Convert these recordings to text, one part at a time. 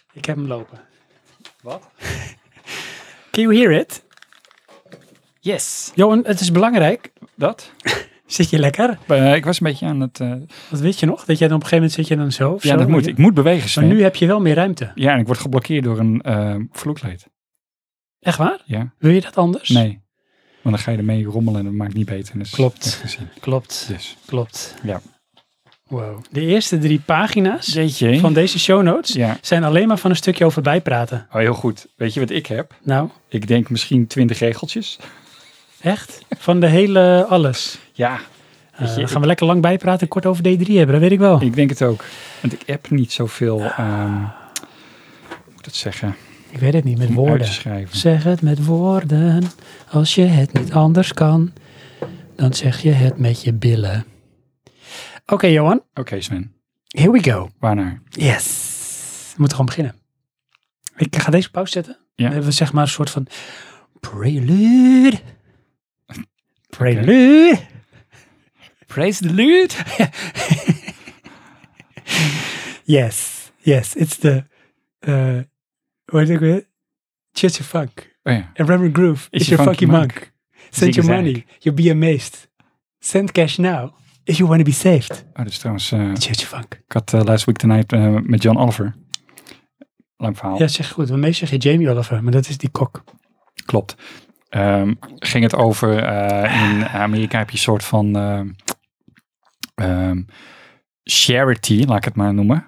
Ik heb hem lopen. Wat? Can you hear it? Yes. Johan, het is belangrijk. Dat? Zit je lekker? Ik was een beetje aan het... Wat weet je nog? Dat jij dan op een gegeven moment zit je dan zo? Of ja, zo, dat moet. Ik moet bewegen, Sven. Maar nu heb je wel meer ruimte. Ja, en ik word geblokkeerd door een vloerkleed. Echt waar? Ja. Wil je dat anders? Nee. Want dan ga je ermee rommelen en dat maakt niet beter. Dus Klopt. gezien. Klopt. Dus. Klopt. Ja. Wow. De eerste 3 pagina's Jeetje. van deze show notes Ja. zijn alleen maar van een stukje over bijpraten. Oh, heel goed. Weet je wat ik heb? Nou, Ik denk misschien 20 regeltjes. echt? Van de hele alles. Ja. Weet je, Gaan we lekker lang bijpraten en kort over D3 hebben, dat weet ik wel. ik denk het ook. Want ik heb niet zoveel... hoe moet ik dat zeggen? Ik weet het niet, met Om uit woorden. te schrijven. Zeg het met woorden. Als je het niet anders kan, dan zeg je het met je billen. Oké, Johan. Oké, Sven. Here we go. Waarnaar? Yes. We moeten gewoon beginnen. Ik ga deze pauze zetten. Ja. Dan hebben we zeg maar een soort van prelude. Prelude. Praise the Lord. Yes. Yes. It's the what is it weer? Church of Funk. Oh ja. And Reverend Groove is your funky monk. Send your Zigzag. money. You'll be amazed. Send cash now if you want to be saved. Oh, dat is trouwens... Church of Funk. ik had Last Week Tonight met John Oliver. Lang verhaal. Ja, zeg goed. Want meestal zeg je Jamie Oliver, maar dat is die kok. Klopt. Ging het over... in Amerika heb je een soort van... charity, laat ik het maar noemen.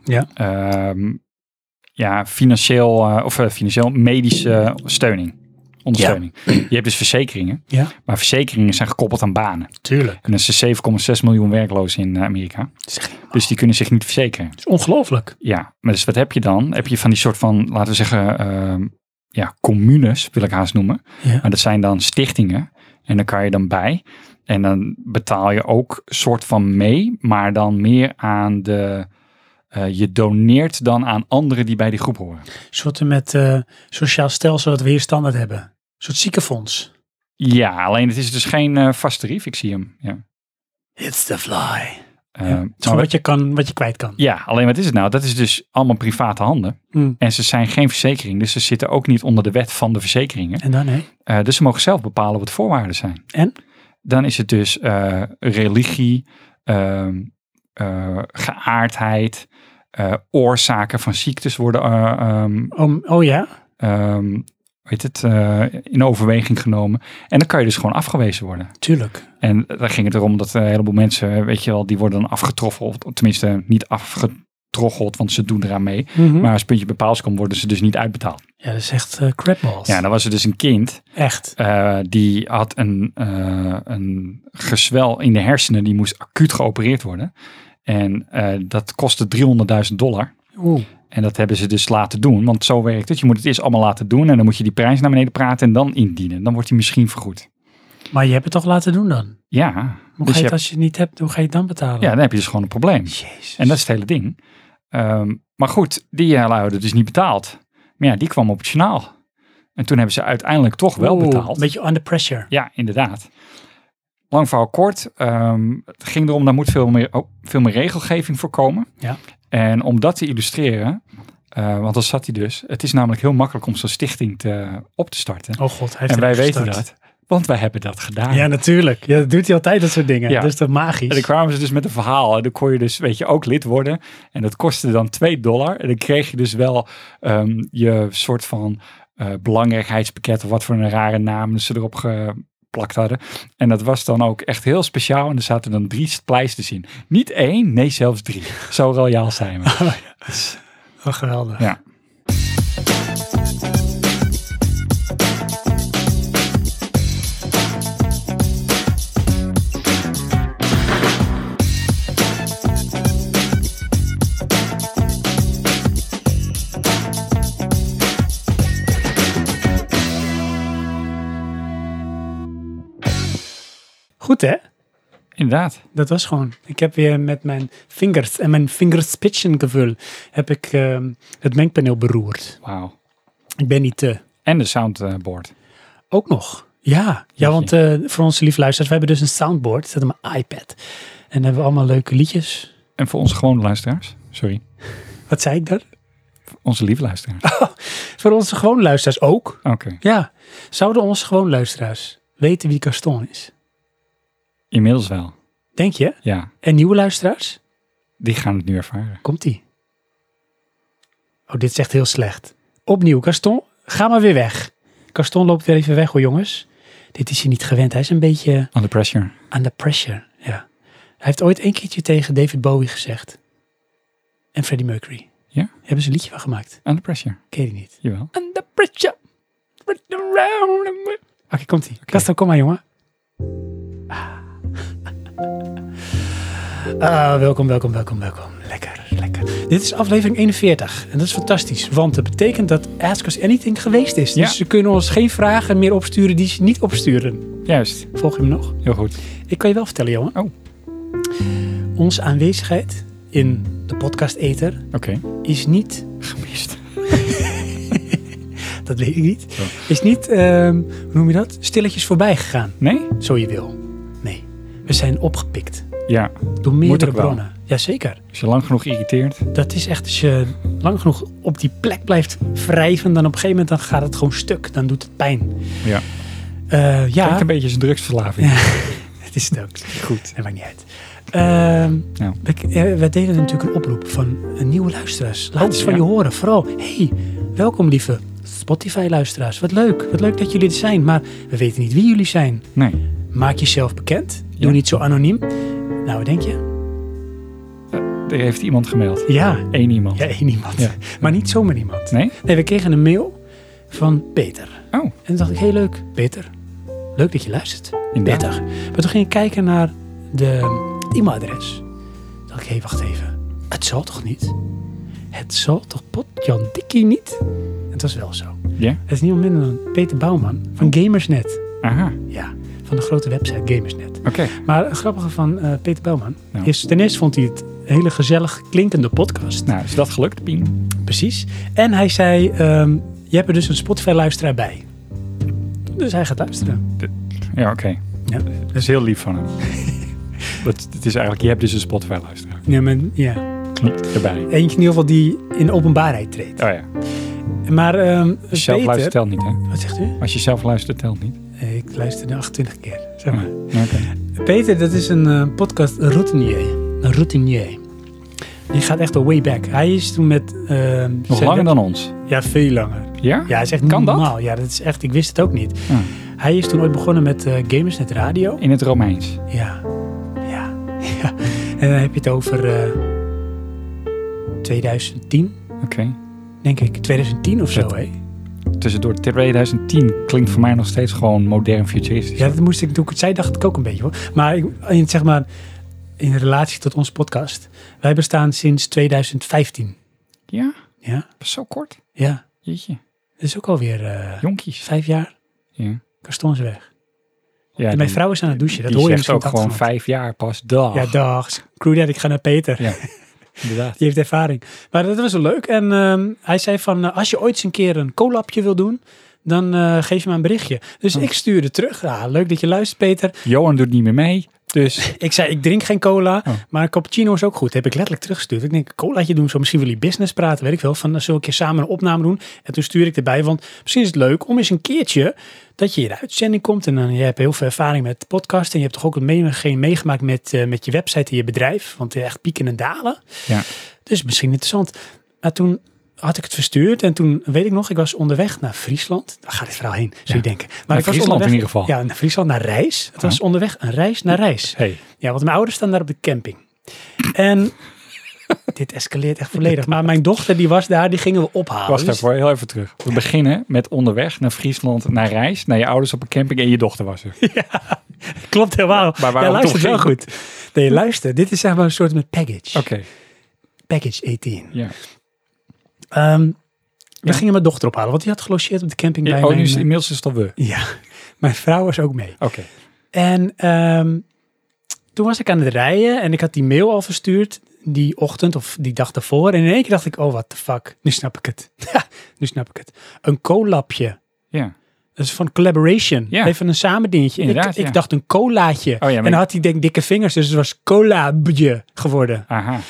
Ja. Financieel medische ondersteuning. Je hebt dus verzekeringen. Ja. Maar verzekeringen zijn gekoppeld aan banen. Tuurlijk. En er zijn 7,6 miljoen werklozen in Amerika. Dus die kunnen zich niet verzekeren. Dat is ongelooflijk. Ja, maar dus wat heb je dan? Heb je van die soort van, laten we zeggen, communes, wil ik haast noemen. Ja. Maar dat zijn dan stichtingen. En dan kan je dan bij. En dan betaal je ook soort van mee, maar dan meer aan de... je doneert dan aan anderen die bij die groep horen. Een soort met sociaal stelsel dat we hier standaard hebben. Een soort ziekenfonds. Ja, alleen het is dus geen vast tarief. Ik zie hem. Ja. It's the fly. Maar Het is gewoon wat je kwijt kan. ja, alleen wat is het nou? Dat is dus allemaal private handen. Mm. En ze zijn geen verzekering. Dus ze zitten ook niet onder de wet van de verzekeringen. En dan, hè? Dus ze mogen zelf bepalen wat de voorwaarden zijn. En? Dan is het dus religie, geaardheid, oorzaken van ziektes worden Oh ja? in overweging genomen. En dan kan je dus gewoon afgewezen worden. Tuurlijk. En daar ging het erom dat een heleboel mensen, weet je wel, die worden dan afgetroffeld. Tenminste, niet afgetroggeld, want ze doen eraan mee. Mhm. Maar als puntje bepaald komt, worden ze dus niet uitbetaald. Ja, dat is echt crapballs. Ja, dan was er dus een kind. Echt. Die had een gezwel in de hersenen. Die moest acuut geopereerd worden. En dat kostte $300.000. Oeh. En dat hebben ze dus laten doen. Want zo werkt het. Je moet het eerst allemaal laten doen. En dan moet je die prijs naar beneden praten en dan indienen. Dan wordt die misschien vergoed. Maar je hebt het toch laten doen dan? Ja. Hoe dus ga je het als je het niet hebt, hoe ga je het dan betalen? ja, dan heb je dus gewoon een probleem. Jezus. En dat is het hele ding. Maar goed, die hadden dus niet betaald. Maar ja, die kwam op het journaal. En toen hebben ze uiteindelijk toch wel betaald. Een beetje under pressure. Ja, inderdaad. Lang verhaal kort. Het ging erom, daar moet veel meer regelgeving voor komen. Ja. En om dat te illustreren, want dan zat hij dus. Het is namelijk heel makkelijk om zo'n stichting op te starten. Oh god, hij heeft En wij het weten gestart. dat, want wij hebben dat gedaan. Ja, natuurlijk. Ja, dat doet hij altijd, dat soort dingen. Ja. Dus dat is magisch. En dan kwamen ze dus met een verhaal. En dan kon je dus, weet je, ook lid worden. En dat kostte dan $2. En dan kreeg je dus wel je soort van belangrijkheidspakket of wat voor een rare naam ze erop geplakt hadden. En dat was dan ook echt heel speciaal. En er zaten dan 3 pleisters in. Niet 1, nee zelfs 3. Zo royaal zijn we. Oh, ja. Oh, geweldig. Ja. Goed hè? Inderdaad. Dat was gewoon. Ik heb weer met mijn vingers en mijn vingerspitsengevoel heb ik het mengpaneel beroerd. Wauw. Ik ben niet te. En de soundboard. Ook nog. Ja, want voor onze lieve luisteraars, we hebben dus een soundboard. Dat staat op mijn iPad. En dan hebben we allemaal leuke liedjes. En voor onze gewone luisteraars. Sorry. Wat zei ik dan? Onze lieve luisteraars. Voor onze gewone luisteraars ook. Oké. Ja. Zouden onze gewone luisteraars weten wie Gaston is? Inmiddels wel. Denk je? Ja. En nieuwe luisteraars? Die gaan het nu ervaren. Komt-ie. Oh, dit is echt heel slecht. Opnieuw, Gaston, ga maar weer weg. Gaston loopt weer even weg hoor, jongens. Dit is hij niet gewend. Hij is een beetje Under pressure. under pressure. Ja. Hij heeft ooit 1 keertje tegen David Bowie gezegd. En Freddie Mercury. Ja? Hebben ze een liedje van gemaakt. Under pressure. Ken je die niet? Jawel. Under pressure. Oké, komt-ie. Gaston, kom maar, jongen. Welkom. Lekker. Dit is aflevering 41. En dat is fantastisch. Want dat betekent dat Ask Us Anything geweest is. Ja. Dus ze kunnen ons geen vragen meer opsturen die ze niet opsturen. Juist. Volg je me nog? Heel goed. Ik kan je wel vertellen, jongen. Oh. Onze aanwezigheid in de podcast-ether Oké. is niet... Gemist. Dat weet ik niet. Oh. Is niet, hoe noem je dat? Stilletjes voorbij gegaan. Nee? Zo je wil. Nee. We zijn opgepikt. Ja. Door meerdere ook wel. bronnen. Jazeker. Als je lang genoeg irriteert. Dat is echt, als je lang genoeg op die plek blijft wrijven, dan op een gegeven moment dan gaat het gewoon stuk. Dan doet het pijn. Ja. Ja. Klinkt een beetje als een drugsverslaving. Ja, het is het ook. Goed. Dat maakt niet uit. Nou. We deden natuurlijk een oproep van nieuwe luisteraars. Laat eens van ja. je horen. Vooral, hey, welkom lieve Spotify-luisteraars. Wat leuk dat jullie er zijn. Maar we weten niet wie jullie zijn. Nee. Maak jezelf bekend. Doe Ja. niet zo anoniem. Nou, wat denk je? Er heeft iemand gemeld. Ja, 1 iemand. ja, één iemand. Ja. Maar niet zomaar iemand. Nee? Nee, we kregen een mail van Peter. Oh. En toen dacht ik, heel leuk, Peter. Leuk dat je luistert. Inderdaad. Peter. Maar toen ging ik kijken naar de e-mailadres. Toen dacht ik, hé, wacht even. Het zal toch niet? Het zal toch Potjan Dikkie niet? En het was wel zo. Ja? Het is niemand minder dan Peter Bouwman van Gamersnet. Aha. Ja, van de grote website Gamersnet. Oké. Maar het grappige van Peter Bouwman Nou. is, ten eerste vond hij het een hele gezellig klinkende podcast. Nou, is dat gelukt, Pien? Precies. En hij zei, je hebt er dus een Spotify-luisteraar bij. Dus hij gaat luisteren. Ja, oké. Ja. Dat is heel lief van hem. Het is eigenlijk, je hebt dus een Spotify-luisteraar. Ja, maar, ja. Niet erbij. Eentje in ieder geval die in de openbaarheid treedt. Oh ja. Maar Als je zelf Peter... luistert, telt niet, hè? Wat zegt u? Als je zelf luistert, telt niet. Ik luisterde 28 keer. Zeg maar. Ja, oké. Peter, dat is een podcast routinier. Een routinier. Die gaat echt al way back. Hij is toen met... Nog langer dan ons. Ja, veel langer. Ja? Ja, hij is echt Kan dat? normaal. Ja, dat is echt... Ik wist het ook niet. Ah. Hij is toen ooit begonnen met Gamersnet Radio. In het Romeins. Ja. En dan heb je het over 2010, Oké. denk ik. 2010 of zo, Vet. hè? Tussendoor 2010 klinkt voor mij nog steeds gewoon modern futuristisch. Ja, dat moest ik toen ik het zei, dacht ik ook een beetje, hoor. Maar, zeg maar, in relatie tot onze podcast. Wij bestaan sinds 2015. Ja? Ja? Dat is zo kort. Ja. Jeetje. Dat is ook alweer Jonkies. 5 jaar. Ja. Gaston is weg. Ja, En mijn vrouw is aan het douchen. Dat die hoor je zegt misschien ook gewoon achtergrond. 5 jaar pas. Dag. Ja, dag. Screw that, ik ga naar Peter. Ja, inderdaad. Die heeft ervaring. Maar dat was wel leuk. En hij zei van, als je ooit eens een keer een collabje wil doen, dan geef je me een berichtje. Dus ik stuurde terug. Ja, leuk dat je luistert, Peter. Johan doet niet meer mee. Dus Ik zei, ik drink geen cola, Oh. maar een cappuccino is ook goed. Heb ik letterlijk teruggestuurd. Ik denk, een colaatje doen, zo misschien wil je business praten, weet ik wel. Van, dan zullen we een keer samen een opname doen. En toen stuurde ik erbij, want misschien is het leuk om eens een keertje dat je in de uitzending komt. En dan, je hebt heel veel ervaring met podcast. En je hebt toch ook een meegemaakt met je website en je bedrijf. Want echt pieken en dalen. ja. Dus misschien interessant. Maar toen had ik het verstuurd en toen, weet ik nog, ik was onderweg naar Friesland. Daar gaat dit verhaal heen, zou je Ja. denken. Maar Naar ik was Friesland onderweg, in ieder geval. Ja, naar Friesland, naar reis. Het was onderweg een reis naar reis. Hey. Ja, want mijn ouders staan daar op de camping. En dit escaleert echt volledig. Maar mijn dochter, die was daar, die gingen we ophalen. Wacht Dus- even, heel even terug. We beginnen met onderweg naar Friesland, naar reis, naar je ouders op een camping en je dochter was er. Klopt helemaal. Maar waarom ja, luister toch wel geen- goed. Nee, luister. Dit is zeg maar een soort met package. Oké. Package 18. Ja. We gingen mijn dochter ophalen, want die had gelogeerd op de camping bij Oh, nu mijn... is inmiddels is het al we. Ja, mijn vrouw was ook mee. Oké. En toen was ik aan het rijden en ik had die mail al verstuurd die ochtend of die dag daarvoor. En in één keer dacht ik, oh, what the fuck. Nu snap ik het. Ja, nu snap ik het. Een collabje. Ja. Dat is van collaboration. Ja. Even een samen dingetje. Inderdaad, Ik ja. dacht een colaatje. Oh ja, maar- En dan had hij denk ik dikke vingers, dus het was collabje geworden. Aha.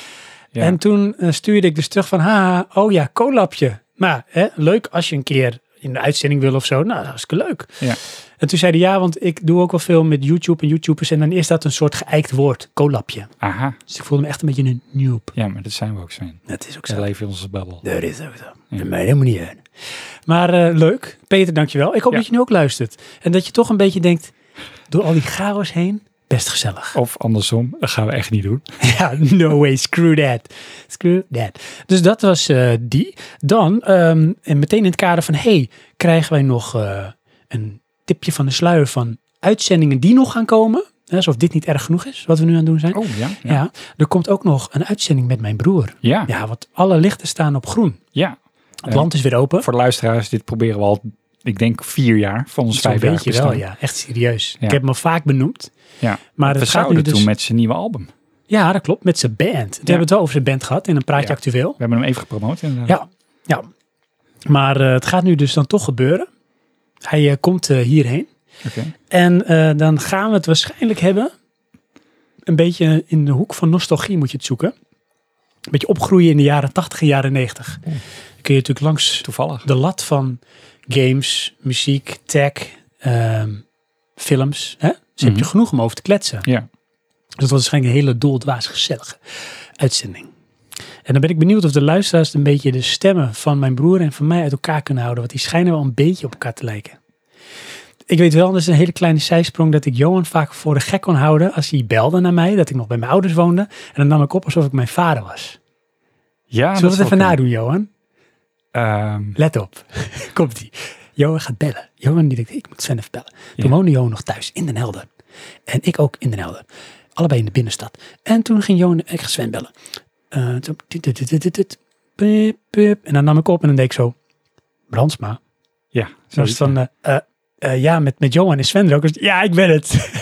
Ja. En toen stuurde ik dus terug van, oh ja, collabje. Maar leuk als je een keer in de uitzending wil of zo. Nou, dat is leuk. Ja. En toen zei hij, ja, want ik doe ook wel veel met YouTube en YouTubers. En dan is dat een soort geëikt woord, collabje. Aha. Dus ik voelde me echt een beetje een noob. Ja, maar dat zijn we ook, Sven. Dat is ook We zo. leven in onze bubbel. Dat is ook zo. Ja. Dat mij helemaal niet uit. Maar leuk. Peter, dankjewel. Ik hoop dat je nu ook luistert. En dat je toch een beetje denkt, door al die chaos heen, best gezellig. Of andersom, dat gaan we echt niet doen. Ja, no way, screw that. Screw that. Dus dat was die. Dan, en meteen in het kader van, krijgen wij nog een tipje van de sluier van uitzendingen die nog gaan komen. Alsof dit niet erg genoeg is, wat we nu aan het doen zijn. Oh, ja. Ja, er komt ook nog een uitzending met mijn broer. Ja. Ja, want alle lichten staan op groen. Ja. Het land is weer open. Voor de luisteraars, dit proberen we al, ik denk 4 jaar van ons 5 jaar weet je wel, bestaan. ja. Echt serieus. Ja. Ik heb hem al vaak benoemd. Ja. Maar We het gaat nu zouden dus... toen met zijn nieuwe album. Ja, dat klopt. Met zijn band. We hebben het wel over zijn band gehad in een praatje Ja. actueel. We hebben hem even gepromoot. Inderdaad. Ja. Maar het gaat nu dus dan toch gebeuren. Hij komt hierheen. Oké. En dan gaan we het waarschijnlijk hebben. Een beetje in de hoek van nostalgie moet je het zoeken. Een beetje opgroeien in de jaren 80 en jaren 90. Dan kun je natuurlijk langs Toevallig. de lat van games, muziek, tech, films. Hè? Dus heb je genoeg om over te kletsen. Ja. Dus dat was waarschijnlijk een hele doldwaas gezellige uitzending. En dan ben ik benieuwd of de luisteraars een beetje de stemmen van mijn broer en van mij uit elkaar kunnen houden. Want die schijnen wel een beetje op elkaar te lijken. Ik weet wel, dat is een hele kleine zijsprong, dat ik Johan vaak voor de gek kon houden als hij belde naar mij. Dat ik nog bij mijn ouders woonde. En dan nam ik op alsof ik mijn vader was. Ja, Zullen we het even nadoen, Johan? nadoen? Let op. Komt-ie. Johan gaat bellen. Johan die denkt, ik moet Sven even bellen. Ja. Toen woonde Johan nog thuis in Den Helder. En ik ook in Den Helder. Allebei in de binnenstad. En toen ging Johan, ik ga Sven bellen. En dan nam ik op en dan deed ik zo, Brandsma. Ja. Zo was het van, ja, met Johan en Sven er ook. Ja, ik ben het.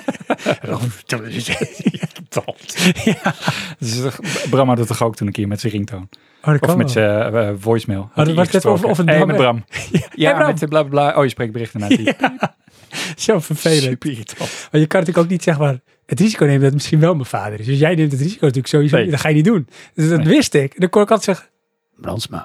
Ja. Dus, Bram had het toch ook toen een keer met zijn ringtoon. Of met zijn voicemail. dat was net of het Hey, Bram- met Bram. Ja, Hey, Bram. met bla bla bla. Oh, je spreekt berichten naar die. Zo vervelend. Super irritant. Maar je kan natuurlijk ook niet zeg maar het risico nemen dat het misschien wel mijn vader is. Dus jij neemt het risico natuurlijk sowieso. Nee. Dat ga je niet doen. Dus dat Nee. wist ik. Dan kon ik altijd zeggen, Brandsma.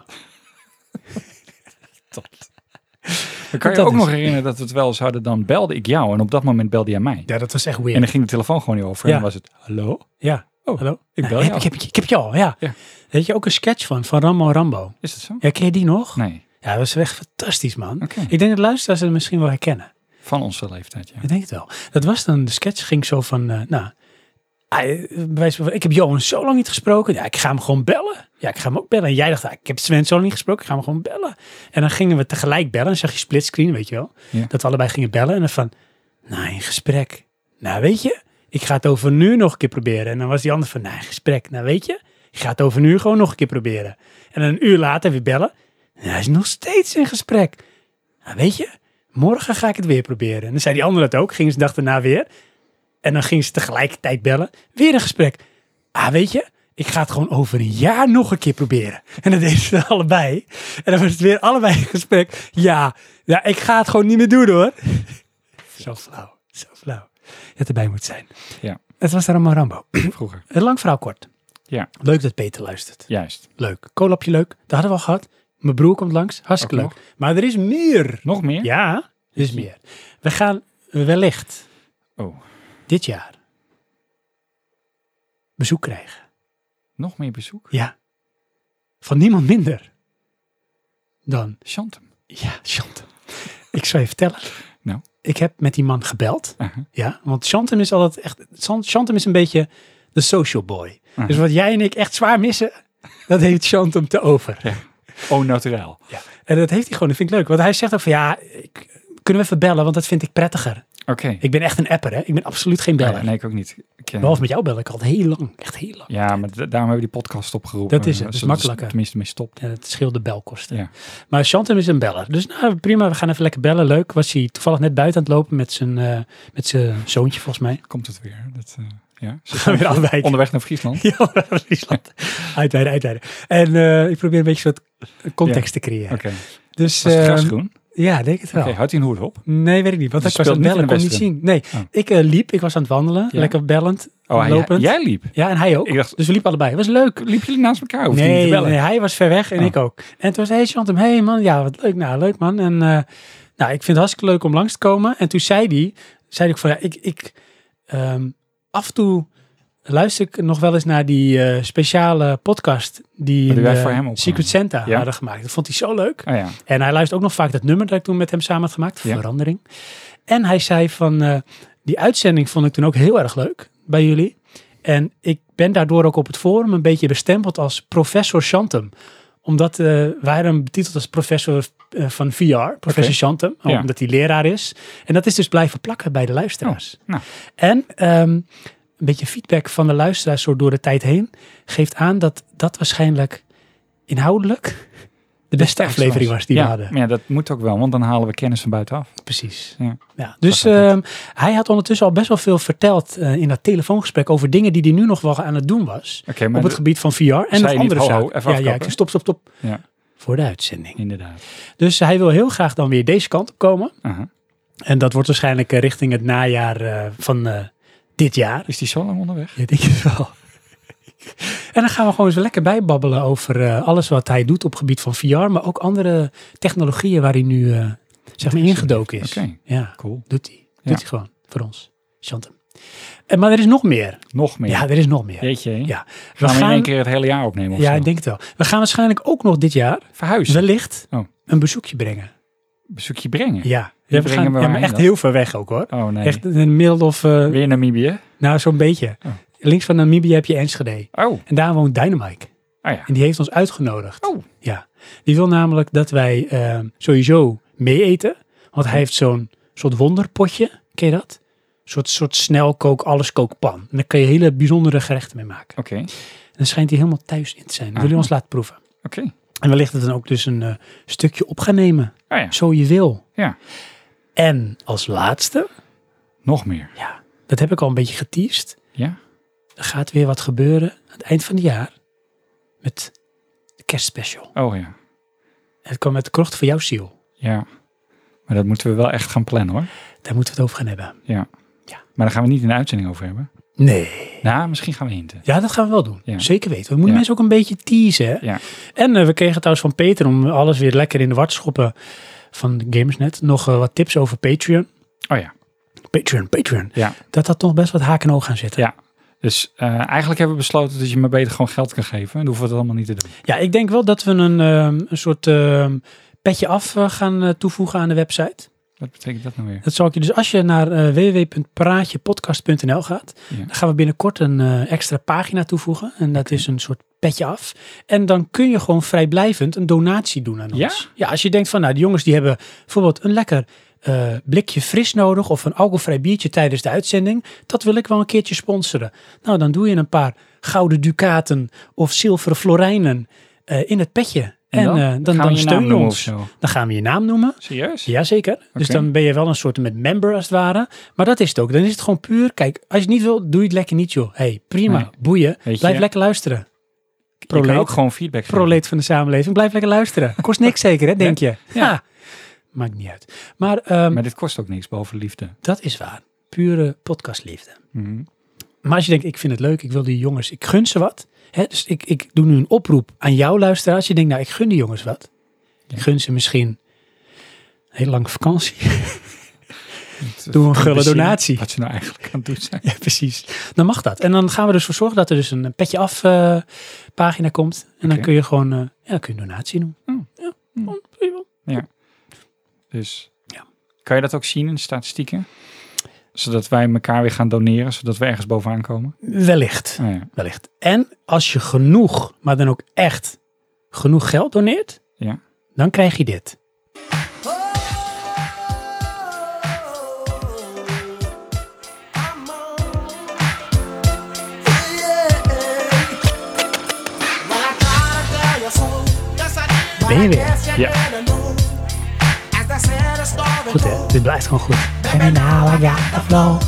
Dan kan je dat ook is- nog herinneren dat we het wel eens hadden. Dan belde ik jou en op dat moment belde jij mij. Ja, dat was echt weird. En dan ging de telefoon gewoon niet over. En Ja. dan was het, hallo? Ja. Oh, Hallo? ik bel Ja, jou. ik heb je al, ja. Ja. Weet je ook een sketch van Rambo Rambo? Is dat zo? Ja, ken je die nog? Nee. Ja, dat was echt fantastisch, man. Oké. Ik denk dat luisteraars het misschien wel herkennen. Van onze leeftijd, ja. Ik denk het wel. Dat was dan, de sketch ging zo van, bij wijze van, ik heb Johan zo lang niet gesproken. Ja, ik ga hem gewoon bellen. Ja, ik ga hem ook bellen. En jij dacht, ik heb Sven zo lang niet gesproken. Ik ga hem gewoon bellen. En dan gingen we tegelijk bellen. En zag je splitscreen, weet je wel. Ja. Dat we allebei gingen bellen. En dan van, in gesprek. Nou, weet je, ik ga het over nu nog een keer proberen. En dan was die ander van, in gesprek. Nou, weet je, ik ga het over nu gewoon nog een keer proberen. En dan een uur later weer bellen. Hij is nog steeds in gesprek. Nou, weet je, morgen ga ik het weer proberen. En dan zei die ander dat ook. Gingen ze de dag daarna weer. En dan gingen ze tegelijkertijd bellen. Weer een gesprek. Weet je, ik ga het gewoon over een jaar nog een keer proberen. En dat deden ze allebei. En dan was het weer allebei een gesprek. Ja, ik ga het gewoon niet meer doen hoor. Zo flauw, zo flauw. Dat erbij moet zijn. Ja. Het was Rambo Rambo. Vroeger. Een lang verhaal kort. Ja, Leuk dat Peter luistert. juist. Leuk. Koolapje leuk. Dat hadden we al gehad. Mijn broer komt langs. Hartstikke Ook leuk. Maar er is meer. Nog meer? Ja, er is meer. We gaan wellicht Oh, dit jaar bezoek krijgen. nog meer bezoek? Ja. Van niemand minder dan, Chantem. ja, Chantem. Ik zal je vertellen. Nou. Ik heb met die man gebeld. Aha. Ja, want Chantem is altijd echt, Chantem is een beetje de social boy. Aha. Dus wat jij en ik echt zwaar missen, dat heeft Chantem te over. Ja. Oh, naturel. Ja. En dat heeft hij gewoon, dat vind ik leuk. Want hij zegt ook van kunnen we even bellen, want dat vind ik prettiger. Oké. Ik ben echt een apper, hè. Ik ben absoluut geen beller. Nee, ik ook niet. Behalve met jou bel ik altijd heel lang. Echt heel lang. Ja, maar daarom hebben we die podcast opgeroepen. Dat is het, dat is zodat makkelijker. Tenminste mee stopt. En het scheelt de belkosten. Ja. Maar Chantem is een beller. Dus prima, we gaan even lekker bellen. Leuk. Was hij toevallig net buiten aan het lopen met zijn zoontje volgens mij. Komt het weer. Dat, ja. Ze Gaan zijn weer afwijken. onderweg naar Friesland. Ja, Friesland. Uitweiden. En ik probeer een beetje soort context te creëren. Oké. Dus, Was het gras groen? Ja, denk het wel. Oké, houdt hij een hoed op? Nee, weet ik niet. Want Je ik was aan het speelt niet bellen, in kon de niet zien. Nee, Oh. ik liep. Ik was aan het wandelen. Ja. Lekker bellend. Oh, lopend. jij liep? Ja, en hij ook. Ik dacht- Dus we liepen allebei. Het was leuk. Liepen jullie naast elkaar? Hoef je niet te Nee, bellen? nee, hij was ver weg en Oh. ik ook. En toen zei Chantem, hey man, ja, wat leuk. Nou, leuk man. En nou, ik vind het hartstikke leuk om langs te komen. En toen zei ik van, ja, ik af en toe luister ik nog wel eens naar die speciale podcast die wij in, voor hem opnamen. Secret Santa Ja. hadden gemaakt. Dat vond hij zo leuk. Oh ja. En hij luistert ook nog vaak dat nummer dat ik toen met hem samen had gemaakt. Ja. Verandering. En hij zei van, die uitzending vond ik toen ook heel erg leuk bij jullie. En ik ben daardoor ook op het forum een beetje bestempeld als professor Chantem. Omdat wij hem betiteld als professor van VR, professor Oké. Chantem. Ja. Omdat hij leraar is. En dat is dus blijven plakken bij de luisteraars. nou. En een beetje feedback van de luisteraars zo door de tijd heen geeft aan dat dat waarschijnlijk inhoudelijk de beste aflevering was die we hadden. Maar ja, dat moet ook wel, want dan halen we kennis van buitenaf. Precies. Ja. Ja. Dus Dat gaat hij had ondertussen al best wel veel verteld in dat telefoongesprek over dingen die hij nu nog wel aan het doen was. Oké, maar Op het gebied van VR en nog je niet, andere ho, ho, zaken. even Ja, afkappen? stop. Ja, Voor de uitzending. inderdaad. Dus hij wil heel graag dan weer deze kant op komen. Aha. En dat wordt waarschijnlijk richting het najaar van dit jaar. Is die zo lang onderweg? Ja, denk je wel. En dan gaan we gewoon eens lekker bijbabbelen over alles wat hij doet op het gebied van VR. Maar ook andere technologieën waar hij nu zeg maar ingedoken is. Oké. Ja, Cool. doet hij. Ja. Doet hij gewoon voor ons. Chantem. Maar er is nog meer. Nog meer. Ja, er is nog meer. Jeetje. hè? Ja. Gaan we in één keer het hele jaar opnemen of Ja, zo? ik denk het wel. We gaan waarschijnlijk ook nog dit jaar Verhuizen. wellicht Oh. een bezoekje brengen. Bezoekje brengen? Ja, Die we brengen gaan we maar waarheen echt dan? heel ver weg ook hoor. Oh nee. Echt in het middel of... Weer Namibië? nou, zo'n beetje. Oh. Links van Namibië heb je Enschede. Oh. En daar woont Dynamike. Ah ja. En die heeft ons uitgenodigd. Oh. Ja. Die wil namelijk dat wij sowieso mee eten. Want hij heeft zo'n soort wonderpotje. Ken je dat? Een soort snelkook, alleskookpan. En daar kan je hele bijzondere gerechten mee maken. Oké. En dan schijnt hij helemaal thuis in te zijn. Dat wil hij Aha. ons laten proeven. Oké. En wellicht het dan ook dus een stukje op gaan nemen. Ah ja. Zo je wil. Ja. En als laatste, Nog meer. ja, dat heb ik al een beetje geteased. Ja? Er gaat weer wat gebeuren aan het eind van het jaar. Met de kerstspecial. Oh ja. En het kwam met de krocht voor jouw ziel. Ja. Maar dat moeten we wel echt gaan plannen hoor. Daar moeten we het over gaan hebben. Ja. Ja. Maar daar gaan we niet in de uitzending over hebben. Nee. Nou, misschien gaan we hinten. Ja, dat gaan we wel doen. Ja. Zeker weten. We moeten Ja. mensen ook een beetje teasen. Hè? Ja. En we kregen trouwens van Peter, om alles weer lekker in de war te schoppen van Gamersnet, nog wat tips over Patreon. Oh ja. Patreon. Ja. Dat toch best wat haken en ogen gaan zitten. Ja. Dus eigenlijk hebben we besloten dat je me beter gewoon geld kan geven. Dan hoeven we het allemaal niet te doen. Ja, ik denk wel dat we een soort petje af gaan toevoegen aan de website. Wat betekent dat nou weer? Dat zal ik je dus, als je naar www.praatjepodcast.nl gaat, Ja. dan gaan we binnenkort een extra pagina toevoegen. En dat is een soort petje af. En dan kun je gewoon vrijblijvend een donatie doen aan ons. Ja? Ja, als je denkt van, nou, die jongens die hebben bijvoorbeeld een lekker blikje fris nodig of een alcoholvrij biertje tijdens de uitzending. Dat wil ik wel een keertje sponsoren. Nou, dan doe je een paar gouden ducaten of zilveren florijnen in het petje. En dan Gaan we je steun naam je noemen ons. of zo? Dan gaan we je naam noemen. Serieus? Jazeker. Dus Oké. dan ben je wel een soort met member als het ware. Maar dat is het ook. Dan is het gewoon puur. Kijk, als je het niet wil, doe je het lekker niet joh. Hey, prima. Nee. Boeien. Weet Blijf je- lekker luisteren. Je kan Proleet. ook gewoon feedback geven. Proleet van de samenleving. Blijf lekker luisteren. Kost niks zeker hè, denk je? Ja. Maakt niet uit. Maar, Maar dit kost ook niks, behalve liefde. dat is waar. Pure podcastliefde. Mhm. Maar als je denkt, ik vind het leuk. Ik wil die jongens, ik gun ze wat. Hè? Dus ik doe nu een oproep aan jou luisteraar. Als je denkt, nou ik gun die jongens wat. Ik gun ze misschien een hele lange vakantie. Doe een gulle donatie. Wat ze nou eigenlijk aan het doen zijn. Ja, precies. Dan mag dat. En dan gaan we dus voor zorgen dat er dus een petje af pagina komt. En dan Oké. kun je gewoon kun je een donatie doen. Hmm. Ja, Hmm. gewoon prima. Dus Ja. kan je dat ook zien in de statistieken? Zodat wij elkaar weer gaan doneren, zodat we ergens bovenaan komen? Wellicht. Oh ja. Wellicht. En als je genoeg, maar dan ook echt genoeg geld doneert, Ja. dan krijg je dit. Ben je weer? Ja. Goed hè? Dit blijft gewoon goed. En now I got the flow.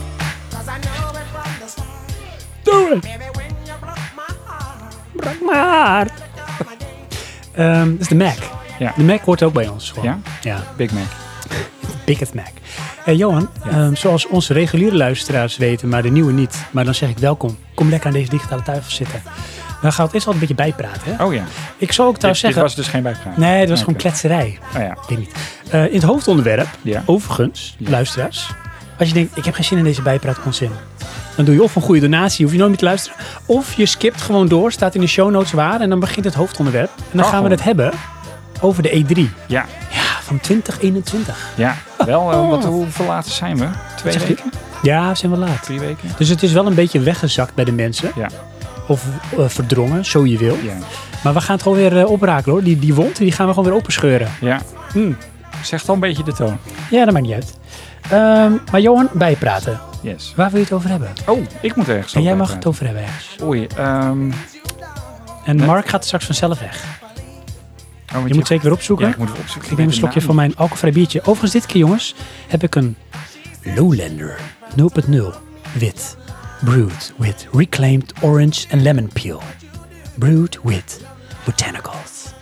Doe het! Brak mijn hart. Dat is de Mac. Ja. De Mac hoort ook bij ons. Gewoon. Ja? Ja, Big Mac. Big Mac. Johan, Ja. zoals onze reguliere luisteraars weten, maar de nieuwe niet. Maar dan zeg ik welkom. Kom lekker aan deze digitale tafel zitten. Dan gaan we het eerst altijd een beetje bijpraten. Hè? Oh ja. Ik zou ook Dit trouwens zeggen... was dus geen bijpraat. Nee, dat was Oké. gewoon kletserij. Oh ja. Ik weet niet. In het hoofdonderwerp, Ja. overigens, Ja. luisteraars. Als je denkt, ik heb geen zin in deze bijpraat onzin. Dan doe je of een goede donatie, hoef je nooit meer te luisteren. Of je skipt gewoon door, staat in de show notes waar. En dan begint het hoofdonderwerp. En dan gaan we het hebben over de E3. Ja. Ja, van 2021. Ja. Wel, hoeveel later zijn we? 2 Zeg je? weken? Ja, we zijn wel laat. 3 weken? Dus het is wel een beetje weggezakt bij de mensen. Ja. Of verdrongen, zo je wil. Ja. Maar we gaan het gewoon weer oprakelen hoor. Die wond, die gaan we gewoon weer openscheuren. Ja. Zegt al een beetje de toon. Ja, dat maakt niet uit. Maar Johan, bijpraten. Yes. Waar wil je het over hebben? Oh, ik moet ergens En jij over mag het praten. over hebben ergens. Oei. En Mark gaat straks vanzelf weg. Oh, Je moet zeker weer opzoeken. Ja, ik moet even opzoeken. Ik neem een slokje van mijn alcoholvrij biertje. Overigens dit keer jongens, heb ik een Lowlander 0.0 wit. Brewed with reclaimed orange and lemon peel. Brewed with botanicals.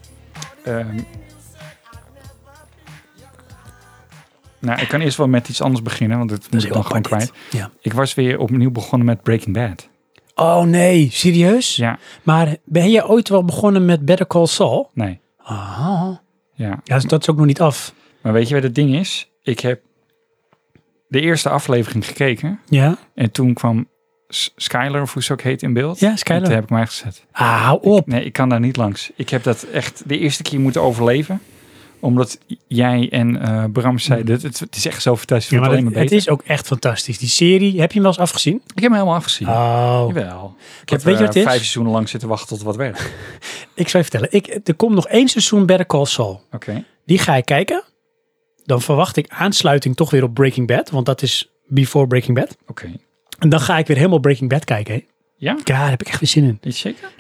Nou, ik kan eerst wel met iets anders beginnen, want het moet ik dan gewoon kwijt. Ja. Ik was weer opnieuw begonnen met Breaking Bad. Oh nee, serieus? Ja. Maar ben je ooit wel begonnen met Better Call Saul? Nee. Aha. Ja. Ja, dat is ook nog niet af. Maar weet je wat het ding is? Ik heb de eerste aflevering gekeken Ja? en toen kwam Skyler, of hoe ze ook heet, in beeld. Ja, En Skyler. toen heb ik mij gezet. Ah, hou op. Nee, ik kan daar niet langs. Ik heb dat echt de eerste keer moeten overleven. Omdat jij en Bram zeiden, het is echt zo fantastisch. Ja, maar alleen maar het beter. is ook echt fantastisch. Die serie, heb je hem wel eens afgezien? Ik heb hem helemaal afgezien. Oh. Jawel. Ik Weet heb je wat het is? 5 seizoenen lang zitten wachten tot wat werd. Ik zou je vertellen. Er komt nog 1 seizoen Better Call Saul. Oké. Die ga ik kijken. Dan verwacht ik aansluiting toch weer op Breaking Bad. Want dat is before Breaking Bad. Oké. En dan ga ik weer helemaal Breaking Bad kijken. Hè. Ja? Ja, daar heb ik echt weer zin in. Is zeker?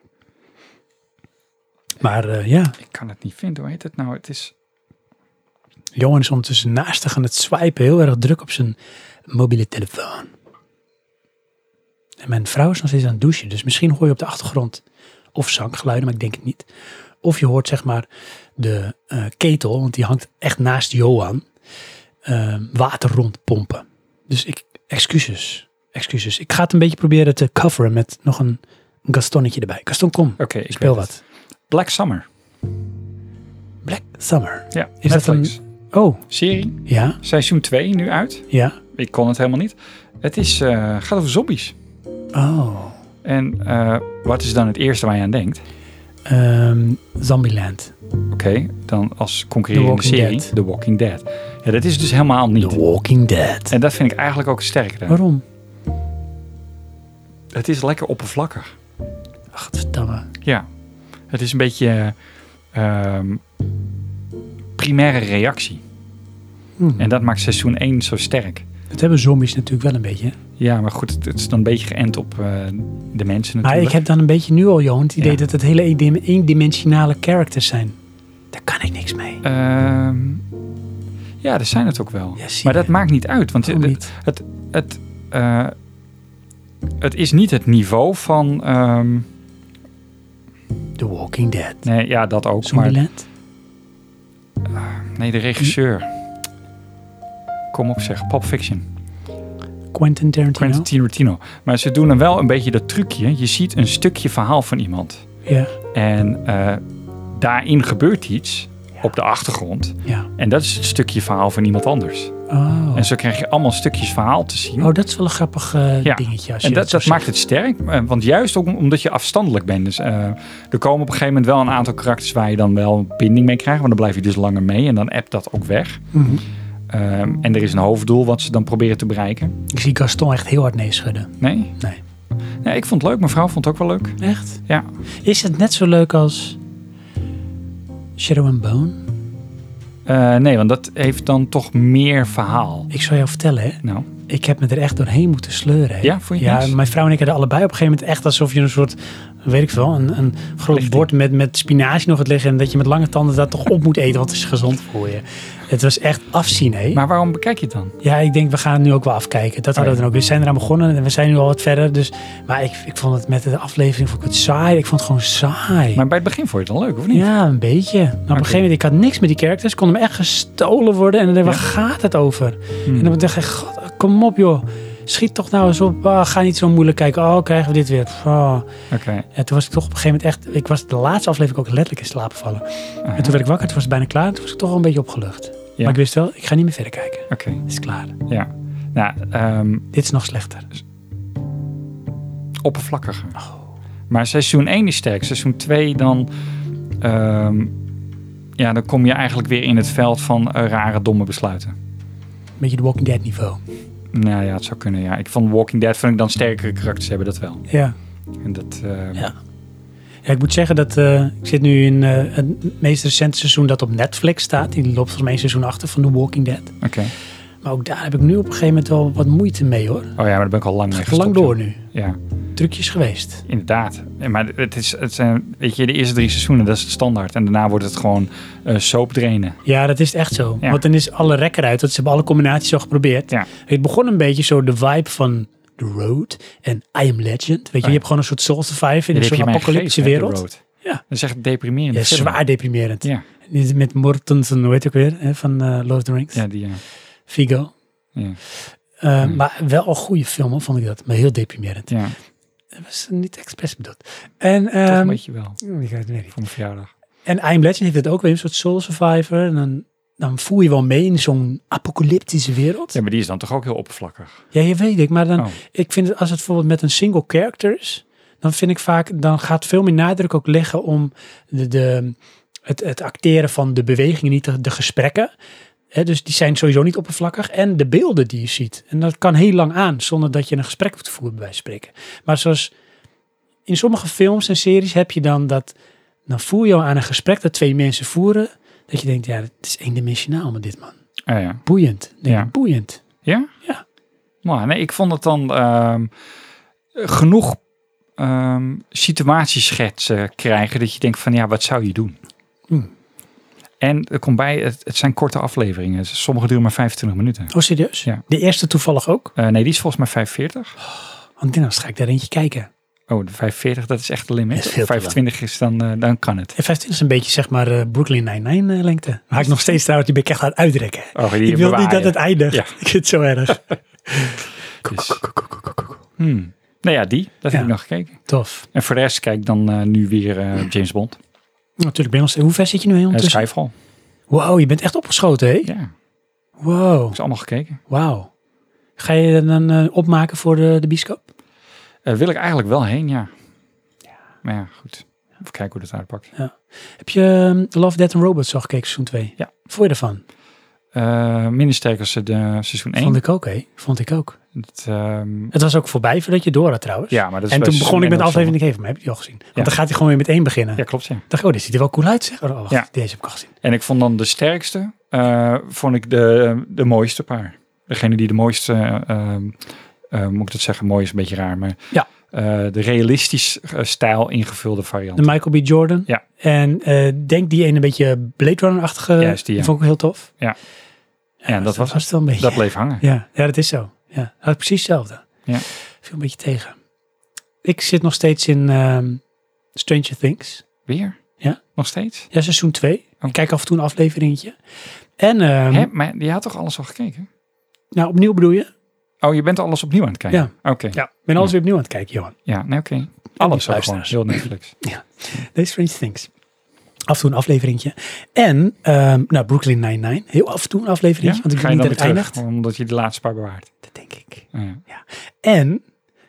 Maar ja, Ik kan het niet vinden. Hoe heet het nou? Het is... Johan is ondertussen naastig aan het swipen. Heel erg druk op zijn mobiele telefoon. En mijn vrouw is nog steeds aan het douchen. Dus misschien hoor je op de achtergrond of zanggeluiden, maar ik denk het niet. Of je hoort zeg maar de ketel, want die hangt echt naast Johan, water rondpompen. Dus excuses. Ik ga het een beetje proberen te coveren met nog een Gastonnetje erbij. Gaston, kom. Oké, ik Speel weet wat. het. Black Summer. Black Summer. Ja, Is dat Netflix. Oh, Serie. ja, Seizoen 2 nu uit. ja. Ik kon het helemaal niet. Het is, gaat over zombies. Oh, En wat is dan het eerste waar je aan denkt? Zombieland. Oké, dan als concurrerende The Walking serie Dead. The Walking Dead. Ja, dat is het dus helemaal niet. The Walking Dead. En dat vind ik eigenlijk ook sterker. Waarom? Het is lekker oppervlakkig. Ach, verdamme. Ja, het is een beetje primaire reactie. En dat maakt seizoen 1 zo sterk. Dat hebben zombies natuurlijk wel een beetje. Hè? Ja, maar goed, het is dan een beetje geënt op de mensen Maar natuurlijk. ik heb dan een beetje nu al, Johan, het idee Ja. dat het hele eendimensionale characters zijn. Daar kan ik niks mee. Ja, er zijn het ook wel. Ja, zie Maar je. dat maakt niet uit. Want Waarom niet? het is niet het niveau van... The Walking Dead. nee, ja, dat ook. Maar, Zombieland? nee, de regisseur. Kom op zeg, Pulp Fiction. Quentin Tarantino? Quentin Tarantino. Maar ze doen dan wel een beetje dat trucje. Je ziet een stukje verhaal van iemand. Ja, En daarin gebeurt iets op de achtergrond. ja. En dat is het stukje verhaal van iemand anders. Oh. En zo krijg je allemaal stukjes verhaal te zien. Oh, dat is wel een grappig Ja. dingetje. Als je En dat zo maakt zegt. het sterk. Want juist ook omdat je afstandelijk bent. Dus er komen op een gegeven moment wel een aantal karakters waar je dan wel binding mee krijgt. Want dan blijf je dus langer mee. En dan appt dat ook weg. Mhm. En er is een hoofddoel wat ze dan proberen te bereiken. Ik zie Gaston echt heel hard nee schudden. Nee? Nee. Ja, ik vond het leuk. Mijn vrouw vond het ook wel leuk. Echt? Ja. Is het net zo leuk als Shadow and Bone? Nee, want dat heeft dan toch meer verhaal. Ik zal jou vertellen, hè. Nou, Ik heb me er echt doorheen moeten sleuren. Hè. Ja, vond je Ja, niks? mijn vrouw en ik hadden allebei op een gegeven moment echt alsof je een soort, weet ik veel, een groot Lichting. bord met spinazie nog gaat liggen en dat je met lange tanden dat toch op moet eten, want het is gezond voor je. Het was echt afzien, hè? Maar waarom bekijk je het dan? Ja, ik denk, we gaan het nu ook wel afkijken. Dat hadden we dan ook. We zijn eraan begonnen en we zijn nu al wat verder. Dus, maar ik vond het met de aflevering vond ik het saai. Ik vond het gewoon saai. Maar bij het begin vond je het dan leuk, of niet? Ja, een beetje. Maar op een gegeven moment, ik had niks met die characters. Kon hem echt gestolen worden. En dan dacht ik, waar gaat het over? En dan dacht ik, god, kom op joh. Schiet toch nou eens op. Ga niet zo moeilijk kijken. Oh, krijgen we dit weer. Oké. En toen was ik toch op een gegeven moment echt... Ik was de laatste aflevering ook letterlijk in slaap gevallen. En toen werd ik wakker. Toen was het bijna klaar. Toen was ik toch wel een beetje opgelucht. Ja. Maar ik wist wel, ik ga niet meer verder kijken. Oké. Het is klaar. Ja. Nou, Dit is nog slechter. oppervlakkiger. Oh. Maar seizoen 1 is sterk. Seizoen 2 dan... dan kom je eigenlijk weer in het veld van rare, domme besluiten. Beetje de Walking Dead niveau. Nou ja, het zou kunnen, ja. Ik vond Walking Dead vind ik dan sterkere karakters hebben, dat wel. Ja. En dat... Ja. Ja, ik moet zeggen dat ik zit nu in het meest recente seizoen dat op Netflix staat. Die loopt volgens mij seizoen 8 van The Walking Dead. Oké. Maar ook daar heb ik nu op een gegeven moment wel wat moeite mee hoor. Oh ja, maar daar ben ik al lang mee Het gestopt. gaat lang door joh. nu. Ja, Trucjes geweest. inderdaad. Ja, maar het zijn, weet je, de eerste 3 seizoenen, dat is het standaard. En daarna wordt het gewoon soapdrainen. Ja, dat is echt zo. Ja. Want dan is alle rek eruit. Dat ze hebben alle combinaties al geprobeerd. Ja. Het begon een beetje zo de vibe van The Road en I Am Legend. Weet je, je hebt gewoon een soort Soul Survivor in een soort apocalyptische wereld. Ja. Dat is echt deprimerend. Ja, zwaar deprimerend. Ja, Met Mortensen, hoe heet het ook weer, hè, van Lord of the Rings. ja, die... Viggo. ja. Maar wel een goede film, hoor, vond ik dat. Maar heel deprimerend. Ja, Dat was niet expres bedoeld. En, toch een beetje wel. ik weet het niet. Voor mijn verjaardag. En I Am Legend heeft het ook weer, een soort Soul Survivor. En dan voel je wel mee in zo'n apocalyptische wereld. Ja, maar die is dan toch ook heel oppervlakkig. Ja, je weet ik. Maar dan, Oh. ik vind het, als het bijvoorbeeld met een single character is, dan vind ik vaak, dan gaat veel meer nadruk ook liggen om het acteren van de bewegingen, niet de gesprekken. Dus die zijn sowieso niet oppervlakkig. En de beelden die je ziet. En dat kan heel lang aan, zonder dat je een gesprek hoeft te voeren, bij wijze van spreken. Maar zoals in sommige films en series heb je dan dat, dan voel je al aan een gesprek dat 2 mensen voeren, dat je denkt, ja, het is eendimensionaal met dit man. Ah, ja. Boeiend. Nee, Ja. boeiend. Ja? Ja. Maar nee, ik vond het dan genoeg situatieschetsen krijgen dat je denkt van ja, wat zou je doen? En er komt bij, het zijn korte afleveringen. Sommige duren maar 25 minuten. Oh, serieus? Ja. De eerste toevallig ook? Nee, die is volgens mij 45. Want dan ga ik daar eentje kijken. Oh, de 45, dat is echt de limit. Dat is veel te 25 is dan kan het. En 15 is een beetje, zeg maar, Brooklyn Nine-Nine lengte. Dan ga ik nog steeds trouwens, die ben ik echt aan het uitrekken. Oh, die Ik wil niet bewaaien. dat het eindigt. Ja. Ik vind het zo erg. Dus, nou ja, dat heb ik nog gekeken. Tof. En voor de rest kijk ik dan nu weer James Bond. Natuurlijk ben je nog. Hoe ver zit je nu heen ondertussen? Skyfall. Wow, je bent echt opgeschoten, hè? Ja, Wow. is allemaal gekeken. Wauw. Ga je dan opmaken voor de bioscoop? Wil ik eigenlijk wel heen, ja. Maar ja, goed. Even kijken hoe dat uitpakt. Heb je Love, Death and Robots al gekeken, seizoen 2? Ja. Vond je ervan? Minder sterk als de seizoen 1. Vond ik ook, hè? Vond ik ook. Het, Het was ook voorbij voordat je door had, trouwens. ja, maar dat is En bij toen begon ik seizoen met de 1 ook zo. aflevering, ik heb je die al gezien. Want Ja. dan gaat hij gewoon weer met 1 beginnen. Ja, klopt, ja. Ik dacht, oh, dit ziet er wel cool uit, zeg. Oh, wacht, Ja. deze heb ik al gezien. En ik vond dan de sterkste, vond ik de mooiste paar. Degene die de mooiste, moet ik dat zeggen, mooi is een beetje raar, maar Ja. De realistisch stijl ingevulde variant. De Michael B. Jordan. Ja. En denk die een beetje Blade Runner-achtige. Juist die, ja. Die vond ik ook heel tof. Ja. Ja, dat was het wel een beetje. Dat bleef hangen. Ja, dat is zo. Ja, dat had ik precies hetzelfde. Ja. Viel een beetje tegen. Ik zit nog steeds in Stranger Things. Weer? Ja. Nog steeds? Ja, seizoen 2. Oh. Ik kijk af en toe een afleveringetje. En, Hè? Maar je had toch alles al gekeken? nou, opnieuw bedoel je? Oh, je bent alles opnieuw aan het kijken? Ja. Oké. Ja, ik ben alles weer opnieuw aan het kijken, Johan. Ja, nee, oké. Alles ook gewoon. luisteraars. Heel Netflix. Deze Stranger Things. Af en toe een afleveringetje. En, nou, Brooklyn Nine-Nine. Heel af en toe een afleveringetje, want ik Ga weet je niet dan dat weer het terug? eindigt. Omdat je de laatste paar bewaart. Dat denk ik. Ja. En,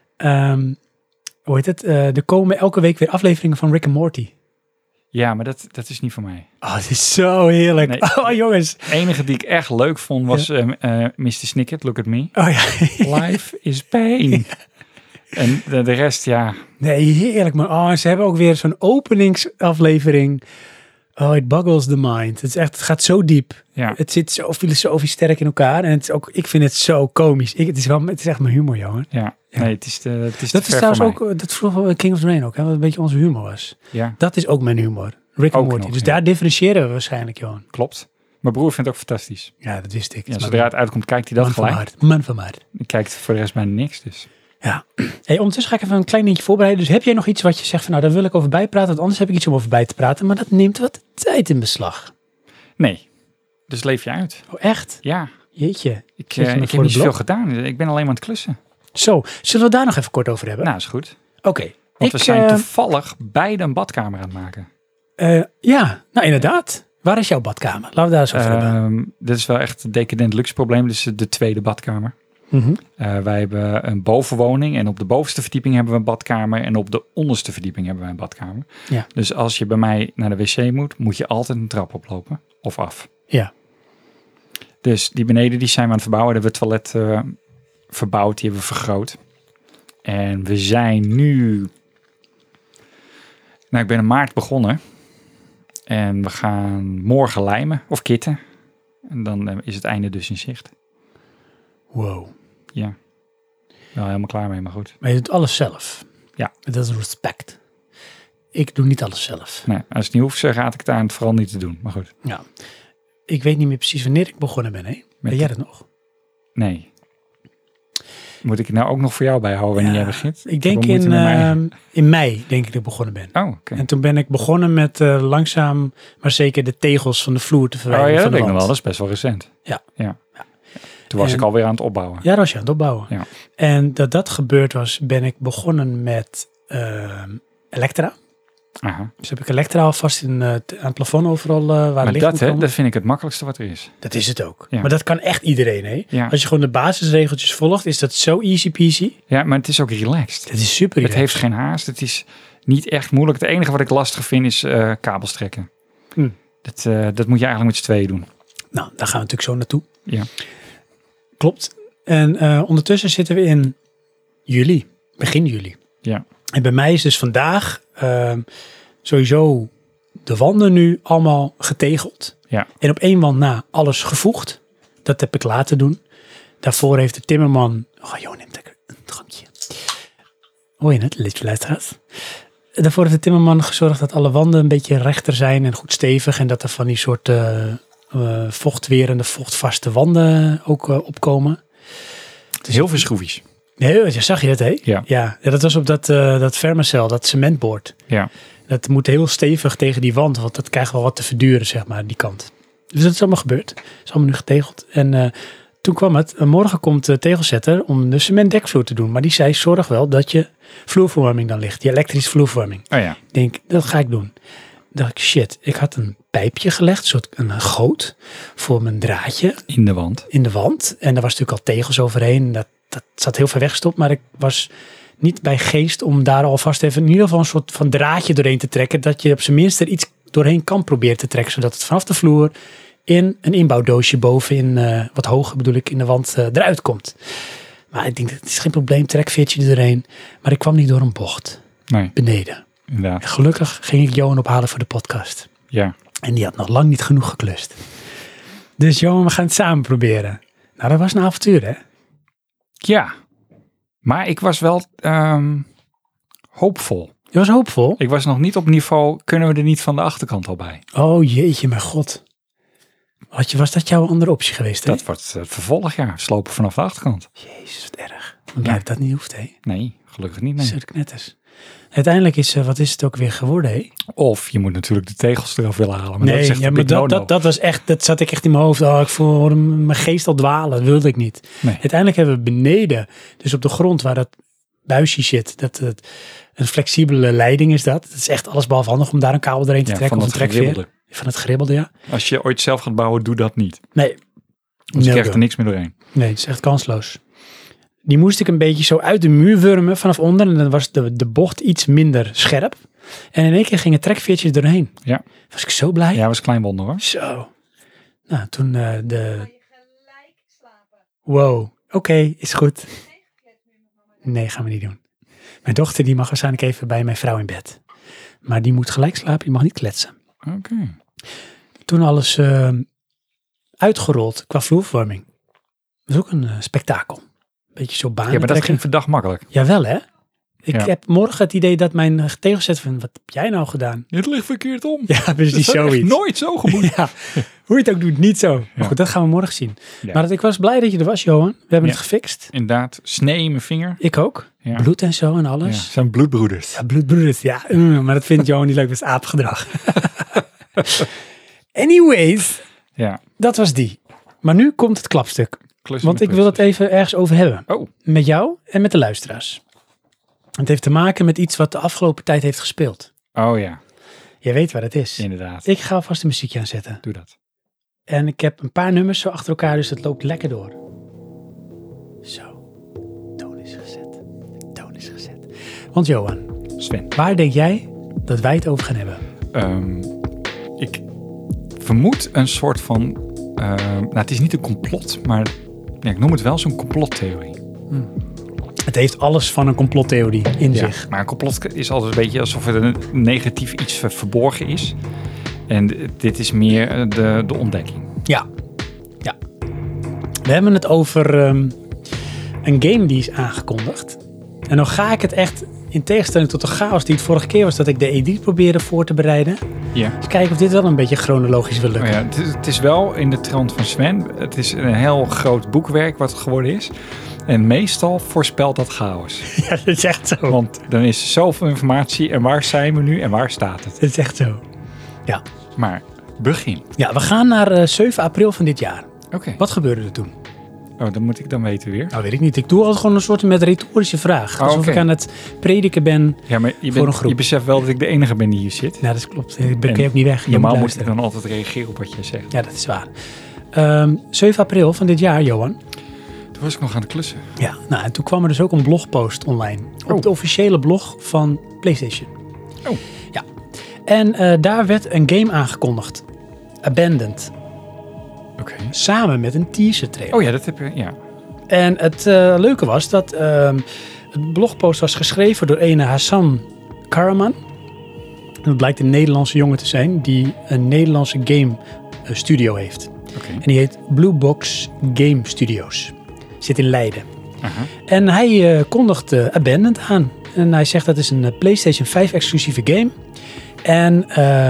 hoe heet het? Er komen elke week weer afleveringen van Rick and Morty. Ja, maar dat is niet voor mij. Oh, het is zo heerlijk. Nee. Oh, jongens. Het enige die ik echt leuk vond was Mr. Snicket, Look at Me. Oh ja. Life is pain. En de rest, ja. Nee, heerlijk man. Oh, ze hebben ook weer zo'n openingsaflevering Oh, it boggles the mind. Het gaat zo diep. Ja. Het zit zo filosofisch sterk in elkaar. En het is ook, ik vind het zo komisch. Het is echt mijn humor, Johan. Ja. Ja. Nee, het is te Dat is ver trouwens voor mij. ook, dat vroeg wel King of the Rain ook, hè, wat een beetje onze humor was. Ja, Dat is ook mijn humor. Rick en Ook Morty. nog, Dus ja. daar differentiëren we waarschijnlijk, Johan. klopt. Mijn broer vindt het ook fantastisch. Ja, dat wist ik. Ja, zodra het uitkomt, kijkt hij dat Man van mijn gelijk. hart. Man van mijn hart. Die kijkt voor de rest bijna niks, dus. Ja. Hey, ondertussen ga ik even een klein dingetje voorbereiden. Dus heb jij nog iets wat je zegt van, nou, daar wil ik over bijpraten. Want anders heb ik iets om over bij te praten. Maar dat neemt wat tijd in beslag. Nee. Dus leef je uit. Oh, echt? Ja. Jeetje. Ik Zet je me heb voor niet de zoveel blok? gedaan. Ik ben alleen maar aan het klussen. Zo, zullen we daar nog even kort over hebben? Nou, is goed. Oké. Want we zijn toevallig beide een badkamer aan het maken. Ja, nou inderdaad. Waar is jouw badkamer? Laten we daar eens over hebben. Dit is wel echt een decadent luxe probleem. Dit is de tweede badkamer. Mhm. Wij hebben een bovenwoning en op de bovenste verdieping hebben we een badkamer en op de onderste verdieping hebben we een badkamer. Ja. Dus als je bij mij naar de wc moet je altijd een trap oplopen of af. Ja. Dus die beneden die zijn we aan het verbouwen. Daar hebben we het toilet verbouwd, die hebben we vergroot. En we zijn nu... Nou, ik ben in maart begonnen. En we gaan morgen lijmen of kitten. En dan is het einde dus in zicht. Wow. Ja. Wel helemaal klaar mee, maar goed. Maar je doet alles zelf. Ja. Dat is respect. Ik doe niet alles zelf. Nee, als het niet hoeft, raad ik het aan het vooral niet te doen. Maar goed. Ja. Ik weet niet meer precies wanneer ik begonnen ben, hè? Weet jij dat nog? Nee. Moet ik het nou ook nog voor jou bijhouden wanneer jij begint? Ik denk Hebben we moeite met mij? in mei, denk ik dat ik begonnen ben. Oh, oké. En toen ben ik begonnen met langzaam, maar zeker de tegels van de vloer te Oh verwijderen. ja, van dat de weet ik nog wel. wand. Dat is best wel recent. Ja. Toen was En- ik alweer aan het opbouwen. Ja, dat was je aan het opbouwen. Ja. En dat gebeurd was, ben ik begonnen met Elektra. Aha. Dus heb ik Elektra alvast aan het plafond overal waar Maar licht moet dat, hè, komen. dat vind ik het makkelijkste wat er is. Dat is het ook. Ja. Maar dat kan echt iedereen, hè? Ja. Als je gewoon de basisregeltjes volgt, is dat zo easy peasy. Ja, maar het is ook relaxed. Dat is super. Het heeft geen haast. Het is niet echt moeilijk. Het enige wat ik lastig vind is kabels trekken. Hm. Dat moet je eigenlijk met z'n tweeën doen. Nou, daar gaan we natuurlijk zo naartoe. Ja. Klopt. En ondertussen zitten we in juli, begin juli. Ja. En bij mij is dus vandaag sowieso de wanden nu allemaal getegeld. Ja. En op één wand na alles gevoegd. Dat heb ik laten doen. Daarvoor heeft de timmerman... Oh, joh, neem lekker een drankje. Hoor je het, lieve luisteraars? Daarvoor heeft de timmerman gezorgd dat alle wanden een beetje rechter zijn en goed stevig. En dat er van die soort vochtwerende, vochtvaste wanden ook opkomen. Heel veel schroefjes. Nee, zag je het, hè? Ja. Ja, dat was op dat Fermacell, dat cementboord. Ja. Dat moet heel stevig tegen die wand, want dat krijgt wel wat te verduren, zeg maar, die kant. Dus dat is allemaal gebeurd. Dat is allemaal nu getegeld. En toen kwam het, morgen komt de tegelzetter om de cementdekvloer te doen. Maar die zei, zorg wel dat je vloerverwarming dan ligt. Die elektrische vloerverwarming. Oh ja. Ik denk, dat ga ik doen. Dan dacht ik, shit, ik had een pijpje gelegd, een soort een goot voor mijn draadje In de wand. in de wand. En daar was natuurlijk al tegels overheen. Dat zat heel ver weggestopt, maar ik was niet bij geest om daar alvast even in ieder geval een soort van draadje doorheen te trekken. Dat je op zijn minst er iets doorheen kan proberen te trekken. Zodat het vanaf de vloer in een inbouwdoosje bovenin, wat hoger bedoel ik, in de wand eruit komt. Maar ik denk, het is geen probleem, trekveertje er doorheen. Maar ik kwam niet door een bocht Nee, beneden. inderdaad. Gelukkig ging ik Johan ophalen voor de podcast. Ja. En die had nog lang niet genoeg geklust. Dus Johan, we gaan het samen proberen. Nou, dat was een avontuur, hè? Ja. Maar ik was wel hoopvol. Je was hoopvol. Ik was nog niet op niveau, kunnen we er niet van de achterkant al bij? Oh jeetje, mijn god. Was dat jouw andere optie geweest, hè? Dat wordt het vervolg, ja. Slopen vanaf de achterkant. Jezus, wat erg. Maar blijkt dat niet hoeft, hè? Nee, gelukkig niet. Nee. Zet knetters. Uiteindelijk is, wat is het ook weer geworden, hè? Of je moet natuurlijk de tegels eraf willen halen. Maar dat is echt ja, een maar big no-no. dat was echt, dat zat ik echt in mijn hoofd. Oh, ik voelde mijn geest al dwalen. Dat wilde ik niet. Nee. Uiteindelijk hebben we beneden, dus op de grond waar dat buisje zit, dat een flexibele leiding is dat. Het is echt alles behalve handig om daar een kabel doorheen te Ja, trekken. van Of een dat trekveer. geribbelde. Van het geribbelde, ja. Als je ooit zelf gaat bouwen, doe dat niet. Nee. Want je No krijgt go. er niks meer doorheen. Nee, het is echt kansloos. Die moest ik een beetje zo uit de muur wurmen vanaf onder. En dan was de bocht iets minder scherp. En in één keer ging het trekveertje doorheen. Ja. Was ik zo blij. Ja, was een klein wonder hoor. Zo. Nou, toen de... Kan je gelijk slapen. Wow. Oké, is goed. Nee, gaan we niet doen. Mijn dochter die mag waarschijnlijk even bij mijn vrouw in bed. Maar die moet gelijk slapen, die mag niet kletsen. Oké. toen alles uitgerold qua vloerverwarming. Dat is ook een spektakel. Beetje zo banen Ja, maar dat trekken. ging verdacht makkelijk. Jawel, hè? Ik Ja. heb morgen het idee dat mijn tegenzetter van, wat heb jij nou gedaan? Het ligt verkeerd om. Ja, precies zoiets. Nooit zo gemoed. Ja, hoe je het ook doet, niet zo. Maar goed, dat gaan we morgen zien. Ja. Maar ik was blij dat je er was, Johan. We hebben Ja. het gefixt. Inderdaad, snee in mijn vinger. Ik ook. Ja. Bloed en zo en Ja, alles. zijn bloedbroeders. Ja, bloedbroeders. Ja, maar dat vindt Johan niet leuk. Dat is aapgedrag. Anyways, Ja, dat was die. Maar nu komt het klapstuk. klussen Want met ik wil het klussen. even ergens over hebben. Oh, Met jou en met de luisteraars. Het heeft te maken met iets wat de afgelopen tijd heeft gespeeld. oh ja, Je weet waar het is. inderdaad. Ik ga alvast een muziekje aanzetten. Doe dat. En ik heb een paar nummers zo achter elkaar, dus het loopt lekker door. Zo. Toon is gezet. De toon is gezet. Want Johan, Sven. waar denk jij dat wij het over gaan hebben? Ik vermoed een soort van... nou, het is niet een complot, maar ja, ik noem het wel zo'n complottheorie. Het heeft alles van een complottheorie in zich. Maar een complot is altijd een beetje alsof er een negatief iets verborgen is. En dit is meer de ontdekking. Ja. Ja. We hebben het over een game die is aangekondigd. En dan ga ik het echt, in tegenstelling tot de chaos die het vorige keer was, dat ik de edit probeerde voor te bereiden. Ja. Dus kijken of dit wel een beetje chronologisch wil Oh lukken. ja, het is wel in de trant van Sven. Het is een heel groot boekwerk wat het geworden is. En meestal voorspelt dat chaos. Ja, dat is echt zo. Want dan is er zoveel informatie. En waar zijn we nu en waar staat het? Dat is echt zo. Ja. Maar begin. Ja, we gaan naar 7 april van dit jaar. Oké. Wat gebeurde er toen? Oh, dan moet ik dan weten weer. Nou, weet ik niet. Ik doe altijd gewoon een soort met retorische vraag. Alsof oké. ik aan het prediken ben. Ja, maar Voor een groep. je beseft wel dat ik de enige ben die hier zit. Nou, dat klopt. Ik ben En je ook niet weg. Je Normaal moet ik luisteren. dan altijd reageren op wat jij zegt. Ja, dat is waar. 7 april van dit jaar, Johan. Toen was ik nog aan het klussen. Ja, nou, en toen kwam er dus ook een blogpost online. Op Oh. de officiële blog van PlayStation. Oh. Ja. En daar werd een game aangekondigd. Abandoned. Oké. Samen met een teaser trailer. Oh ja, dat heb je. Ja. En het leuke was dat het blogpost was geschreven door ene Hassan Karaman. En dat blijkt een Nederlandse jongen te zijn die een Nederlandse game studio heeft. Oké. En die heet Blue Box Game Studios. Zit in Leiden. Aha. En hij kondigt Abandoned aan. En hij zegt dat is een PlayStation 5 exclusieve game. En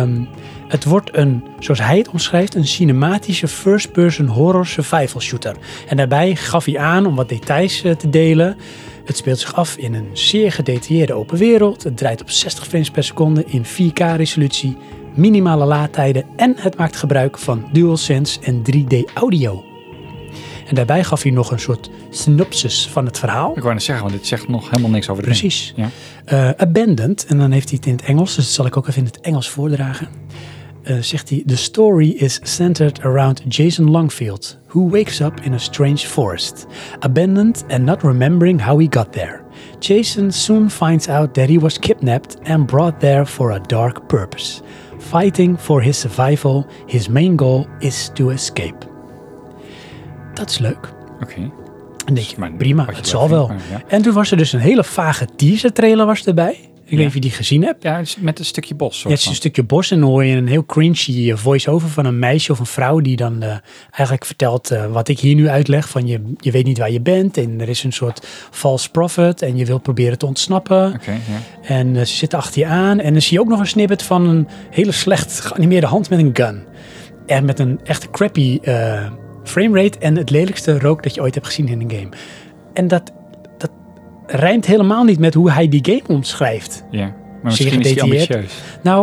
het wordt een, zoals hij het omschrijft, een cinematische first-person horror survival shooter. En daarbij gaf hij aan, om wat details te delen, het speelt zich af in een zeer gedetailleerde open wereld. Het draait op 60 frames per seconde in 4K resolutie, minimale laadtijden en het maakt gebruik van DualSense en 3D audio. En daarbij gaf hij nog een soort synopsis van het verhaal. Ik wou net zeggen, want dit zegt nog helemaal niks over de game. Precies. Ja. Abandoned, en dan heeft hij het in het Engels, dus dat zal ik ook even in het Engels voordragen. Zegt hij, the story is centered around Jason Longfield, who wakes up in a strange forest, abandoned and not remembering how he got there. Jason soon finds out that he was kidnapped and brought there for a dark purpose. Fighting for his survival, his main goal is to escape. Dat is leuk. Oké. En denk je, Maar prima, wat je het wel zal wel. vindt, maar ja. En toen was er dus een hele vage teaser trailer was erbij. Ik weet niet of je die gezien hebt. Ja, het is met een stukje bos. Ja, Soort het is een stukje bos en dan hoor je een heel cringy voice-over van een meisje of een vrouw die dan eigenlijk vertelt wat ik hier nu uitleg. Van je weet niet waar je bent en er is een soort false prophet en je wil proberen te ontsnappen. Oké, ja. En ze zitten achter je aan en dan zie je ook nog een snippet van een hele slecht geanimeerde hand met een gun. En met een echt crappy framerate en het lelijkste rook dat je ooit hebt gezien in een game. En dat rijmt helemaal niet met hoe hij die game omschrijft. Ja, maar misschien is hij gedetailleerd. ambitieus. Nou,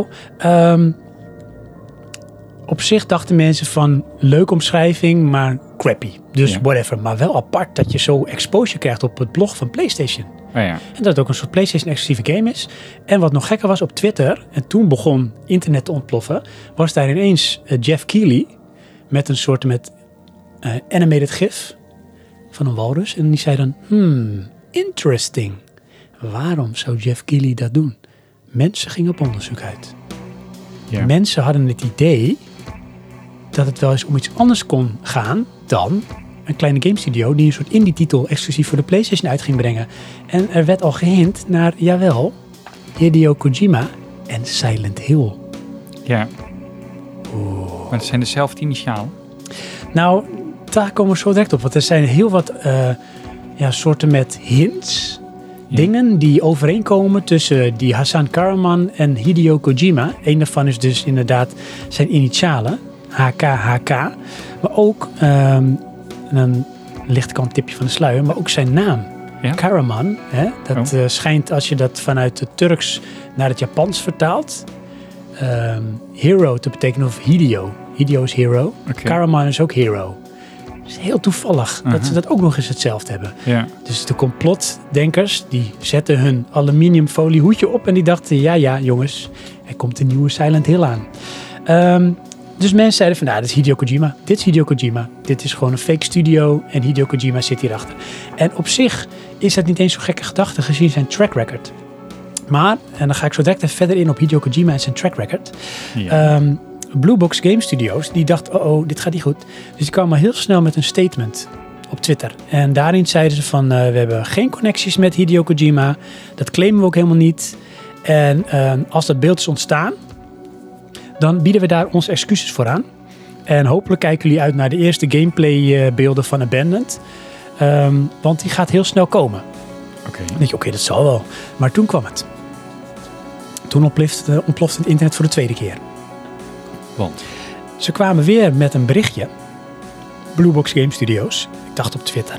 op zich dachten mensen van leuk omschrijving, maar crappy. Dus Ja. whatever. Maar wel apart dat je zo exposure krijgt op het blog van PlayStation. Oh ja. En dat het ook een soort PlayStation exclusieve game is. En wat nog gekker was op Twitter, en toen begon internet te ontploffen, was daar ineens Jeff Keighley met een soort animated gif van een walrus. En die zei dan, interesting. Waarom zou Jeff Keighley dat doen? Mensen gingen op onderzoek uit. Ja. Mensen hadden het idee dat het wel eens om iets anders kon gaan dan een kleine game studio die een soort indie titel exclusief voor de PlayStation uit ging brengen. En er werd al gehint naar, jawel, Hideo Kojima en Silent Hill. Ja. Oeh. Maar het zijn dezelfde initialen. Nou, daar komen we zo direct op. Want er zijn heel wat soorten met hints. Ja. Dingen die overeenkomen tussen die Hasan Karaman en Hideo Kojima. Eén daarvan is dus inderdaad zijn initialen. HKHK. Maar ook, een lichtkant tipje van de sluier, maar ook zijn naam. Ja? Karaman. Hè? Dat schijnt, als je dat vanuit het Turks naar het Japans vertaalt, hero te betekenen of Hideo. Hideo is hero. Oké. Karaman is ook hero. Het is heel toevallig dat ze dat ook nog eens hetzelfde hebben. Ja. Dus de complotdenkers, die zetten hun aluminiumfolie hoedje op en die dachten, ja jongens, er komt een nieuwe Silent Hill aan. Dus mensen zeiden van, dit is Hideo Kojima. Dit is Hideo Kojima. Dit is gewoon een fake studio en Hideo Kojima zit hierachter. En op zich is dat niet eens zo'n gekke gedachte gezien zijn track record. Maar, en dan ga ik zo direct even verder in op Hideo Kojima en zijn track record. Ja. Blue Box Game Studios, die dacht, dit gaat niet goed. Dus die kwamen heel snel met een statement op Twitter. En daarin zeiden ze van, we hebben geen connecties met Hideo Kojima. Dat claimen we ook helemaal niet. En als dat beeld is ontstaan, dan bieden we daar onze excuses voor aan. En hopelijk kijken jullie uit naar de eerste gameplay beelden van Abandoned. Want die gaat heel snel komen. Oké. Dan denk je, oké, dat zal wel. Maar toen kwam het. Toen ontplofte het internet voor de tweede keer. Want? Ze kwamen weer met een berichtje. Blue Box Game Studios. Ik dacht op Twitter.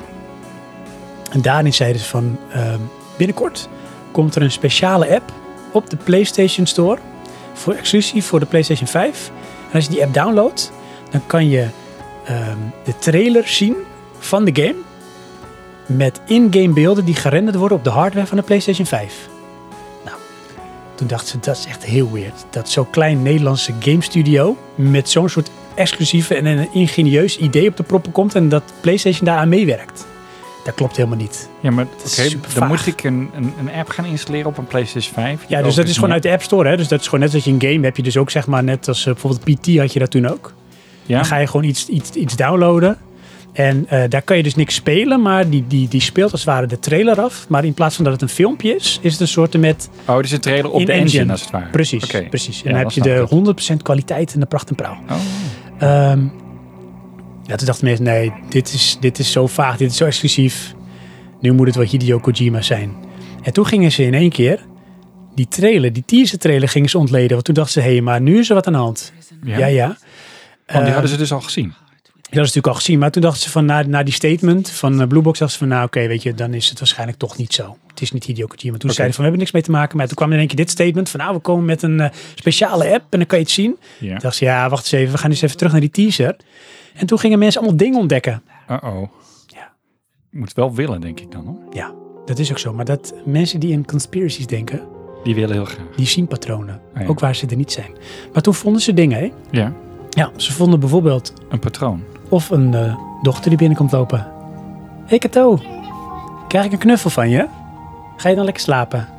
En daarin zeiden ze van, binnenkort komt er een speciale app op de PlayStation Store. Exclusief voor de PlayStation 5. En als je die app downloadt, dan kan je de trailer zien van de game. Met in-game beelden die gerenderd worden op de hardware van de PlayStation 5. Nou, toen dachten ze, dat is echt heel weird. Dat zo'n klein Nederlandse game studio met zo'n soort exclusieve en een ingenieus idee op de proppen komt en dat PlayStation daaraan meewerkt. Dat klopt helemaal niet. Ja, maar is oké, super dan vaag. moet ik een app gaan installeren op een PlayStation 5. Ja, dus dat is gewoon uit de App Store. Hè? Dus dat is gewoon net als je een game heb je dus ook, zeg maar, net als bijvoorbeeld PT had je dat toen ook. Ja? Dan ga je gewoon iets downloaden. En daar kan je dus niks spelen, maar die speelt als het ware de trailer af. Maar in plaats van dat het een filmpje is het een soort met... Oh, het is een trailer op de in-engine. engine als het ware. Precies, Oké. precies. En Ja, dan heb je dan snap de 100% kwaliteit en de pracht en praal. Oh. Ja, toen dachten mensen, nee, dit is zo vaag, dit is zo exclusief. Nu moet het wel Hideo Kojima zijn. En toen gingen ze in één keer die teaser trailer gingen ze ontleden. Want toen dachten ze, maar nu is er wat aan de hand. Ja. Want die hadden ze dus al gezien. Dat is natuurlijk al gezien. Maar toen dachten ze van, na die statement van Blue Box, dachten ze van, oké, weet je, dan is het waarschijnlijk toch niet zo. Het is niet Hideo Kojima. Toen zeiden ze van, we hebben niks mee te maken. Maar toen kwam in één keer dit statement van, we komen met een speciale app en dan kan je het zien. Ja. Toen dachten ze, wacht eens even, we gaan eens even terug naar die teaser. En toen gingen mensen allemaal dingen ontdekken. Uh-oh. Ja. Je moet wel willen, denk ik dan, hoor. Ja, dat is ook zo. Maar dat mensen die in conspiracies denken, Die willen heel graag. die zien patronen. Oh ja. Ook waar ze er niet zijn. Maar toen vonden ze dingen, hè? Ja, Ja, ze vonden bijvoorbeeld een patroon. of een dochter die binnenkomt lopen. Hé Kato, krijg ik een knuffel van je? Ga je dan lekker slapen?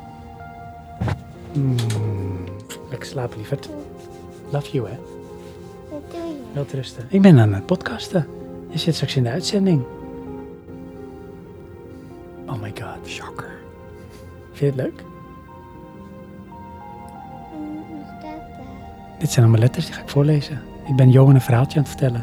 Lekker slapen, lieverd. Love you, hè? Wat doe je? Wel te rusten. Ik ben aan het podcasten. Je zit straks in de uitzending. Oh my god. Shocker. Vind je het leuk? Wat staat daar? Dit zijn allemaal letters, die ga ik voorlezen. Ik ben Johan een verhaaltje aan het vertellen.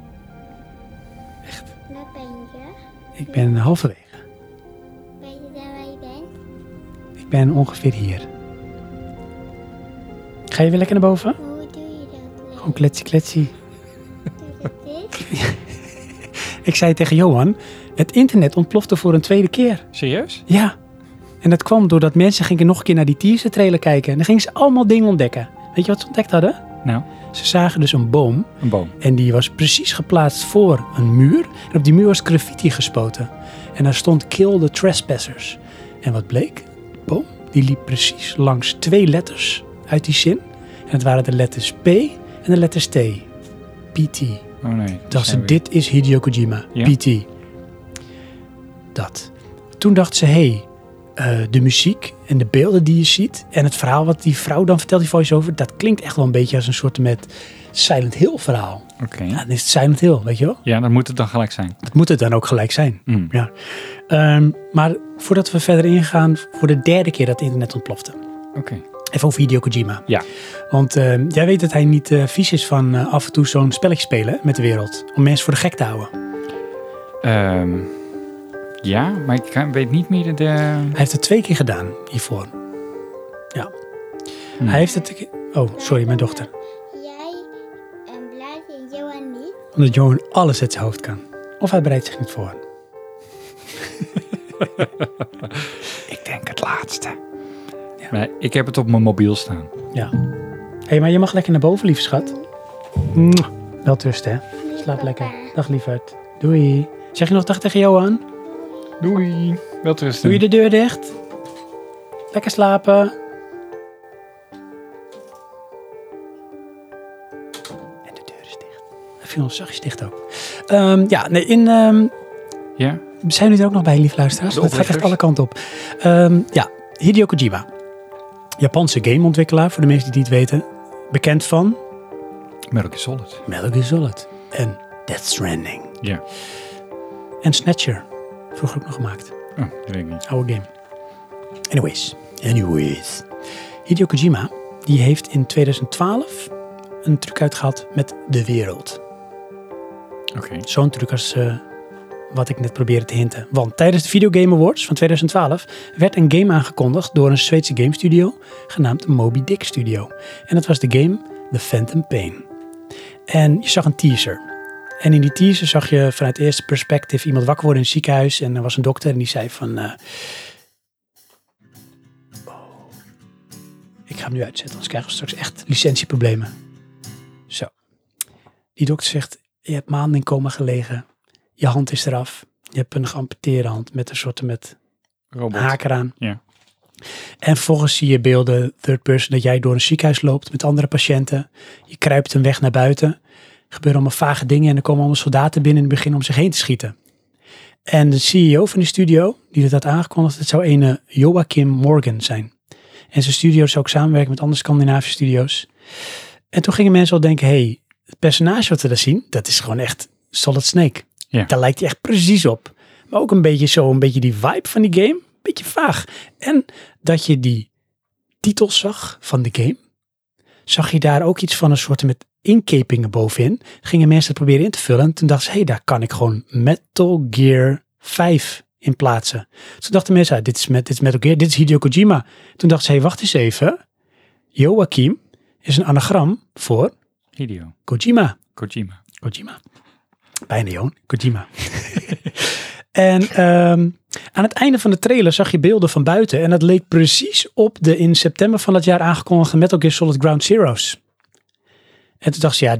Waar ben je? Ik ben halverwege. Weet je daar waar je bent? Ik ben ongeveer hier. Ga je weer lekker naar boven? Hoe doe je dat? Gewoon kletsie kletsie. Doe je dit? Ik zei tegen Johan, het internet ontplofte voor een tweede keer. Serieus? Ja. En dat kwam doordat mensen gingen nog een keer naar die teaser trailer kijken. En dan gingen ze allemaal dingen ontdekken. Weet je wat ze ontdekt hadden? Nou, Ze zagen dus een boom. een boom. En die was precies geplaatst voor een muur. En op die muur was graffiti gespoten. En daar stond kill the trespassers. En wat bleek? De boom die liep precies langs 2 letters uit die zin. En het waren de letters P en de letters T. PT. Oh nee. Dacht ze, dit is Hideo Kojima. Ja. PT. Dat. Toen dacht ze, de muziek en de beelden die je ziet en het verhaal wat die vrouw dan vertelt, die voice-over, dat klinkt echt wel een beetje als een soort met Silent Hill verhaal. Oké. Ja, dan is het Silent Hill, weet je wel? Ja, dan moet het dan gelijk zijn. Dat moet het dan ook gelijk zijn. Mm. Ja. Maar voordat we verder ingaan, voor de 3e keer dat het internet ontplofte. Oké. Even over Hideo Kojima. Ja. Want jij weet dat hij niet vies is van af en toe zo'n spelletje spelen met de wereld. Om mensen voor de gek te houden. Ja, maar ik weet niet meer de... Hij heeft het 2 keer gedaan hiervoor. Ja. Hij heeft het... Oh, sorry, mijn dochter. Jij blijft en Johan niet. Omdat Johan alles uit zijn hoofd kan. Of hij bereidt zich niet voor. Ik denk het laatste. Ja. Maar ik heb het op mijn mobiel staan. Ja. Hé, maar je mag lekker naar boven, lieve schat. Wel rust, hè. Slaap lekker. Dag, lieverd. Doei. Zeg je nog dag tegen Johan? Doei. Welterusten. Doe je de deur dicht? Lekker slapen. En de deur is dicht. Hij viel ons zachtjes dicht ook. Ja? Zijn jullie er ook nog bij, lieve luisteraars? Het gaat echt alle kanten op. Hideo Kojima. Japanse gameontwikkelaar, voor de mensen die het niet weten. Bekend van... Metal Gear Solid. Metal Gear Solid. En Death Stranding. Ja. En Snatcher. Vroeger ook nog gemaakt. Oh, dat weet ik niet. Oude game. Anyways. Hideo Kojima, die heeft in 2012 een truc uitgehaald met de wereld. Oké. Zo'n truc als wat ik net probeerde te hinten. Want tijdens de Video Game Awards van 2012 werd een game aangekondigd door een Zweedse game studio genaamd Moby Dick Studio. En dat was de game The Phantom Pain. En je zag een teaser. En in die teaser zag je vanuit het eerste perspectief iemand wakker worden in het ziekenhuis. En er was een dokter en die zei van... ik ga hem nu uitzetten, anders krijgen we straks echt licentieproblemen. Zo. Die dokter zegt, je hebt maanden in coma gelegen. Je hand is eraf. Je hebt een geamputeerde hand met een soort met Robot. haak eraan. Ja. En vervolgens zie je beelden, third person, dat jij door een ziekenhuis loopt met andere patiënten. Je kruipt een weg naar buiten. Er gebeuren allemaal vage dingen en er komen allemaal soldaten binnen en beginnen om zich heen te schieten. En de CEO van die studio, die dat had aangekondigd, het zou een Joachim Morgan zijn. En zijn studio zou ook samenwerken met andere Scandinavische studio's. En toen gingen mensen al denken, hey, het personage wat we daar zien, dat is gewoon echt Solid Snake. Ja. Daar lijkt hij echt precies op. Maar ook een beetje die vibe van die game, een beetje vaag. En dat je die titels zag van de game, zag je daar ook iets van een soort met inkepingen bovenin. Gingen mensen het proberen in te vullen. En toen dachten ze, hey, daar kan ik gewoon Metal Gear 5 in plaatsen. Toen dachten mensen, dit is Metal Gear, dit is Hideo Kojima. Toen dachten ze, hey, wacht eens even. Joachim is een anagram voor Hideo. Kojima. Kojima. Bijna, Johan. Kojima. En aan het einde van de trailer zag je beelden van buiten. En dat leek precies op de in september van dat jaar aangekondigde Metal Gear Solid Ground Zeroes. En toen dacht ze, ja,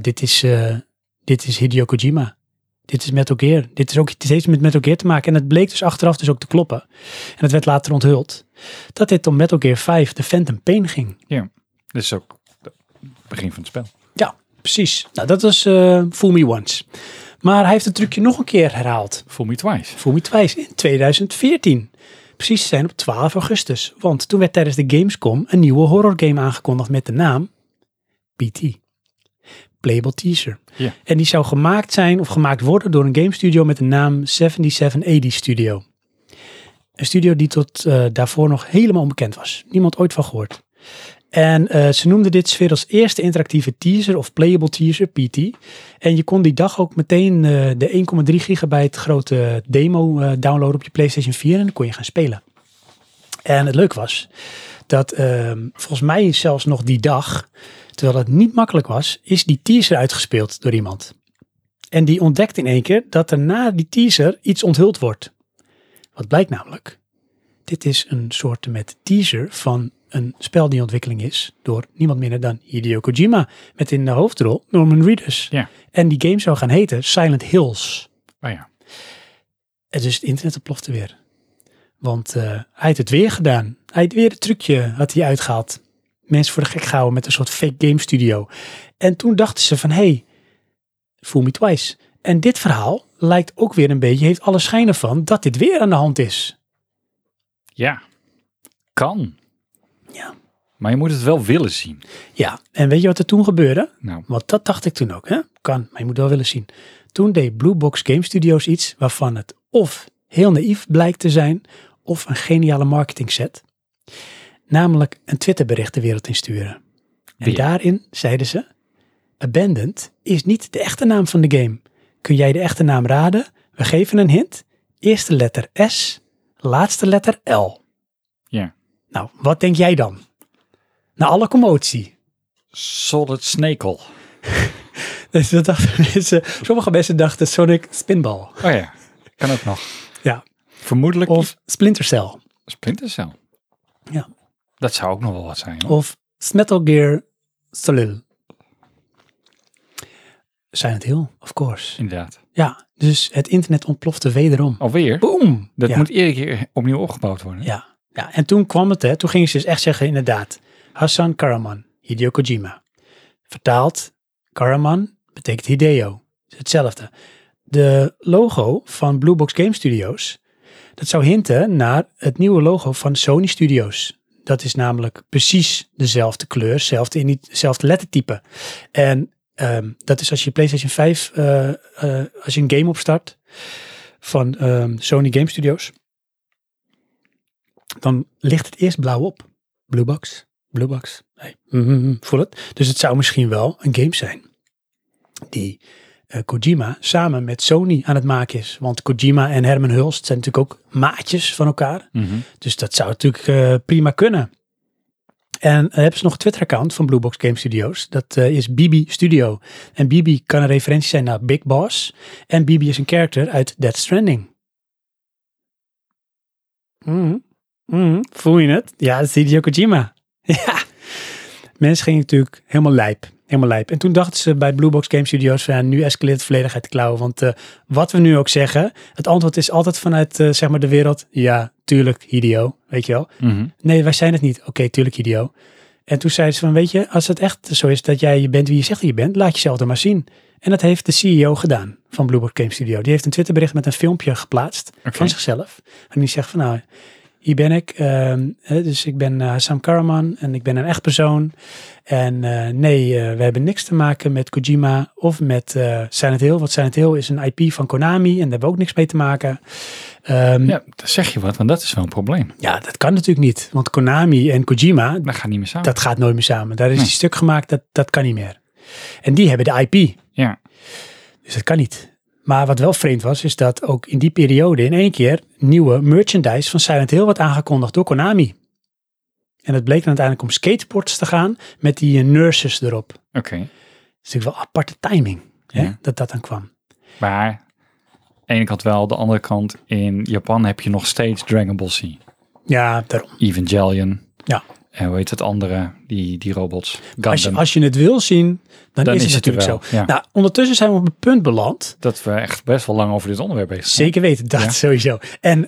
dit is Hideo Kojima. Dit is Metal Gear. Het heeft met Metal Gear te maken. En het bleek dus achteraf dus ook te kloppen. En het werd later onthuld. Dat dit om Metal Gear 5, The Phantom Pain ging. Ja, dat is ook het begin van het spel. Ja, precies. Nou, dat was Fool Me Once. Maar hij heeft het trucje nog een keer herhaald. Fool Me Twice. Fool Me Twice in 2014. Precies te zijn op 12 augustus. Want toen werd tijdens de Gamescom een nieuwe horrorgame aangekondigd met de naam PT. Playable Teaser. Ja. En die zou gemaakt worden door een game studio met de naam 7780 Studio. Een studio die tot daarvoor nog helemaal onbekend was. Niemand ooit van gehoord. En ze noemden dit sfeer als eerste interactieve teaser of playable teaser, PT. En je kon die dag ook meteen de 1,3 gigabyte grote demo downloaden op je PlayStation 4 en dan kon je gaan spelen. En het leuke was dat volgens mij zelfs nog die dag, terwijl het niet makkelijk was, is die teaser uitgespeeld door iemand. En die ontdekt in één keer dat er na die teaser iets onthuld wordt. Wat blijkt namelijk? Dit is een soort met teaser van een spel die in ontwikkeling is door niemand minder dan Hideo Kojima. Met in de hoofdrol Norman Reedus. Ja. En die game zou gaan heten Silent Hills. Oh ja. En dus het internet ontplofte weer. Want hij had het weer gedaan. Hij had weer het trucje had hij uitgehaald. Mensen voor de gek gehouden met een soort fake game studio. En toen dachten ze van, hey, Fool Me Twice. En dit verhaal lijkt ook weer een beetje, heeft alle schijnen van dat dit weer aan de hand is. Ja. Kan. Ja. Maar je moet het wel willen zien. Ja, en weet je wat er toen gebeurde? Nou. Want dat dacht ik toen ook, hè? Kan, maar je moet wel willen zien. Toen deed Blue Box Game Studios iets waarvan het of heel naïef blijkt te zijn, of een geniale marketing set. namelijk een Twitterbericht de wereld insturen. En Weer. daarin zeiden ze, Abandoned is niet de echte naam van de game. Kun jij de echte naam raden? We geven een hint. Eerste letter S, laatste letter L. Ja. Nou, wat denk jij dan? Na alle commotie. Solid Snake. Dus dat dachten mensen, sommige mensen dachten Sonic Spinball. Oh ja, kan ook nog. Ja. Vermoedelijk Of Splinter Cell. Splinter Cell. Ja. Dat zou ook nog wel wat zijn. Hoor. Of Metal Gear Solid. Silent Hill, of course. Inderdaad. Ja, dus het internet ontplofte wederom. Alweer? Boom! Dat Ja. moet iedere keer opnieuw opgebouwd worden. Ja. Ja, en toen kwam het, toen gingen ze dus echt zeggen, inderdaad, Hasan Karaman, Hideo Kojima. Vertaald, Karaman betekent Hideo. Hetzelfde. De logo van Blue Box Game Studios, dat zou hinten naar het nieuwe logo van Sony Studios. Dat is namelijk precies dezelfde kleur, hetzelfde lettertype. En dat is als je PlayStation 5, als je een game opstart van Sony Game Studios, dan ligt het eerst blauw op. Blue box. Hey. Voel het? Dus het zou misschien wel een game zijn die Kojima samen met Sony aan het maken is. Want Kojima en Herman Hulst zijn natuurlijk ook maatjes van elkaar. Mm-hmm. Dus dat zou natuurlijk prima kunnen. En hebben ze nog een Twitter-account van Blue Box Game Studios. Dat is Bibi Studio. En Bibi kan een referentie zijn naar Big Boss. En Bibi is een character uit Death Stranding. Voel je het? Ja, dat is Hideo Kojima. Ja. Mensen gingen natuurlijk helemaal lijp. En toen dachten ze bij Blue Box Game Studios van nu escaleert het volledig uit de klauwen. Want wat we nu ook zeggen, het antwoord is altijd vanuit zeg maar de wereld. Ja, tuurlijk Hideo, weet je wel. Mm-hmm. Nee, wij zijn het niet. Oké, tuurlijk Hideo. En toen zeiden ze van, weet je, als het echt zo is dat jij je bent wie je zegt dat je bent, laat jezelf er maar zien. En dat heeft de CEO gedaan van Blue Box Game Studio. Die heeft een Twitterbericht met een filmpje geplaatst van zichzelf. En die zegt van, nou, hier ben ik. Dus ik ben Hasan Karaman en ik ben een echt persoon. En we hebben niks te maken met Kojima of met Silent Hill. Want Silent Hill is een IP van Konami en daar hebben we ook niks mee te maken. Ja, dan zeg je wat, want dat is wel een probleem. Ja, dat kan natuurlijk niet. Want Konami en Kojima, Dat gaat niet meer samen. dat gaat nooit meer samen. Daar is Nee. die stuk gemaakt, dat kan niet meer. En die hebben de IP. Ja. Dus dat kan niet. Maar wat wel vreemd was, is dat ook in die periode in één keer nieuwe merchandise van Silent Hill werd aangekondigd door Konami. En het bleek dan uiteindelijk om skateboards te gaan met die nurses erop. Oké. Dat is natuurlijk wel aparte timing, hè, Ja. dat dan kwam. Maar aan de ene kant wel, de andere kant in Japan heb je nog steeds Dragon Ball Z. Ja, daarom. Evangelion. Ja. En hoe heet het andere? Die robots. Gundam. Als je het wil zien, dan is het natuurlijk er wel, zo. ja. Nou, ondertussen zijn we op het punt beland. Dat we echt best wel lang over dit onderwerp bezig zijn. Zeker weten, dat Ja. sowieso. En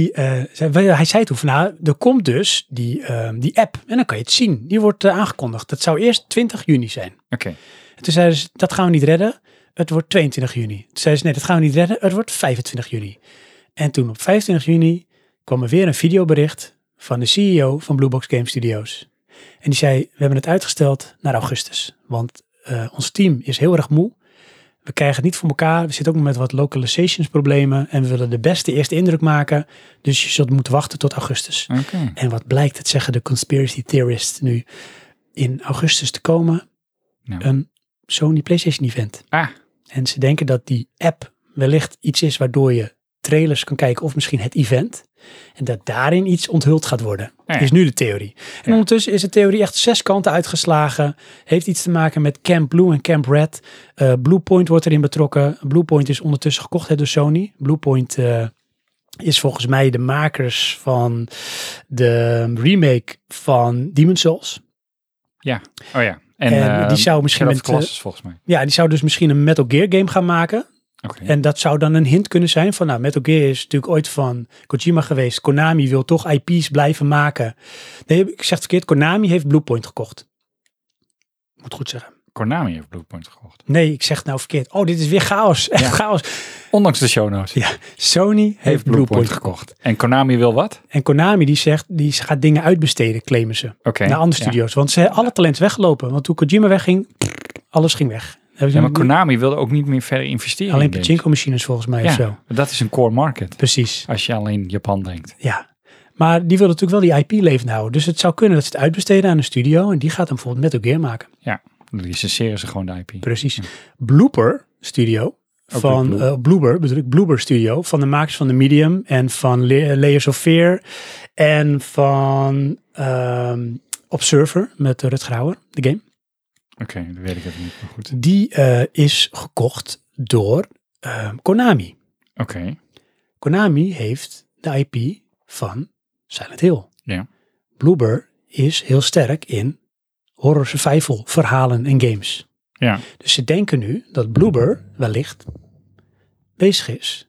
hij zei toen van nou, er komt dus die app en dan kan je het zien. Die wordt aangekondigd. Dat zou eerst 20 juni zijn. Oké. En toen zeiden ze, dat gaan we niet redden. Het wordt 22 juni. Toen zeiden ze, nee, dat gaan we niet redden. Het wordt 25 juni. En toen op 25 juni kwam er weer een videobericht van de CEO van Blue Box Game Studios. En die zei, we hebben het uitgesteld naar augustus. Want ons team is heel erg moe. We krijgen het niet voor elkaar. We zitten ook nog met wat localizations problemen. En we willen de beste eerste indruk maken. Dus je zult moeten wachten tot augustus. Oké. En wat blijkt, het zeggen de conspiracy theorists nu, in augustus te komen, Nou. een Sony PlayStation event. Ah. En ze denken dat die app wellicht iets is waardoor je trailers kan kijken of misschien het event. En dat daarin iets onthuld gaat worden. Ja. Is nu de theorie. En Ja. ondertussen is de theorie echt 6 kanten uitgeslagen. Heeft iets te maken met Camp Blue en Camp Red. Bluepoint wordt erin betrokken. Bluepoint is ondertussen gekocht door Sony. Bluepoint is volgens mij de makers van de remake van Demon's Souls. Ja. Oh ja. En, die zou misschien Shadow of the met, Colossus, volgens mij. Ja, die zou dus misschien een Metal Gear game gaan maken. Oké. En dat zou dan een hint kunnen zijn van, nou, Metal Gear is natuurlijk ooit van Kojima geweest. Konami wil toch IP's blijven maken. Nee, ik zeg het verkeerd. Konami heeft Bluepoint gekocht. Moet goed zeggen. Konami heeft Bluepoint gekocht. Nee, ik zeg het nou verkeerd. Oh, dit is weer chaos. Echt Ja. chaos. Ondanks de show notes. Ja, Sony heeft Bluepoint gekocht. En Konami wil wat? En Konami die zegt, die gaat dingen uitbesteden, claimen ze. Oké. Naar andere Ja. studio's. Want ze alle talent weggelopen. Want toen Kojima wegging, alles ging weg. Ja, maar Konami wilde ook niet meer verder investeren alleen in games. pachinko machines volgens mij of zo. Ja, dat is een core market. Precies. Als je alleen Japan denkt. Ja. Maar die wil natuurlijk wel die IP levend houden. Dus het zou kunnen dat ze het uitbesteden aan een studio. En die gaat hem bijvoorbeeld Metal Gear maken. Ja, dan licenseren ze gewoon de IP. Precies. Blooper Studio. Bloober Studio. Van de makers van The Medium. En van Layers of Fear. En van Observer. Met Rutger Hauer. De game. Oké, dat weet ik even niet. Maar goed. Die is gekocht door Konami. Oké. Konami heeft de IP van Silent Hill. Ja. Bloober is heel sterk in horror survival verhalen en games. Ja. Dus ze denken nu dat Bloober wellicht bezig is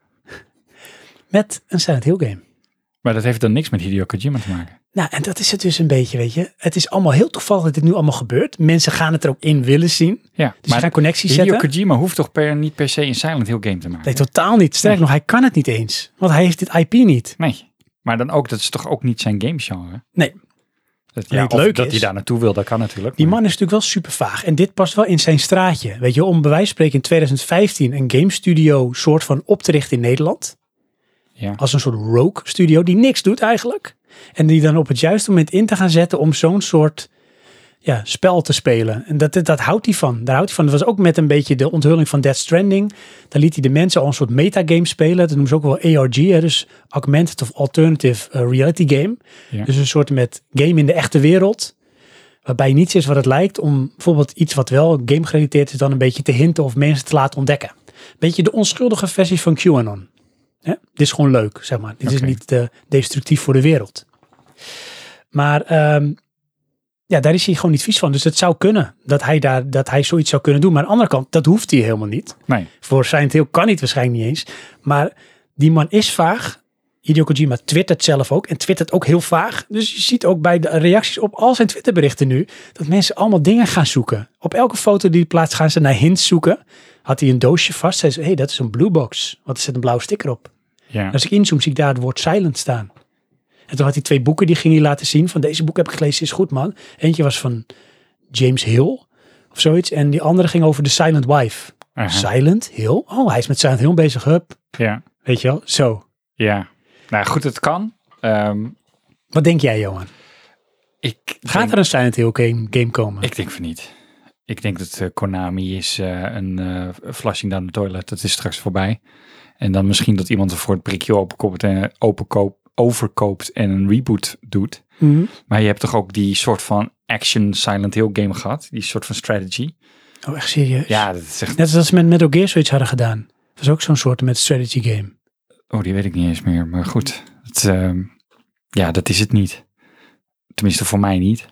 met een Silent Hill game. Maar dat heeft dan niks met Hideo Kojima te maken. Nou, en dat is het dus een beetje, weet je. Het is allemaal heel toevallig dat dit nu allemaal gebeurt. Mensen gaan het er ook in willen zien. Ja, Dus ze gaan connecties Hideo zetten. Kojima hoeft toch niet per se een Silent Hill game te maken? Nee, totaal niet. Sterker nog, hij kan het niet eens. Want hij heeft dit IP niet. Nee. Maar dan ook, dat is toch ook niet zijn gamegenre? Nee. Dat, Nee, het of leuke dat is- hij daar naartoe wil, dat kan natuurlijk. Die maar- man is natuurlijk wel super vaag. En dit past wel in zijn straatje. Weet je, om bij wijze van spreken in 2015 een game studio soort van op te richten in Nederland. Ja. Als een soort rogue studio die niks doet eigenlijk. En die dan op het juiste moment in te gaan zetten om zo'n soort spel te spelen. En dat houdt hij van. Daar houdt hij van. Dat was ook met een beetje de onthulling van Death Stranding. Daar liet hij de mensen al een soort metagame spelen. Dat noemen ze ook wel ARG. Hè? Dus Augmented of Alternative Reality Game. Ja. Dus een soort met game in de echte wereld. Waarbij niets is wat het lijkt om bijvoorbeeld iets wat wel game gerelateerd is dan een beetje te hinten of mensen te laten ontdekken. Beetje de onschuldige versie van QAnon. Hè? Dit is gewoon leuk, zeg maar. Dit is Oké. niet destructief voor de wereld. Maar daar is hij gewoon niet vies van. Dus het zou kunnen dat hij zoiets zou kunnen doen. Maar aan de andere kant, dat hoeft hij helemaal niet. Nee. Voor Silent Hill kan hij het waarschijnlijk niet eens. Maar die man is vaag. Hideo Kojima twittert zelf ook. En twittert ook heel vaag. Dus je ziet ook bij de reacties op al zijn Twitterberichten nu. Dat mensen allemaal dingen gaan zoeken. Op elke foto die hij plaatst gaan ze naar hints zoeken. Had hij een doosje vast. Zei ze, hey, dat is een blue box. Want er zit een blauwe sticker op. Ja. Als ik inzoom zie ik daar het woord silent staan. En toen had hij 2 boeken die ging hij laten zien. Van deze boek heb ik gelezen, is goed man. Eentje was van James Hill of zoiets. En die andere ging over de Silent Wife. Aha. Silent Hill? Oh, hij is met Silent Hill bezig. Hup. Ja. Weet je wel, zo. Ja. Nou goed, het kan. Wat denk jij, Johan? Gaat denk, er een Silent Hill game komen? Ik denk van niet. Ik denk dat Konami is een flashing down the toilet. Dat is straks voorbij. En dan misschien dat iemand er voor het prikje overkoopt en een reboot doet. Mhm. Maar je hebt toch ook die soort van action Silent Hill game gehad? Die soort van strategy. Oh, echt serieus? Ja, dat is echt... Net zoals ze met Metal Gear zoiets hadden gedaan. Dat was ook zo'n soort met strategy game. Oh, die weet ik niet eens meer. Maar goed. Dat is het niet. Tenminste voor mij niet.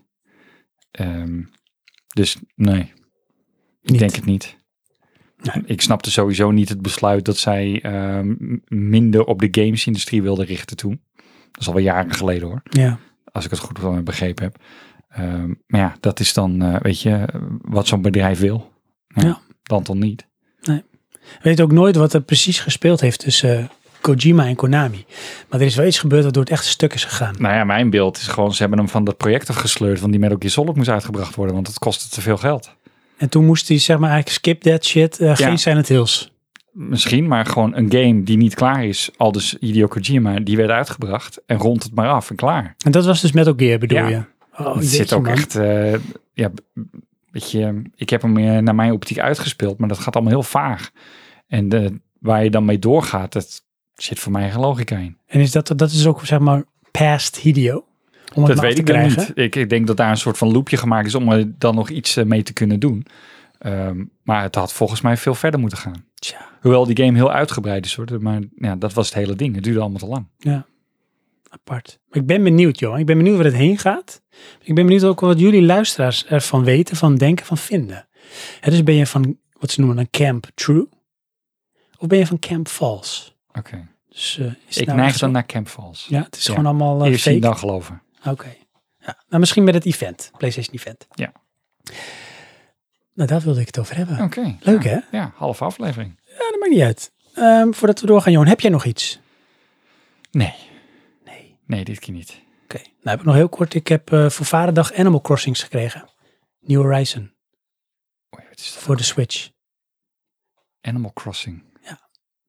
Dus nee. Ik Niet. denk het niet. Nee. Ik snapte sowieso niet het besluit dat zij minder op de gamesindustrie wilden richten toen. Dat is alweer jaren geleden hoor. Ja. Als ik het goed begrepen heb. Maar ja, dat is dan, weet je, wat zo'n bedrijf wil. Ja. Dan niet. Weet ook nooit wat er precies gespeeld heeft tussen Kojima en Konami. Maar er is wel iets gebeurd waardoor het echt stuk is gegaan. Nou ja, mijn beeld is gewoon, ze hebben hem van dat project afgesleurd, van die Metal Gear Solid moest uitgebracht worden, want het kostte te veel geld. En toen moest hij zeg maar eigenlijk skip that shit. Geen Silent Hills. Misschien, maar gewoon een game die niet klaar is, al dus Hideo Kojima, die werd uitgebracht en rond het maar af en klaar. En dat was dus Metal Gear bedoel Ja. je? Oh, Het zit ook echt, weet je, ik heb hem naar mijn optiek uitgespeeld, maar dat gaat allemaal heel vaag. En waar je dan mee doorgaat, dat zit voor mij geen logica in. En is dat is ook zeg maar past Hideo? Om het Dat maar weet te ik dan krijgen? niet. Ik denk dat daar een soort van loopje gemaakt is om er dan nog iets mee te kunnen doen. Maar het had volgens mij veel verder moeten gaan. Tja, Hoewel die game heel uitgebreid is hoor. Maar ja, dat was het hele ding. Het duurde allemaal te lang. ja. Apart. Maar ik ben benieuwd, joh. Ik ben benieuwd waar het heen gaat. Ik ben benieuwd ook wat jullie luisteraars ervan weten, van denken, van vinden. Dus ben je van, wat ze noemen, een Camp True? Of ben je van Camp False? Oké. Dus, is het Ik nou neig echt dan zo? naar Camp Falls. Ja, het is Ja. gewoon allemaal Eerst zien fake. dan geloven. Oké. Ja. Nou, misschien met het event. PlayStation event. Ja. Nou, daar wilde ik het over hebben. Oké. Leuk, Ja. hè? Ja, halve aflevering. Ja, dat maakt niet uit. Voordat we doorgaan, Johan, heb jij nog iets? Nee. Nee. Nee, dit keer niet. Oké. Nou, heb ik nog heel kort. Ik heb voor Vaderdag Animal Crossings gekregen. New Horizon. Oei, wat is dat? Voor de Switch. Animal Crossing. Ja.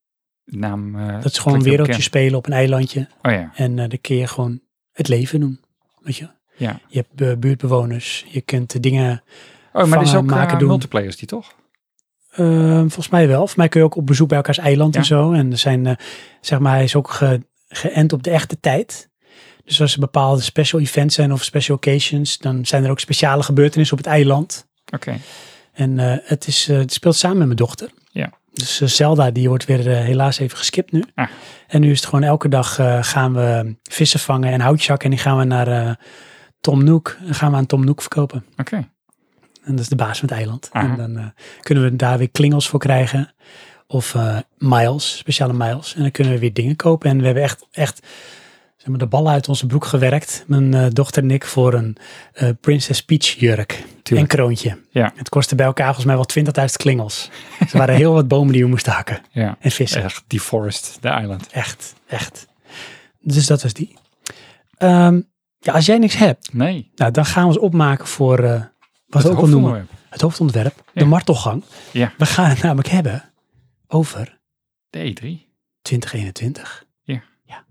naam... Dat is gewoon een wereldje spelen op een eilandje. Oh ja. En dan kun je gewoon het leven doen. Weet je? Ja. Je hebt buurtbewoners. Je kunt de dingen Oh, maar er is ook maken, doen. multiplayers die toch? Volgens mij wel. Volgens mij kun je ook op bezoek bij elkaars eiland Ja. en zo. En er zijn, zeg maar, hij is ook geënt op de echte tijd. Dus als er bepaalde special events zijn of special occasions, dan zijn er ook speciale gebeurtenissen op het eiland. Oké. En het speelt samen met mijn dochter. Ja. Dus Zelda, die wordt weer helaas even geskipt nu. Ah. En nu is het gewoon elke dag gaan we vissen vangen en houtjes hakken. En die gaan we naar Tom Nook. En gaan we aan Tom Nook verkopen. Oké. En dat is de baas van het eiland. Aha. En dan kunnen we daar weer klingels voor krijgen. Of miles, speciale miles. En dan kunnen we weer dingen kopen. En we hebben echt zeg maar, de ballen uit onze broek gewerkt. Mijn dochter en ik voor een Princess Peach jurk. En kroontje. Ja. Het kostte bij elkaar volgens mij wel 20.000 klingels. Er waren heel wat bomen die we moesten hakken. Ja. En vissen. Echt deforest, de island. Echt. Dus dat was die. Ja, als jij niks hebt, Nee. nou, dan gaan we ons opmaken voor wat Het we ook wel noemen. hoofdonderwerp. Het hoofdonderwerp, Ja. de martelgang. Ja. We gaan het namelijk hebben over De E3. 2021. Ja.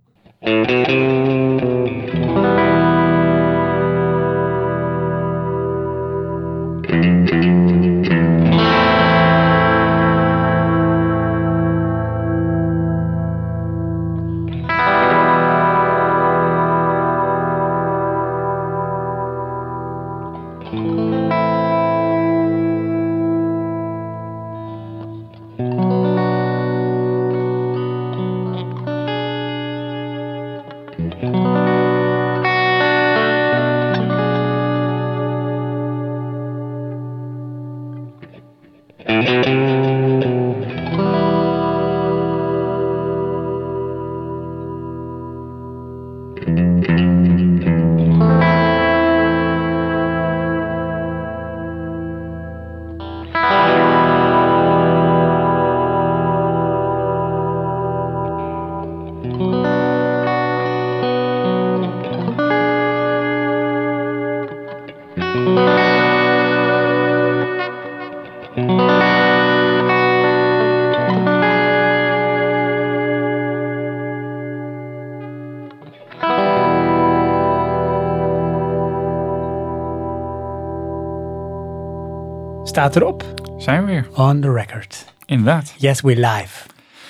Staat erop. Zijn we weer. On the record. Inderdaad. Yes, we're live.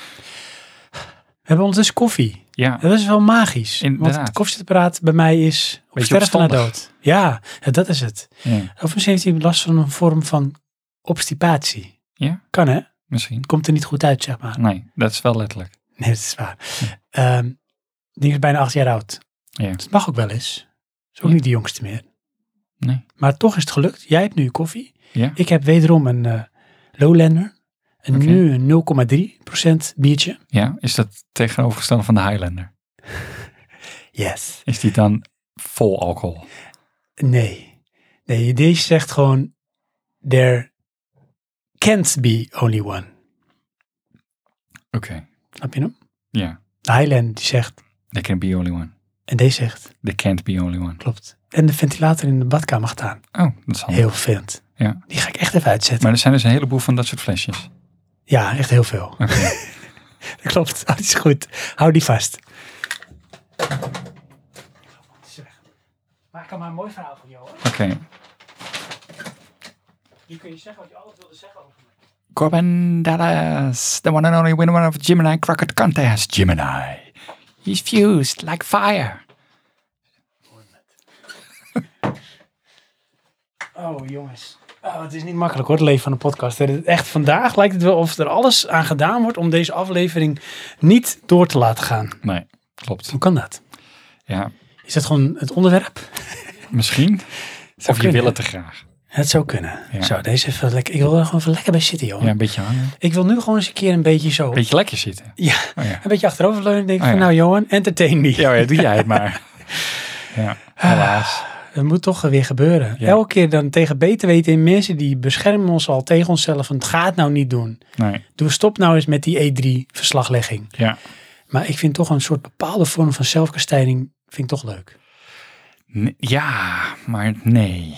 We hebben ondertussen koffie. Ja. Dat is wel magisch. Inderdaad. Want het koffiezetapparaat bij mij is op Beetje sterven na opstandig. dood. Ja, dat is het. Ja. Of misschien heeft hij last van een vorm van obstipatie. Ja, Kan hè? misschien. Komt er niet goed uit, zeg maar. Nee, dat is wel letterlijk. Nee, dat is waar. Die is bijna 8 jaar oud. Ja. Dat mag ook wel eens. Is ook Ja. niet de jongste meer. Nee. Maar toch is het gelukt. Jij hebt nu koffie. Ja. Ik heb wederom een Lowlander. En Oké. nu een 0,3% biertje. Ja, is dat tegenovergestelde van de Highlander? Yes. Is die dan vol alcohol? Nee, deze zegt gewoon, there can't be only one. Oké. Snap je hem? Ja. De Highland die zegt, There can be only one. en deze zegt, There can't be only one. klopt. En de ventilator in de badkamer gedaan. Oh, dat is handig. Heel vervelend. Ja. Die ga ik echt even uitzetten. Maar er zijn dus een heleboel van dat soort flesjes. Ja, echt heel veel. Oké. Dat klopt. Oh, die is goed. Hou die vast. Maar ik kan maar een mooi verhaal van jou hoor. Oké. Nu kun je zeggen wat je altijd wilde zeggen over me. Corbin Dallas, the one and only winner of Gemini Crockett Contest. Gemini. He's fused like fire. Oh jongens. Oh, het is niet makkelijk hoor, het leven van een podcast. Echt, vandaag lijkt het wel of er alles aan gedaan wordt om deze aflevering niet door te laten gaan. Nee, klopt. Hoe kan dat? Ja, Is dat gewoon het onderwerp? misschien. Zou Of je kunnen. wil het te graag. Het zou kunnen. Ja. Zo, deze even lekker. Ik wil er gewoon even lekker bij zitten, joh. Ja, een beetje hangen. Ik wil nu gewoon eens een keer een beetje zo. Beetje lekker zitten. Ja, Oh ja. een beetje achteroverleunen. Denk ik Oh van, ja. nou Johan, entertain me. Ja, doe jij het maar. Ja, helaas. Het moet toch weer gebeuren. Ja. Elke keer dan tegen beter weten in mensen die beschermen ons al tegen onszelf. Van, het gaat nou niet doen. Nee, Stop nou eens met die E3-verslaglegging. ja. Maar ik vind toch een soort bepaalde vorm van zelfkastijding vind ik toch leuk. Ja, maar nee.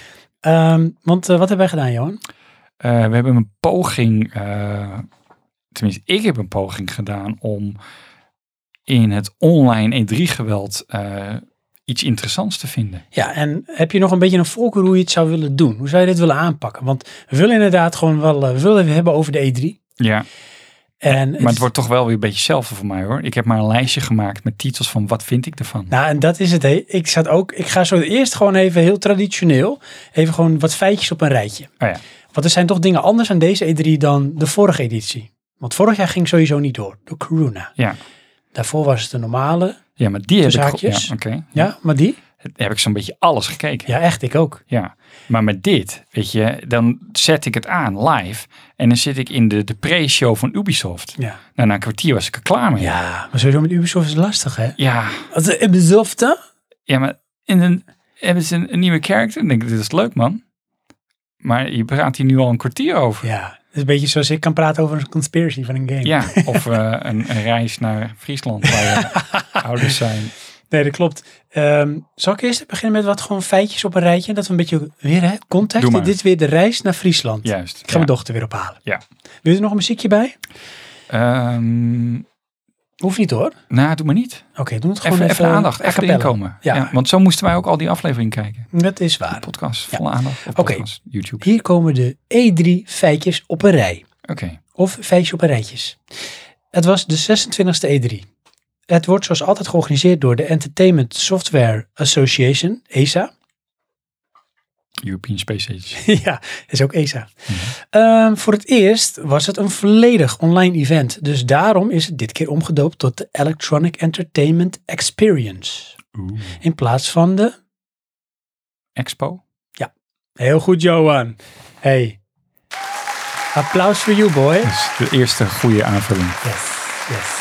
Want wat hebben wij gedaan, Johan? We hebben een poging tenminste, ik heb een poging gedaan om in het online E3-geweld iets interessants te vinden. Ja, en heb je nog een beetje een voorkeur hoe je het zou willen doen? Hoe zou je dit willen aanpakken? Want we willen inderdaad gewoon wel, we willen het hebben over de E3. Ja, En maar het wordt toch wel weer een beetje hetzelfde voor mij hoor. Ik heb maar een lijstje gemaakt met titels van wat vind ik ervan. Nou, en dat is het. Hè. Ik ga zo eerst gewoon even heel traditioneel, even gewoon wat feitjes op een rijtje. Oh ja. Want er zijn toch dingen anders aan deze E3 dan de vorige editie. Want vorig jaar ging sowieso niet door corona. Ja. Daarvoor was het de normale. Ja, maar die heb ik... Zaakjes. Ja, oké. Ja, maar die? Heb ik zo'n beetje alles gekeken. Ja, echt. Ik ook. Ja, maar met dit, weet je, dan zet ik het aan live en dan zit ik in de pre-show van Ubisoft. Ja. Nou, na een kwartier was ik er klaar mee. Ja, maar sowieso met Ubisoft is het lastig, hè? Ja, Wat Ubisoft, hè? ja maar en dan hebben ze een nieuwe character en denk ik, dit is leuk man. Maar je praat hier nu al een kwartier over. Ja, het is een beetje zoals ik kan praten over een conspiracy van een game. Ja, of een reis naar Friesland waar je ouders zijn. Nee, dat klopt. Zal ik eerst beginnen met wat gewoon feitjes op een rijtje? Dat we een beetje weer, hè, context. Doe maar. Dit is weer de reis naar Friesland. Juist. Ik ga mijn dochter weer ophalen. Ja. Wil je er nog een muziekje bij? Nou, Hoeft niet hoor. doe maar niet. Oké, doe het gewoon Even aandacht, a even cappella. inkomen. Ja. Ja, want zo moesten wij ook al die afleveringen kijken. Dat is waar. Podcast, Ja. volle aandacht. Of Oké. podcast, YouTube. Hier komen de E3 feitjes op een rij. Oké. Of feitjes op een rijtjes. Het was de 26e E3. Het wordt zoals altijd georganiseerd door de Entertainment Software Association, ESA. European Space Agency. Ja, is ook ESA. Voor het eerst was het een volledig online event. Dus daarom is het dit keer omgedoopt tot de Electronic Entertainment Experience. Oeh. In plaats van de... Expo? Heel goed, Johan. Hey. Applaus voor you, boy. Dat is de eerste goede aanvulling. Yes.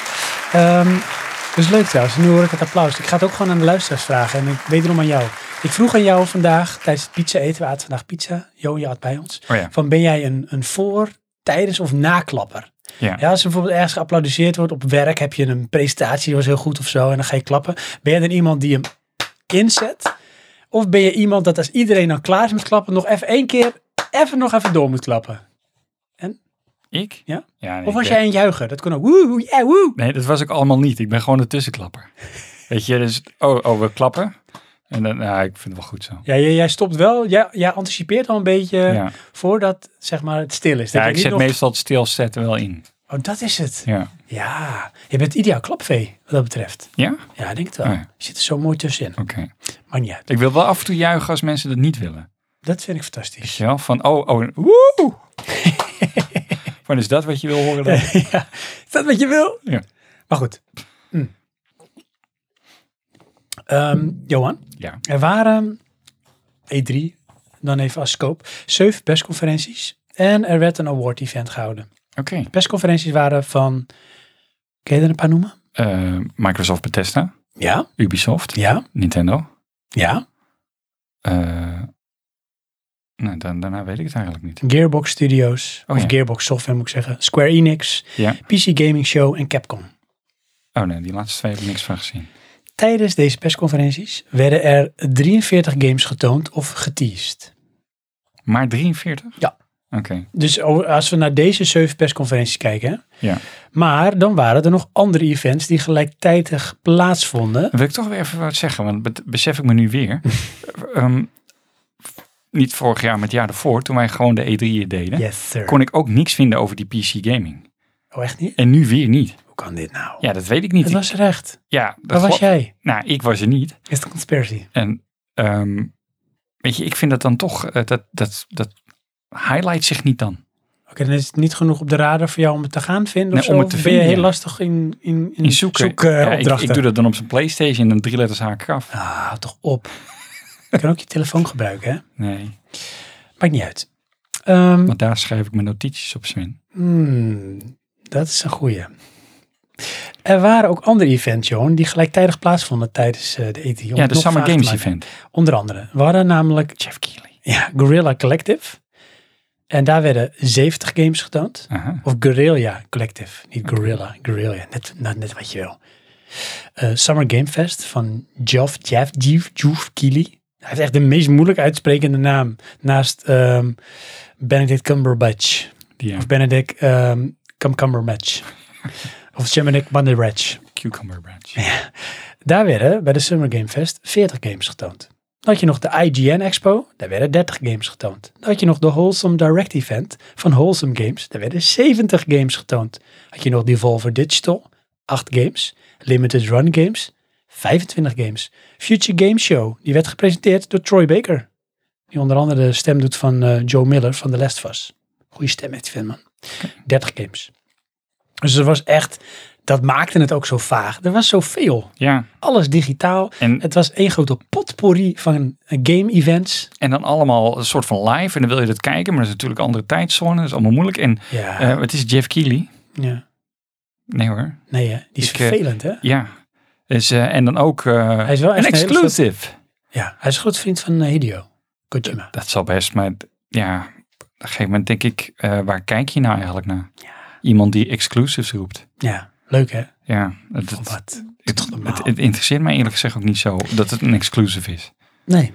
Dus leuk trouwens. Nu hoor ik het applaus. Ik ga het ook gewoon aan de luisteraars vragen. En wederom aan jou. Ik vroeg aan jou vandaag, tijdens het pizza eten. We aten vandaag pizza. Jo, je at bij ons. Oh ja. Van ben jij een voor, tijdens of naklapper? Ja. Ja, als er bijvoorbeeld ergens geapplaudiseerd wordt op werk. Heb je een presentatie, die was heel goed of zo. En dan ga je klappen. Ben jij dan iemand die hem inzet? Of ben je iemand dat als iedereen dan klaar is met klappen. Nog even één keer, even door moet klappen? Ik? Ja? Nee, Of was ik jij een juicher? Dat kon ook. Woe, yeah, woe. Nee, dat was ik allemaal niet. Ik ben gewoon een tussenklapper. Weet je, dus we klappen. En dan, ik vind het wel goed zo. Ja, jij stopt wel. Jij anticipeert al een beetje Ja, voordat zeg maar het stil is. Dat ja je ik niet zet nog... meestal het stilzetten wel in. Oh, dat is het. Ja. Ja, je bent ideaal klapvee wat dat betreft. Ja? Ja, ik denk het wel. Oh ja. Je zit er zo mooi tussenin. Oké. Maar niet uit. Ik wil wel af en toe juichen als mensen dat niet willen. Dat vind ik Weet fantastisch. je wel? Van, woe! Van, is dat wat je wil horen dan? Ja, is dat wat je wil? Ja. Maar goed. Johan, Ja. er waren E3, dan even als scope, 7 persconferenties. En er werd een award event gehouden. Oké. Persconferenties waren van, kun je er een paar noemen? Microsoft Bethesda, Ja. Ubisoft, Ja. Nintendo. Ja. Daarna weet ik het eigenlijk niet. Gearbox Studios, Oh, of ja. Gearbox Software moet ik zeggen, Square Enix, Ja. PC Gaming Show en Capcom. Oh nee, die laatste twee heb ik niks van gezien. Tijdens deze persconferenties werden er 43 games getoond of geteased. Maar 43? Ja. Oké. Dus als we naar deze 7 persconferenties kijken. Hè, Ja. maar dan waren er nog andere events die gelijktijdig plaatsvonden. Dan wil ik toch weer even wat zeggen, want dat besef ik me nu weer. Niet vorig jaar, maar het jaar ervoor, toen wij gewoon de E3 deden, Yes, sir. kon ik ook niks vinden over die PC gaming. Oh, echt niet? En nu weer niet. Hoe kan dit nou? Ja, dat weet ik niet. Het was er echt. Ja, Waar was jij? Nou, ik was er niet. Is het een conspiracy? En weet je, ik vind dat dan toch, dat highlight zich niet dan. Oké, dan is het niet genoeg op de radar voor jou om het te gaan vinden? Nee, of zo? om het te Of ben je vinden, heel ja. lastig in In zoeken. zoekopdrachten? Ik doe dat dan op zijn PlayStation en dan 3 letters haak ik af. Ah, houd toch op. Je kan ook je telefoon gebruiken, hè? Nee, Maakt niet uit. want daar schrijf ik mijn notities op, Sven. Dat is een goeie. Er waren ook andere events, Johan, die gelijktijdig plaatsvonden tijdens de E3. Ja, de Summer Games Event. Onder andere. We hadden namelijk Jeff Keighley. ja, Guerrilla Collective. En daar werden 70 games getoond. Aha. Of Guerrilla Collective. Niet Guerrilla. Guerrilla. Net wat je wil. Summer Game Fest van Geoff Keighley. Hij heeft echt de meest moeilijk uitsprekende naam. Naast Benedict Cumberbatch. Die, Of Benedict Cucumber Match. Of Geminic Banderatch. Cucumber Branch. Daar werden bij de Summer Game Fest 40 games getoond. Dan had je nog de IGN Expo, daar werden 30 games getoond. Dan had je nog de Wholesome Direct Event van Wholesome Games, daar werden 70 games getoond. Had je nog Devolver Digital, 8 games. Limited Run Games, 25 games. Future Game Show, die werd gepresenteerd door Troy Baker. Die onder andere de stem doet van Joe Miller van The Last of Us. Goeie stem heeft die man. 30 games. Dus er was echt, dat maakte het ook zo vaag. Er was zoveel. Ja. Alles digitaal. En, Het was één grote potpourri van game events. en dan allemaal een soort van live. En dan wil je dat kijken. Maar dat is natuurlijk andere tijdzone. Dat is allemaal moeilijk. En Ja. het is Jeff Keighley. Ja. Nee hoor. Nee hè, die is Ik, vervelend hè. Ja. Dus, en dan ook Hij is wel een echt een hele exclusive. Ja, hij is een groot vriend van Hideo Kojima. Dat zal best. Maar ja, op een gegeven moment denk ik, waar kijk je nou eigenlijk naar? Iemand die exclusives roept. Ja, leuk hè. Ja, Wat? het interesseert mij eerlijk gezegd ook niet zo dat het een exclusive is. Nee.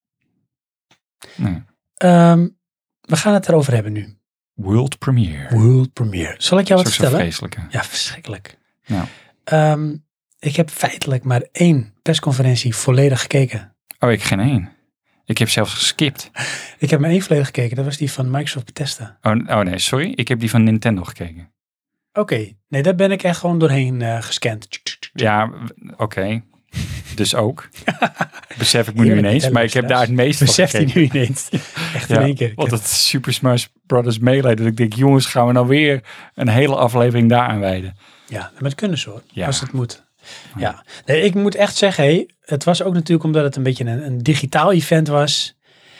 Nee. We gaan het erover hebben nu. World premiere. World premiere. Zal ik jou Dat wat is ook zo vertellen? vreselijk. Hè? Ja, verschrikkelijk. Nou. Ik heb feitelijk maar 1 persconferentie volledig gekeken. Oh, ik geen één. Ik heb zelfs geskipt. Ik heb maar 1 volledig gekeken. Dat was die van Microsoft Bethesda. Oh nee, sorry. Ik heb die van Nintendo gekeken. Oké. Nee, daar ben ik echt gewoon doorheen gescand. Ja, oké. Dus ook. Besef ik me nu Heerlijk ineens. Maar ik heb daar het meest van Beseft hij gekeken. nu ineens. Echt in Ja, één keer. want het Super Smash Brothers Melee. Dat ik denk, jongens, gaan we nou weer een hele aflevering daar aan wijden? Ja, maar het kunnen ze hoor. Ja. Als het moet. Ja. Nee, ik moet echt zeggen, het was ook natuurlijk omdat het een beetje een digitaal event was.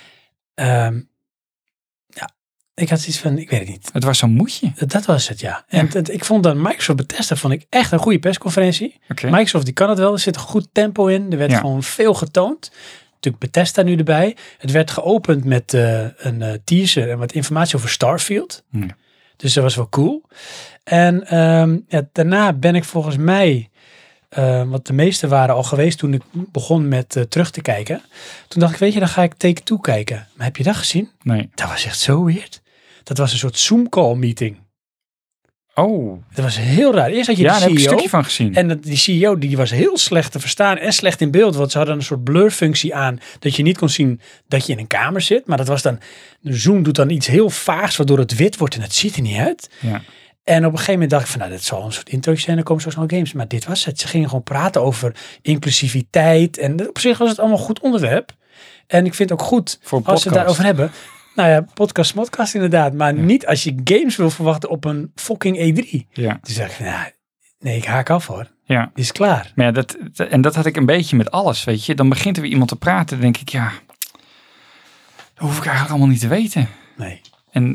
Ik had zoiets van, ik weet het niet. Het was zo'n moedje. Dat was het, ja. En ik vond dan Microsoft Bethesda vond ik echt een goede persconferentie. Oké. Microsoft die kan het wel, er zit een goed tempo in. Er werd gewoon veel getoond. Natuurlijk Bethesda nu erbij. Het werd geopend met een teaser en wat informatie over Starfield. Ja. Dus dat was wel cool. En daarna ben ik volgens mij, want de meeste waren al geweest toen ik begon met terug te kijken. Toen dacht ik, weet je, dan ga ik Take-Two kijken. Maar heb je dat gezien? Nee. Dat was echt zo weird. Dat was een soort Zoom-call meeting. Oh. Dat was heel raar. Eerst had je Ja, de daar heb ik een CEO. stukje van gezien. En die CEO die was heel slecht te verstaan en slecht in beeld. Want ze hadden een soort blurfunctie aan. Dat je niet kon zien dat je in een kamer zit. Maar dat was dan, de Zoom doet dan iets heel vaags. Waardoor het wit wordt en het ziet er niet uit. Ja. En op een gegeven moment dacht ik van, nou, dit zal een soort intro zijn. Dan komen zo snel games. Maar dit was het. Ze gingen gewoon praten over inclusiviteit. En op zich was het allemaal een goed onderwerp. En ik vind het ook goed Voor een als ze het podcast. daarover hebben. Nou ja, podcast inderdaad. Maar niet als je games wil verwachten op een fucking E3. Ja. Dus zeg ik van, ja, nee, ik haak af hoor. Ja. Die is klaar. Maar ja, dat had ik een beetje met alles, weet je. Dan begint er weer iemand te praten. Dan denk ik, ja, dat hoef ik eigenlijk allemaal niet te weten. Nee. En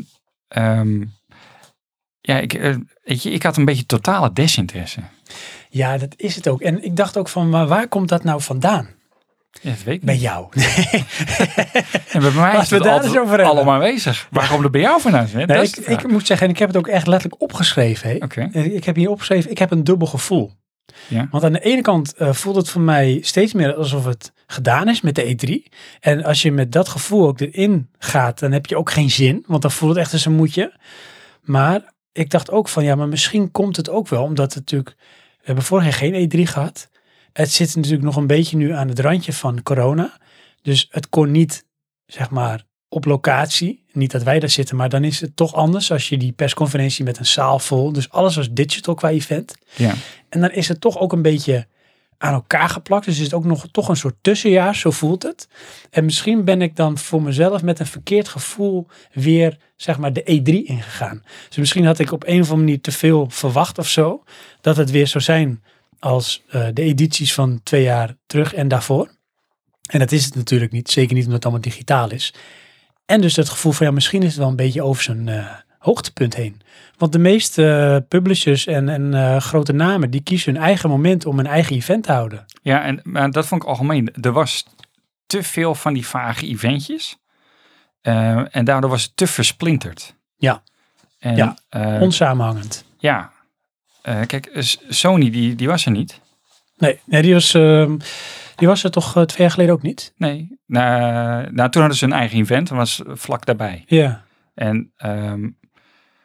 ja, weet je, ik had een beetje totale desinteresse. Ja, dat is het ook. En ik dacht ook van, maar waar komt dat nou vandaan? Ja, dat weet ik Bij niet. jou. En bij mij is Laten we het daar altijd eens over hebben. allemaal aanwezig. Waar komt het bij jou vandaan? Hè? Nee, Dat is de vraag. ik moet zeggen, en ik heb het ook echt letterlijk opgeschreven. Hè. Oké. Ik heb hier opgeschreven, ik heb een dubbel gevoel. Ja. Want aan de ene kant voelt het voor mij steeds meer alsof het gedaan is met de E3. En als je met dat gevoel ook erin gaat, dan heb je ook geen zin. Want dan voelt het echt als een moedje. Maar ik dacht ook van, ja, maar misschien komt het ook wel. Omdat het natuurlijk, we hebben vorig jaar geen E3 gehad. Het zit natuurlijk nog een beetje nu aan het randje van corona. Dus het kon niet, zeg maar, op locatie. Niet dat wij daar zitten, maar dan is het toch anders als je die persconferentie met een zaal vol. Dus alles was digital qua event. Ja. En dan is het toch ook een beetje aan elkaar geplakt. Dus is het ook nog toch een soort tussenjaar, zo voelt het. En misschien ben ik dan voor mezelf met een verkeerd gevoel weer, zeg maar, de E3 ingegaan. Dus misschien had ik op een of andere manier te veel verwacht of zo. Dat het weer zou zijn als de edities van 2 jaar terug en daarvoor. En dat is het natuurlijk niet. Zeker niet omdat het allemaal digitaal is. En dus het gevoel van, ja, misschien is het wel een beetje over zijn hoogtepunt heen. Want de meeste publishers en grote namen, die kiezen hun eigen moment om een eigen event te houden. Ja, maar dat vond ik algemeen. Er was te veel van die vage eventjes. En daardoor was het te versplinterd. Ja. En, Ja, onsamenhangend. Ja. Kijk, Sony die was er niet. Nee, die was er toch 2 jaar geleden ook niet? Nee. Nou, toen hadden ze een eigen event. Dat was vlak daarbij. Ja. En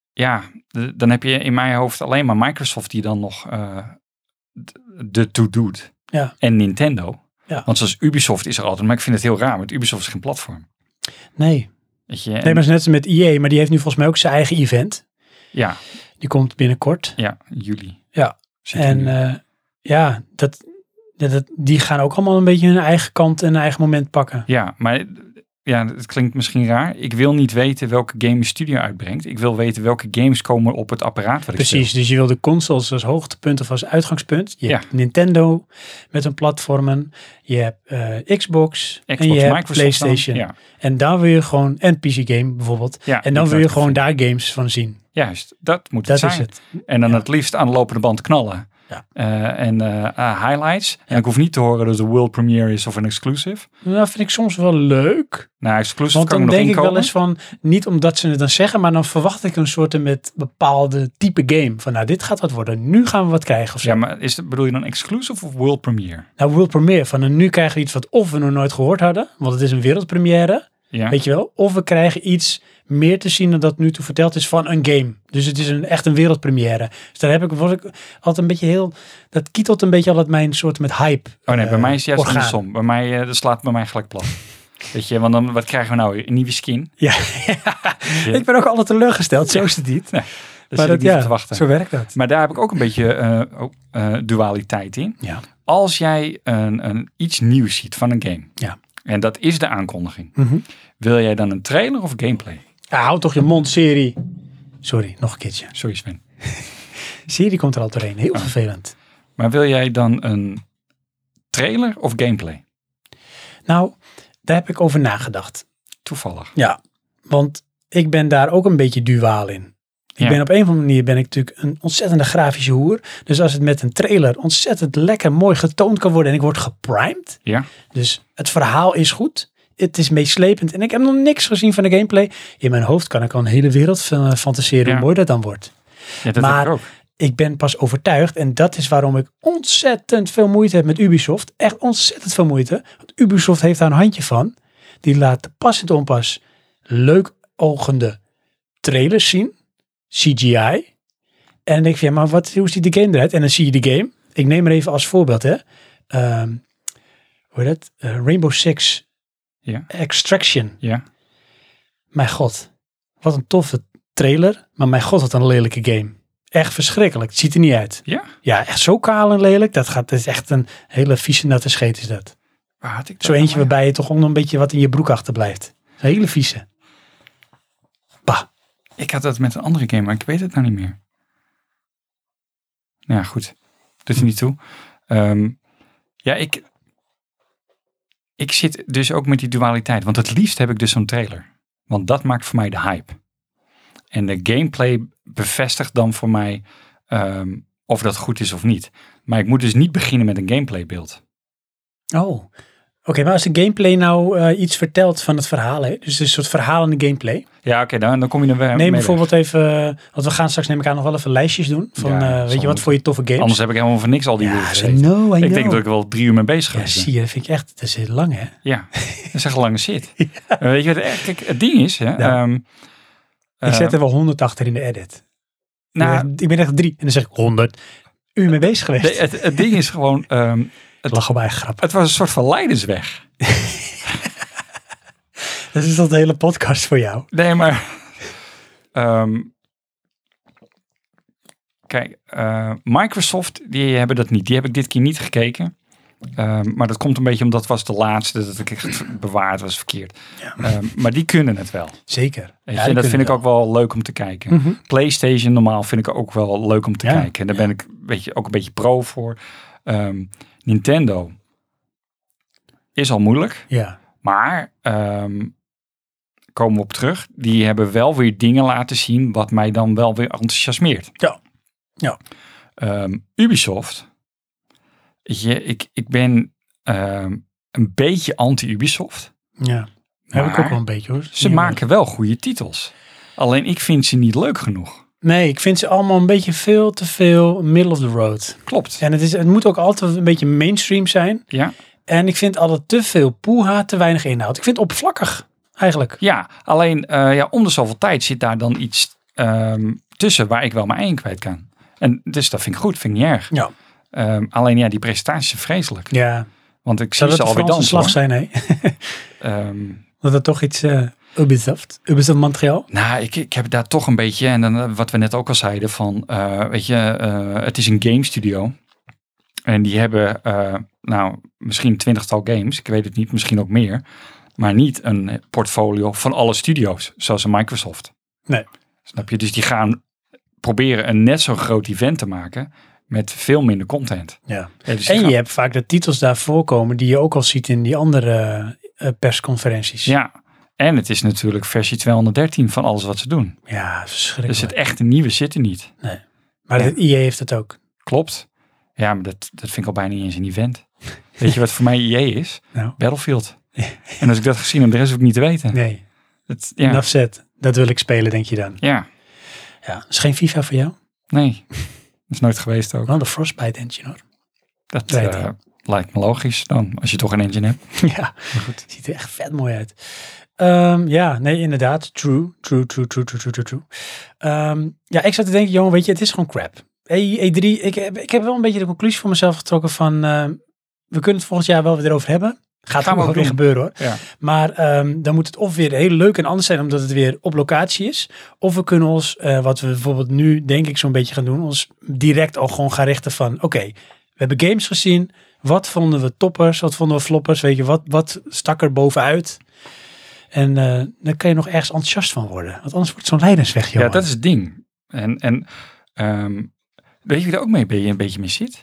dan heb je in mijn hoofd alleen maar Microsoft die dan nog de toe doet. Ja. En Nintendo. Ja. Want zoals Ubisoft is er altijd, maar ik vind het heel raar, want Ubisoft is geen platform. Nee. Weet je? Nee, maar het is net als met EA, maar die heeft nu volgens mij ook zijn eigen event. Ja. Die komt binnenkort. Ja, juli. Ja. Zit er nu. En die gaan ook allemaal een beetje hun eigen kant en een eigen moment pakken. Ja, maar het klinkt misschien raar. Ik wil niet weten welke game de studio uitbrengt. Ik wil weten welke games komen op het apparaat wat ik Precies, speel. dus je wil de consoles als hoogtepunt of als uitgangspunt. Je Ja. hebt Nintendo met hun platformen. Je hebt Xbox en je hebt Microsoft PlayStation. dan. Ja. En daar wil je gewoon, en PC Game bijvoorbeeld. Ja, En dan die wil je kan ik gewoon vinden. daar games van zien. Juist, dat moet Dat het is zijn. het. En dan Ja. het liefst aan de lopende band knallen. Ja. Highlights. En ik hoef niet te horen dat het een world premiere is of een exclusive. Dat vind ik soms wel leuk. Nou, exclusive Want kan dan ik nog denk ik inkomen. wel eens van, niet omdat ze het dan zeggen, maar dan verwacht ik een soort met bepaalde type game. Van nou, dit gaat wat worden. Nu gaan we wat krijgen of zo. Ja, maar bedoel je dan exclusive of world premiere? Nou, world premiere. Van nu krijgen we iets wat of we nog nooit gehoord hadden. Want het is een wereldpremière. Ja. Weet je wel? Of we krijgen iets meer te zien dan dat nu toe verteld is van een game. Dus het is echt een wereldpremière. Dus daar word ik altijd een beetje dat kietelt een beetje altijd mijn soort met hype. Oh nee, bij mij is het juist orgaan. andersom. Bij mij, dat slaat bij mij gelijk plat. Weet je, want dan, wat krijgen we nou? Een nieuwe skin? Ja, ik ben ook altijd teleurgesteld. Zo is het niet. Nee, daar Maar zit ik niet op te wachten. zo werkt dat. Maar daar heb ik ook een beetje dualiteit in. Ja. Als jij iets nieuws ziet van een game. Ja. En dat is de aankondiging. Mhm. Wil jij dan een trailer of gameplay? Ja, hou toch je mond, serie. Sorry, nog een keertje. Sorry Sven. Serie komt er al doorheen. Heel vervelend. Maar wil jij dan een trailer of gameplay? Nou, daar heb ik over nagedacht. Toevallig. Ja, want ik ben daar ook een beetje duaal in. Ik ben op een of andere manier natuurlijk een ontzettende grafische hoer. Dus als het met een trailer ontzettend lekker mooi getoond kan worden en ik word geprimed. Ja. Dus het verhaal is goed. Het is meeslepend en ik heb nog niks gezien van de gameplay. In mijn hoofd kan ik al een hele wereld fantaseren hoe mooi dat dan wordt. Ja, dat Maar heb ik ook. ik ben pas overtuigd en dat is waarom ik ontzettend veel moeite heb met Ubisoft. Echt ontzettend veel moeite. Want Ubisoft heeft daar een handje van. Die laat te pas en te onpas leuk ogende trailers zien. CGI. En dan denk je, ja, maar hoe ziet de game eruit? En dan zie je de game. Ik neem er even als voorbeeld, hè. Hoe heet het? Rainbow Six Extraction. Ja. Mijn god. Wat een toffe trailer. Maar mijn god, wat een lelijke game. Echt verschrikkelijk. Het ziet er niet uit. Ja? Ja, echt zo kaal en lelijk. Dat is echt een hele vieze natte scheet is dat. Waar had ik dat Zo eentje nou? waarbij je toch nog een beetje wat in je broek achterblijft. Een hele vieze. Bah. Ik had dat met een andere game, maar ik weet het nou niet meer. Nou ja, goed. Doet er niet toe. Ik zit dus ook met die dualiteit. Want het liefst heb ik dus zo'n trailer. Want dat maakt voor mij de hype. En de gameplay bevestigt dan voor mij of dat goed is of niet. Maar ik moet dus niet beginnen met een gameplaybeeld. Oh. Oké, maar als de gameplay nou iets vertelt van het verhaal, hè? Dus het is een soort verhalende gameplay. Ja, oké, dan kom je er weer Neem mee bijvoorbeeld even, want we gaan straks neem ik aan nog wel even lijstjes doen. Van, Ja, weet je wat voor je toffe games? Anders heb ik helemaal voor niks al die uur ja, I gezeten. know. Ik denk dat ik er wel 3 uur mee bezig Ja, was. zie je, dat vind ik echt, dat is heel lang, hè? Ja, dat is echt een lange zit. Weet je wat, kijk, het ding is, hè, Ja. Ik zet er wel 100 achter in de edit. nou, Ik ben echt 3 en dan zeg ik 100 uur mee bezig geweest. het ding is gewoon, Het lag op eigen grap. het was een soort van leidersweg. Dat is toch de hele podcast voor jou? Nee, maar kijk, Microsoft, die hebben dat niet. Die heb ik dit keer niet gekeken. Maar dat komt een beetje omdat het was de laatste dat ik echt bewaard was verkeerd. Ja. Maar die kunnen het wel. Zeker. Weet Ja, je, die dat vind kunnen ik ook wel leuk om te kijken. Mhm. PlayStation normaal vind ik ook wel leuk om te Ja. kijken. En daar ben ik ook een beetje pro voor. Nintendo is al moeilijk. Ja. Maar komen we op terug. Die hebben wel weer dingen laten zien wat mij dan wel weer enthousiasmeert. Ja. Ja. Ubisoft. Weet je, ik ben een beetje anti-Ubisoft. Ja. Heb ik Maar ook wel een beetje, hoor. ze maken wel goede titels. Alleen ik vind ze niet leuk genoeg. Nee, ik vind ze allemaal een beetje veel te veel middle of the road. Klopt. En het moet ook altijd een beetje mainstream zijn. Ja. En ik vind altijd te veel poeha, te weinig inhoud. Ik vind het oppervlakkig, eigenlijk. Ja, alleen om de zoveel tijd zit daar dan iets tussen waar ik wel mijn ei in kwijt kan. En dus dat vind ik goed, vind ik niet erg. Ja. Alleen ja, die presentaties zijn vreselijk. Ja. Want ik zie Zou ze dat de alweer Franse dansen. slag zijn, hè? Dat het toch iets Ubisoft Montreal. Nou, ik heb daar toch een beetje, en dan wat we net ook al zeiden, van weet je, het is een game studio. En die hebben, misschien 20-tal games, ik weet het niet, misschien ook meer. Maar niet een portfolio van alle studio's, zoals een Microsoft. Nee. Snap je? Dus die gaan proberen een net zo groot event te maken met veel minder content. Ja. Ja, dus En je hebt vaak de titels daar voorkomen die je ook al ziet in die andere persconferenties. Ja, en het is natuurlijk versie 213 van alles wat ze doen. Ja, verschrikkelijk. Dus het echte nieuwe zit er niet. Nee. Maar Ja. de EA heeft het ook. Klopt. Ja, maar dat vind ik al bijna niet eens een event. Weet je wat voor mij EA is? Nou. Battlefield. En als ik dat gezien heb, de rest hoef ik niet te weten. Nee. Dat, ja. Enough said. Dat wil ik spelen, denk je dan. Ja, Ja. Is geen FIFA voor jou? nee. Dat is nooit geweest ook. Wel de Frostbite engine, hoor. Dat weet ik. lijkt me logisch dan, als je toch een engine hebt. Ja. Maar goed. Ziet er echt vet mooi uit. Ja, nee, inderdaad. True. Ja, ik zat te denken, jongen, weet je, het is gewoon crap. E3, ik heb wel een beetje de conclusie voor mezelf getrokken van, we kunnen het volgend jaar wel weer erover hebben. Gaat Gaan we ook ook weer doen. gebeuren, hoor. Ja. Maar dan moet het of weer heel leuk en anders zijn, omdat het weer op locatie is. Of we kunnen ons, wat we bijvoorbeeld nu denk ik zo'n beetje gaan doen, ons direct al gewoon gaan richten van, oké, we hebben games gezien. Wat vonden we toppers? Wat vonden we floppers? Weet je, wat stak er bovenuit? En dan kan je nog ergens enthousiast van worden. Want anders wordt het zo'n lijdensweg, Ja, jongen. dat is het ding. En weet je wie er ook mee een beetje mee zit?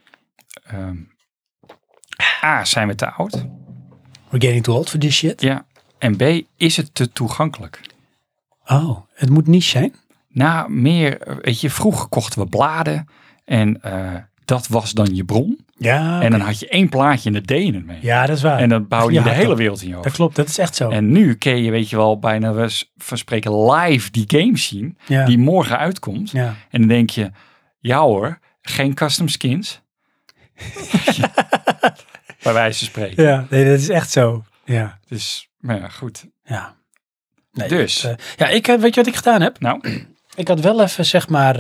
A, zijn we te oud? We're getting too old for this shit. Ja. En B, is het te toegankelijk? Oh, het moet niche zijn? Nou, meer, weet je, vroeger kochten we bladen en dat was dan je bron. Ja, En dan had je 1 plaatje en dat deed je het mee. ja, dat is waar. En dan bouwde je Ja, de hele dat- wereld in je hoofd. Dat klopt, dat is echt zo. En nu kun je, weet je wel, bijna van spreken live die game zien, Ja. die morgen uitkomt. Ja. En dan denk je, ja hoor, geen custom skins. Bij wijze van spreken. Ja, nee, dat is echt zo. Ja, Dus, maar ja, goed. ja. Nee, Dus. dat, ja, weet je wat ik gedaan heb? Nou, Ik had wel even, zeg maar,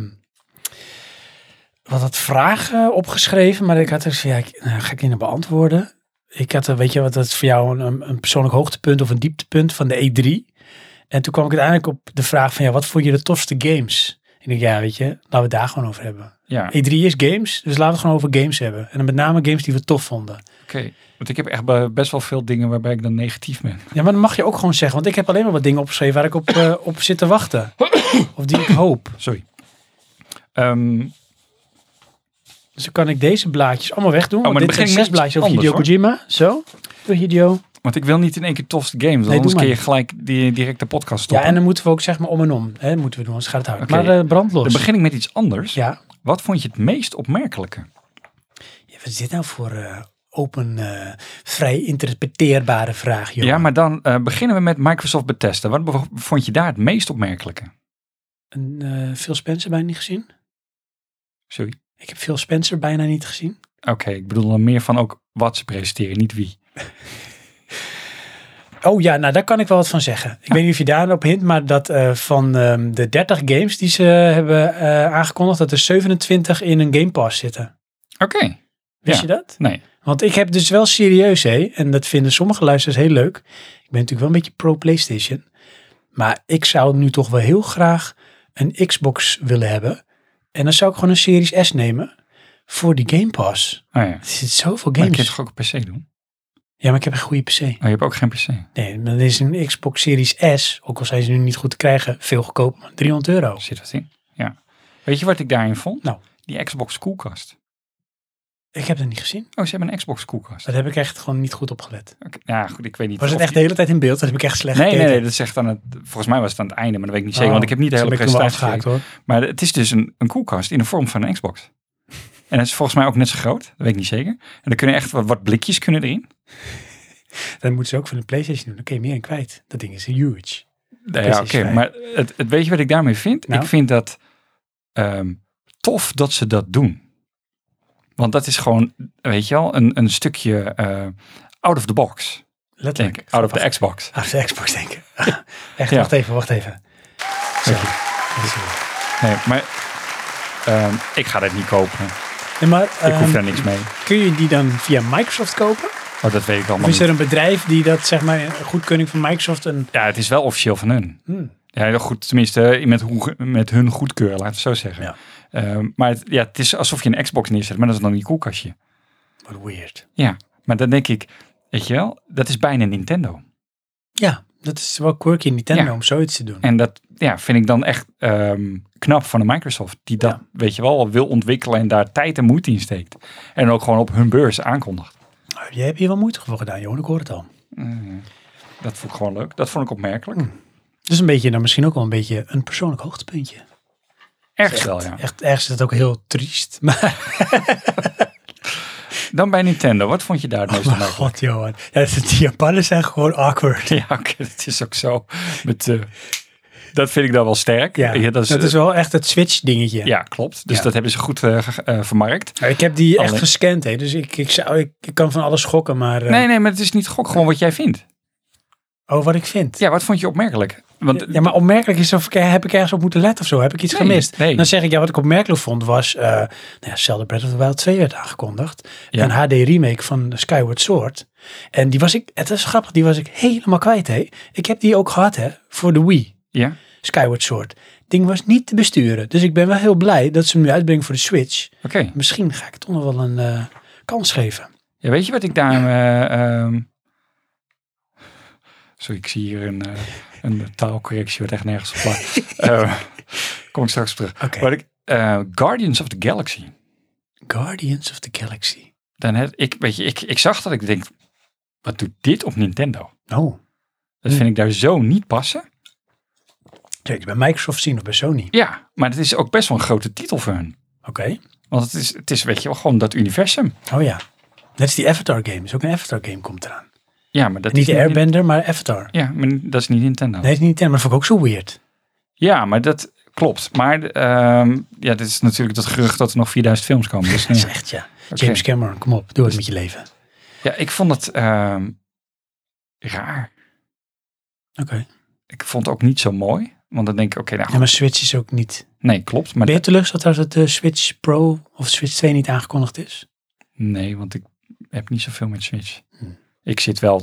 wat vragen opgeschreven, maar ik had er, ja, ga ik die nou beantwoorden? Ik had, weet je wat, dat is voor jou een persoonlijk hoogtepunt of een dieptepunt van de E3. En toen kwam ik uiteindelijk op de vraag van, ja, wat vond je de tofste games? Ik denk, ja, weet je, laten we het daar gewoon over hebben. ja, E3 is games, dus laten we het gewoon over games hebben. En dan met name games die we tof vonden. oké. Want ik heb echt best wel veel dingen waarbij ik dan negatief ben. Ja, maar dan mag je ook gewoon zeggen, want ik heb alleen maar wat dingen opgeschreven waar ik op zit te wachten. Of die ik hoop. Sorry. Dus dan kan ik deze blaadjes allemaal wegdoen. maar Want dan dit zijn begin ik 6 met iets blaadjes over Hideo anders, Kojima. Zo, door Hideo. Want ik wil niet in één keer tofste games. Want Nee, anders doe kun je maar. gelijk direct de podcast Ja, stoppen. en dan moeten we ook zeg maar om en om. Hè, moeten we doen, anders gaat het hard. Oké. Maar brandlos. Dan begin ik met iets anders. Ja. Wat vond je het meest opmerkelijke? Ja, wat is dit nou voor open, vrij interpreteerbare vraag, joh? Ja, maar dan beginnen we met Microsoft Bethesda. Wat vond je daar het meest opmerkelijke? Phil Spencer bijna niet gezien? Sorry. Ik heb Phil Spencer bijna niet gezien. Oké, ik bedoel dan meer van ook wat ze presenteren, niet wie. Oh ja, nou daar kan ik wel wat van zeggen. Ik weet niet of je daarop hint, maar dat van de 30 games die ze hebben aangekondigd, dat er 27 in een Game Pass zitten. Oké. Wist Ja. je dat? Nee. Want ik heb dus wel serieus, hè, en dat vinden sommige luisteraars heel leuk. Ik ben natuurlijk wel een beetje pro PlayStation. Maar ik zou nu toch wel heel graag een Xbox willen hebben. En dan zou ik gewoon een Series S nemen voor die Game Pass. Oh ja. Er zit zoveel Maar games. kun je toch ook een PC doen? Ja, maar ik heb een goede PC. Oh, je hebt ook geen PC. Nee, dan is een Xbox Series S, ook al zijn ze nu niet goed te krijgen, veel goedkoper. maar €300. Zit wat in? Ja. Weet je wat ik daarin vond? Nou. Die Xbox koelkast. Ik heb het niet gezien. Oh, ze hebben een Xbox koelkast. Dat heb ik echt gewoon niet goed opgelet. Oké. Ja, goed, ik weet niet. Was het of echt de hele tijd in beeld? Dat heb ik echt slecht Nee, gekeken. nee, dat is echt aan het... Volgens mij was het aan het einde, maar dat weet ik niet zeker. Want ik heb niet de Zo hele ben ik toen wel presentatie afgehaakt, gekeken. hoor. Maar het is dus een koelkast in de vorm van een Xbox. En dat is volgens mij ook net zo groot. Dat weet ik niet zeker. En dan kunnen echt wat blikjes kunnen erin. Dat moeten ze ook van de PlayStation doen. Dan kun je meer in kwijt. Dat ding is huge. Ja, oké. Maar weet je wat ik daarmee vind? Nou? Ik vind dat tof dat ze dat doen. Want dat is gewoon, weet je wel, een stukje out of the box. Letterlijk. Denk ik. Out of the Xbox. Out of the Xbox denken. Echt, Ja. wacht even. Zo. Nee, maar ik ga dat niet kopen. Ja, maar, Ik hoef daar niks mee. kun je die dan via Microsoft kopen? Oh, dat weet ik allemaal Of is niet. er een bedrijf die dat, zeg maar, een goedkeuring van Microsoft... Ja, het is wel officieel van hun. Ja, goed, tenminste met hun goedkeur, laten we het zo zeggen. Ja. Maar het is alsof je een Xbox neerzet, maar dat is dan in je koelkastje. Wat weird. Ja, maar dan denk ik, weet je wel, dat is bijna Nintendo. Ja, dat is wel quirky in Nintendo Ja. om zoiets te doen. En dat vind ik dan echt knap van de Microsoft. Die dat, weet je wel, wil ontwikkelen en daar tijd en moeite in steekt. En ook gewoon op hun beurs aankondigt. Nou, jij hebt hier wel moeite voor gedaan, joh. Ik hoor het al. Dat vond ik gewoon leuk. Dat vond ik opmerkelijk. Dus een beetje, dan misschien ook wel een beetje een persoonlijk hoogtepuntje. Ergens wel, ja. Echt, ergens is het ook heel triest. Maar, Dan bij Nintendo. Wat vond je daar het meest mijn opmerkelijk? god, Johan. Ja, die Japanners zijn gewoon awkward. Ja, oké, dat is ook zo. Dat vind ik dan wel sterk. Ja, dat is wel echt het Switch dingetje. Ja, klopt. Dus Ja. dat hebben ze goed vermarkt. Ja, ik heb die echt Alleen- gescand, hè. Dus ik kan van alles gokken, maar... Nee, maar het is niet gok, gewoon wat jij vindt. Oh, wat ik vind. Ja, wat vond je opmerkelijk? Want Ja, maar opmerkelijk is of heb ik ergens op moeten letten of zo? Heb ik iets Nee, gemist? nee. Dan zeg ik, ja, wat ik opmerkelijk vond was... Zelda Breath of the Wild 2 werd aangekondigd. Ja. Een HD remake van Skyward Sword. En die was ik... Het is grappig, die was ik helemaal kwijt, hè. Ik heb die ook gehad, hè. Voor de Wii. ja, Skyward Sword. Ding was niet te besturen. Dus ik ben wel heel blij dat ze hem nu uitbrengen voor de Switch. oké. Misschien ga ik het toch nog wel een kans geven. Ja, weet je wat ik daar... Sorry, ik zie hier een taalcorrectie wat echt nergens op slaat. Kom ik straks op terug. Oké. Wat ik, Guardians of the Galaxy. Guardians of the Galaxy. Ik zag dat ik denk, wat doet dit op Nintendo? Oh. Dat vind ik daar zo niet passen. Zou je het bij Microsoft zien of bij Sony? Ja, maar het is ook best wel een grote titel voor hun. Oké. Want het is weet je wel, gewoon dat universum. Oh ja. Net is die Avatar game. Dus ook een Avatar game komt eraan. Ja, maar dat Niet is de Airbender, maar Avatar. Ja, maar dat is niet Nintendo. Nee, het is niet maar dat vond ik ook zo weird. Ja, maar dat klopt. Maar dit is natuurlijk dat gerucht dat er nog 4000 films komen. Dus, Dat is ja. echt, ja. Oké. James Cameron, kom op. Doe het met je leven. Ja, ik vond het raar. Oké. Ik vond het ook niet zo mooi. Want dan denk ik, oké, nou Ja, goed. maar Switch is ook niet... Nee, klopt. Maar Ben je teleurgesteld dat de Switch Pro of Switch 2 niet aangekondigd is? nee, want ik heb niet zoveel met Switch. Ik zit wel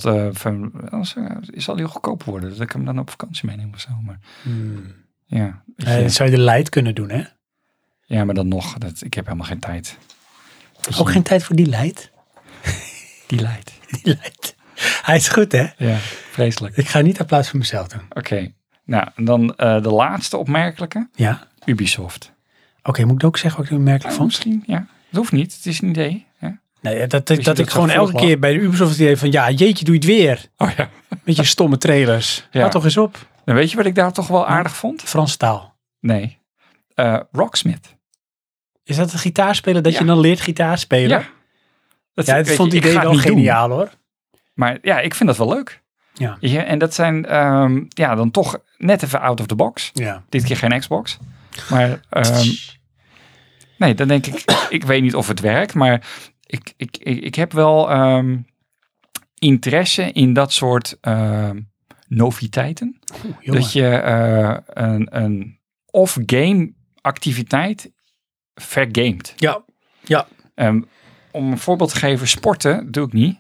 zal die goedkoper worden, dat ik hem dan op vakantie meeneem of zo. Maar ja, weet je. Dat zou je de Lite kunnen doen, hè? Ja, maar dan nog, ik heb helemaal geen tijd. Weet Ook je, geen tijd voor die Lite? die leidt. Die Lite. Hij is goed, hè? Ja, vreselijk. Ik ga niet applaus voor mezelf doen. Oké, nou, en dan de laatste opmerkelijke, Ja? Ubisoft. Oké, moet ik ook zeggen wat ik er opmerkelijk vond? Misschien, ja. Dat hoeft niet, het is een idee. Ja. Nee, dat je ik dat gewoon zo elke volgt? keer bij de Ubisoft idee van... Ja, jeetje, doe je het weer. Oh ja. Met je stomme trailers. Ja. Laat toch eens op. En weet je wat ik daar toch wel aardig vond? Franse taal. Nee. Rocksmith. Is dat een gitaarspeler dat Ja. je dan leert gitaar spelen? Ja. Dat Ja, weet ik vond je, het idee ga wel het niet doen. geniaal, hoor. Maar ja, ik vind dat wel leuk. Ja. Ja, en dat zijn dan toch net even out of the box. Ja. Dit keer geen Xbox. Maar nee, dan denk ik, ik weet niet of het werkt, maar ik heb wel interesse in dat soort noviteiten. Jongen. Dat je een off-game activiteit vergamet. Ja. Ja. Om een voorbeeld te geven, sporten doe ik niet.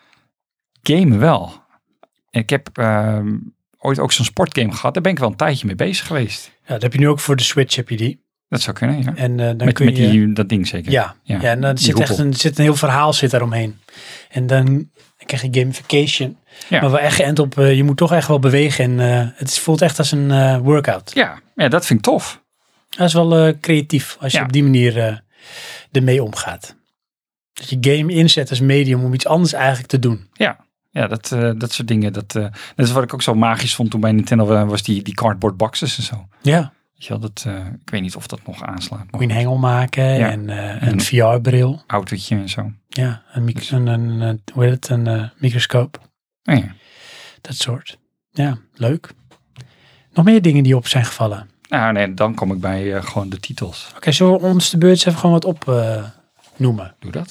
Gamen wel. En ik heb ooit ook zo'n sportgame gehad. Daar ben ik wel een tijdje mee bezig geweest. Ja, dat heb je nu ook voor de Switch, heb je die. Dat zou kunnen, ja. En dan Met kun je... dat ding zeker. Ja, Ja, en dan die zit echt roepel. een heel verhaal zit daaromheen. En dan krijg je gamification. Ja. Maar wel echt geënt op, je moet toch echt wel bewegen. En voelt echt als een workout. Ja, dat vind ik tof. Dat is wel creatief als je Ja. op die manier ermee omgaat. Dat je game inzet als medium om iets anders eigenlijk te doen. Ja, dat soort dingen. Dat is wat ik ook zo magisch vond toen bij Nintendo was die cardboard boxes en zo. Ja, Weet je wel, ik weet niet of dat nog aanslaat. moet je een hengel maken Ja. en een VR-bril. Autootje en zo. Ja, hoe heet het? Een microscoop. Oh ja. Dat soort. Ja, leuk. Nog meer dingen die op zijn gevallen. Nou nee, dan kom ik bij gewoon de titels. Oké, zullen we ons de beurt even gewoon wat op noemen? Doe dat.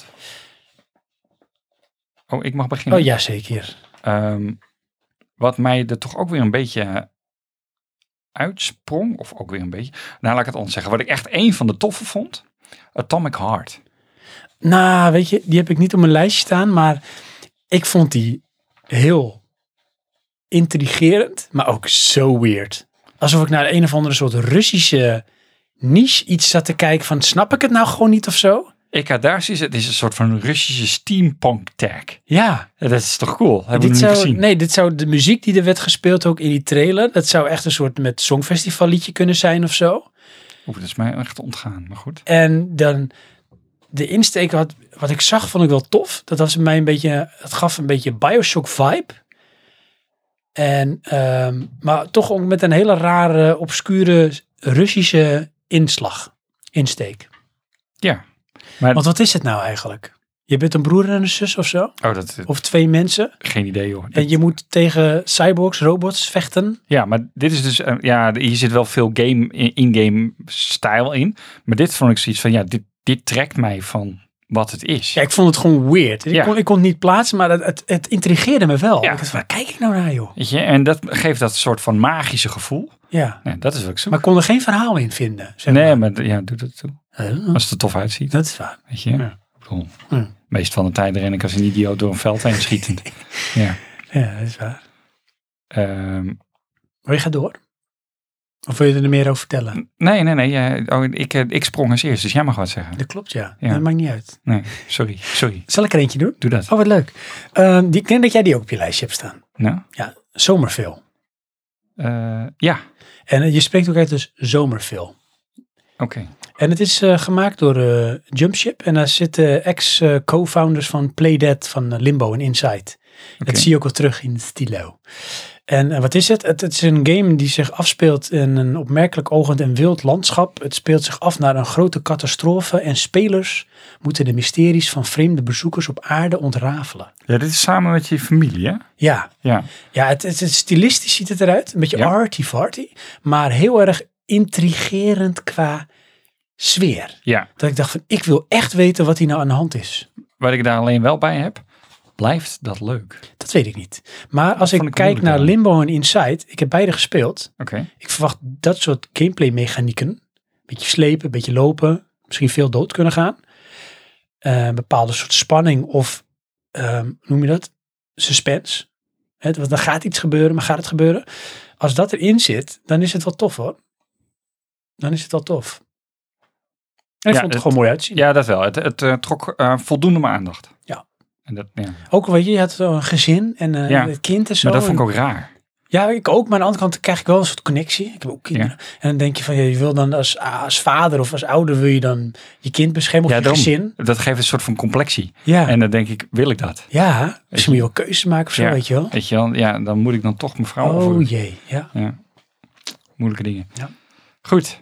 Oh, ik mag beginnen. Oh ja, zeker. Wat mij er toch ook weer een beetje uitsprong. Of ook weer een beetje. Nou, laat ik het anders zeggen. Wat ik echt een van de toffe vond. Atomic Heart. Nou, weet je, die heb ik niet op mijn lijstje staan, maar ik vond die heel intrigerend, maar ook zo weird. Alsof ik naar een of andere soort Russische niche iets zat te kijken van, snap ik het nou gewoon niet of zo? Daar is het is een soort van Russische steampunk tag. Ja. Dat is toch cool? Hebben we nog niet gezien? Nee, dit zou de muziek die er werd gespeeld ook in die trailer, dat zou echt een soort met songfestival liedje kunnen zijn of zo. Dat is mij echt ontgaan, maar goed. En dan de insteek, wat ik zag, vond ik wel tof. Dat was mij een beetje, het gaf een beetje Bioshock vibe. En, maar toch ook met een hele rare, obscure Russische insteek. Ja. Maar, Want wat is het nou eigenlijk? Je bent een broer en een zus of zo? Of 2 mensen? Geen idee hoor. En je moet tegen cyborgs, robots vechten? Ja, maar dit is dus, hier zit wel veel in-game stijl in. Maar dit vond ik zoiets van, dit trekt mij van wat het is. Ja, ik vond het gewoon weird. Ja. Ik kon het niet plaatsen, maar het intrigeerde me wel. Ja. Ik dacht, waar kijk ik nou naar, joh? Weet je, en dat geeft dat soort van magische gevoel. Ja. Nee, dat is wat ik zoek. Maar ik kon er geen verhaal in vinden. Zeg Nee, maar. maar doe dat toe. Oh, Als het er tof uitziet. dat is waar. Weet je? Ja. Ik bedoel, Ja. meest van de tijd ren ik als een idioot door een veld heen schietend. Ja. Ja, dat is waar. Maar je gaat door? Of wil je er meer over vertellen? Nee. Ik sprong als eerst, dus jij mag wat zeggen. Dat klopt, ja. Ja. Dat maakt niet uit. Nee, sorry. Zal ik er eentje doen? Doe dat. Oh, wat leuk. Ik denk dat jij die ook op je lijstje hebt staan. Nou? Ja, Zomerville. Ja. En je spreekt ook uit dus Zomerville. Oké. En het is gemaakt door Jumpship. En daar zitten ex-co-founders van Playdead, van Limbo en Inside. Dat zie je ook al terug in Stilo. En wat is het? Het is een game die zich afspeelt in een opmerkelijk ogend en wild landschap. Het speelt zich af naar een grote catastrofe en spelers moeten de mysteries van vreemde bezoekers op aarde ontrafelen. Ja, dit is samen met je familie, hè? Ja, Ja. ja het stilistisch ziet het eruit. Een beetje arty-farty, maar heel erg intrigerend qua sfeer. Ja. Dat ik dacht van, ik wil echt weten wat hier nou aan de hand is. Wat ik daar alleen wel bij heb, blijft dat leuk. Dat weet ik niet. Maar als vond ik ik kijk moeilijk naar dan. Limbo en Inside, ik heb beide gespeeld. Oké. Ik verwacht dat soort gameplay mechanieken. Beetje slepen, beetje lopen. Misschien veel dood kunnen gaan. Een bepaalde soort spanning of, noem je dat? Suspense. Want dan gaat iets gebeuren, maar gaat het gebeuren? Als dat erin zit, dan is het wel tof hoor. Dan is het wel tof. En ik vond het gewoon mooi uitzien. Ja, dat wel. Het trok voldoende mijn aandacht. Ja. En dat, Ook weet je had een gezin en een kind en zo. Maar dat vond ik ook raar. Ja, ik ook. Maar aan de andere kant krijg ik wel een soort connectie. Ik heb ook kinderen. Ja. En dan denk je van, je wil dan als vader of als ouder wil je dan je kind beschermen of je gezin. Dat geeft een soort van complexie. Ja. En dan denk ik, wil ik dat? Ja, misschien moet je wel keuzes maken of zo, weet je wel. Weet je wel, ja, dan moet ik dan toch mijn vrouw over. Oh jee, ja. Moeilijke dingen. Ja. Goed.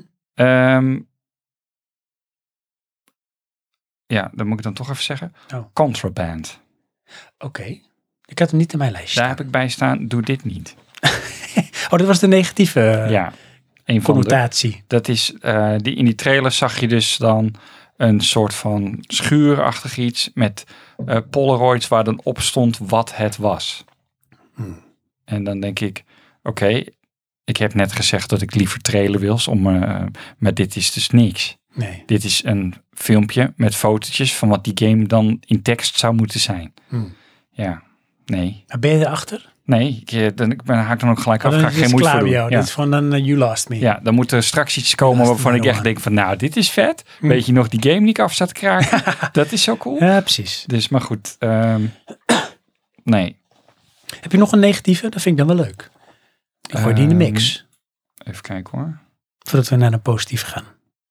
Ja, dan moet ik dan toch even zeggen. Oh. Contraband. Oké. Ik had hem niet in mijn lijstje. Daar heb ik bij staan, doe dit niet. Oh, dat was de negatieve connotatie. Dat is, in die trailer zag je dus dan een soort van schuurachtig iets met Polaroids waar dan op stond wat het was. En dan denk ik, oké, ik heb net gezegd dat ik liever trailer wil, maar dit is dus niks. Nee. Dit is een filmpje met fotootjes van wat die game dan in tekst zou moeten zijn. Ja, nee. Maar ben je erachter? Nee, ik haak dan ook gelijk af. Ga ik geen moeite voor doen. Ja. Dit is van dan you lost me. Ja, dan moet er straks iets komen waarvan ik echt denk van, nou, dit is vet. Weet je nog die game die ik af zat te kraken? Dat is zo cool. Ja, precies. Dus, maar goed. Nee. Heb je nog een negatieve? Dat vind ik dan wel leuk. Ik gooi die in de mix. Even kijken hoor. Voordat we naar een positieve gaan.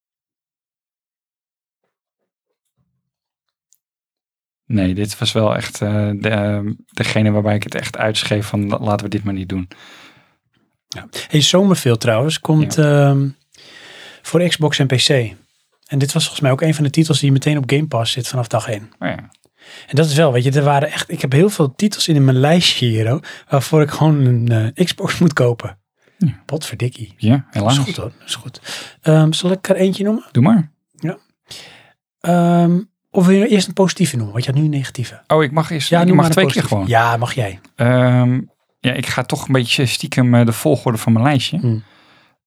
Nee, dit was wel echt degene waarbij ik het echt uitschreef van laten we dit maar niet doen. Ja. Hey, Zomerville trouwens komt voor Xbox en PC. En dit was volgens mij ook een van de titels die meteen op Game Pass zit vanaf dag 1. Oh ja. En dat is wel, weet je, er waren echt, ik heb heel veel titels in mijn lijstje hier, waarvoor ik gewoon een Xbox moet kopen. Ja. Potverdikkie. Ja, helaas. Dat is goed hoor, dat is goed. Zal ik er eentje noemen? Doe maar. Ja. Of wil je eerst een positieve noemen? Want je had nu een negatieve. Oh, ik mag eerst. Ja, ik mag 2 keer gewoon. Ja, mag jij. Ja, ik ga toch een beetje stiekem de volgorde van mijn lijstje.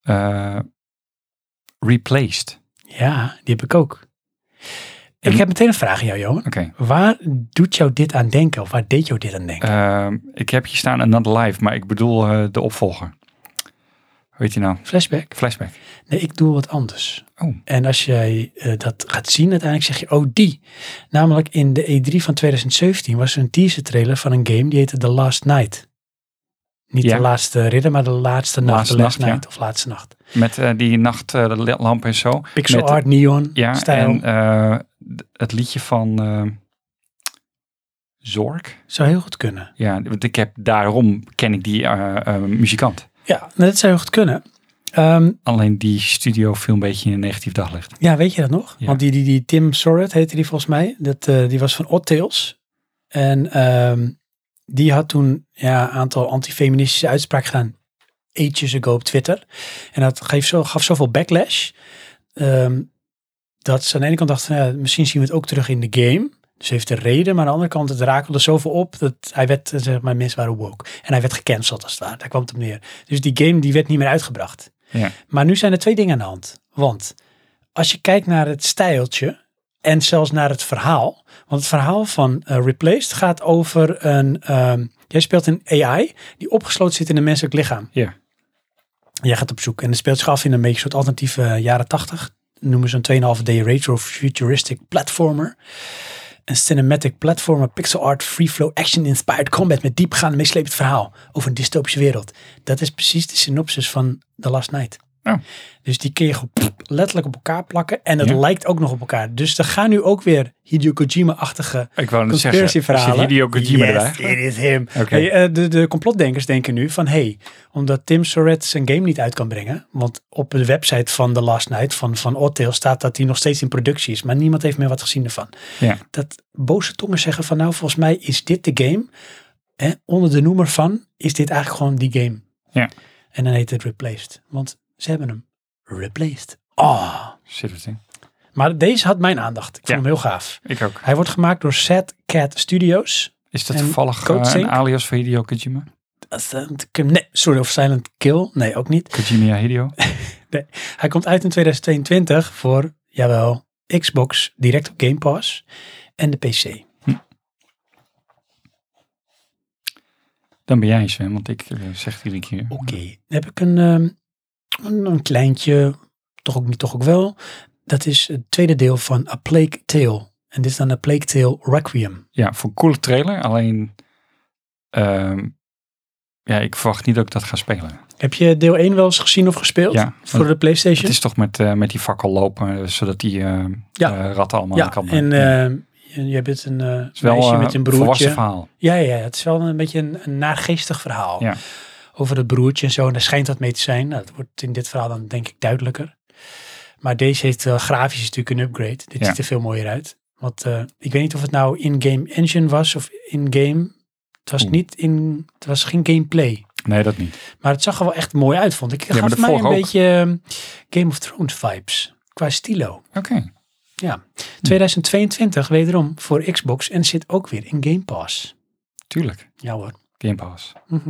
Replaced. Ja, die heb ik ook. En ik heb meteen een vraag aan jou, Johan. Oké. Waar doet jou dit aan denken? Of waar deed jou dit aan denken? Ik heb hier staan Another Life, maar ik bedoel de opvolger. Hoe heet die nou? Flashback? Flashback. Nee, ik doe wat anders. Oh. En als jij dat gaat zien, uiteindelijk zeg je, oh die. Namelijk in de E3 van 2017 was er een teaser trailer van een game die heette The Last Night. Niet Ja. de laatste ridder, maar de laatste nacht. Laatste The Last nacht, Night of laatste nacht. Met die nachtlamp en zo. Pixel Met- art, neon, Ja, stijl. en het liedje van Zork. Zou heel goed kunnen. Ja, want daarom ken ik die muzikant. Ja, nou, dat zou heel goed kunnen. Alleen die studio viel een beetje in een negatief daglicht. Ja, weet je dat nog? Ja. Want die Tim Sorrett heette die volgens mij. Die was van Odd Tales. En die had toen een aantal antifeministische uitspraken gedaan. Ages ago op Twitter. En dat gaf zoveel backlash. Dat ze aan de ene kant dachten, misschien zien we het ook terug in de game. Dus heeft een reden. Maar aan de andere kant, het rakelde zoveel op. Dat hij werd, zeg maar, mensen waren woke. En hij werd gecanceld als het ware. Daar kwam het op neer. Dus die game die werd niet meer uitgebracht. Ja. Maar nu zijn er twee dingen aan de hand. Want als je kijkt naar het stijltje en zelfs naar het verhaal. Want het verhaal van Replaced gaat over jij speelt een AI die opgesloten zit in een menselijk lichaam. Ja. Jij gaat op zoek en het speelt zich af in een beetje soort alternatieve jaren 80. Noemen ze een 2,5D retro-futuristic platformer. Een cinematic platformer, pixel art, free flow, action-inspired combat met diepgaande meeslepend verhaal over een dystopische wereld. Dat is precies de synopsis van The Last Night. Oh. Dus die kun je gewoon letterlijk op elkaar plakken en het Ja. lijkt ook nog op elkaar. Dus er gaan nu ook weer Hideo Kojima-achtige Ik wou net conspiracy zeggen, verhalen. zit Hideo Kojima yes, erbij? it is him. Oké. Hey, de complotdenkers denken nu van, omdat Tim Sorrett zijn game niet uit kan brengen, want op de website van The Last Night van Odd Tales staat dat hij nog steeds in productie is, maar niemand heeft meer wat gezien ervan. Ja. Dat boze tongen zeggen van, nou, volgens mij is dit de game, onder de noemer van, is dit eigenlijk gewoon die game. Ja. En dan heet het Replaced, want ze hebben hem replaced. Oh. Zit het in. Maar deze had mijn aandacht. Ik vond Ja. hem heel gaaf. Ik ook. Hij wordt gemaakt door Sad Cat Studios. Is dat En toevallig CodeSync? een alias voor Hideo Kojima? Nee, sorry, of Silent Kill. Nee, ook niet. Kojima Hideo? Hij komt uit in 2022 voor, jawel, Xbox direct op Game Pass en de PC. Dan ben jij Sven, want ik zeg het iedere keer. Oké. Dan heb ik een kleintje, toch ook wel. Dat is het tweede deel van A Plague Tale. En dit is dan A Plague Tale Requiem. Ja, voor een coole trailer. Alleen, ik verwacht niet dat ik dat ga spelen. Heb je deel 1 wel eens gezien of gespeeld? Ja, Voor de PlayStation? Het is toch met die fakkel lopen, zodat die ratten allemaal aan de kant en blijven. je bent een Het is wel meisje met een broertje. volwassen verhaal. Ja, het is wel een beetje een naargeestig verhaal. Ja. Over het broertje en zo. En daar schijnt wat mee te zijn. Nou, dat wordt in dit verhaal dan denk ik duidelijker. Maar deze heeft grafisch natuurlijk een upgrade. Dit ziet er veel mooier uit. Want ik weet niet of het nou in-game engine was of in-game. Het was geen gameplay. Nee, dat niet. Maar het zag er wel echt mooi uit, vond ik. Het maar gaf de mij een vorige ook. beetje Game of Thrones vibes. Qua stilo. Oké. Ja. 2022 wederom voor Xbox en zit ook weer in Game Pass. Tuurlijk. Ja hoor. Game Pass. Mhm.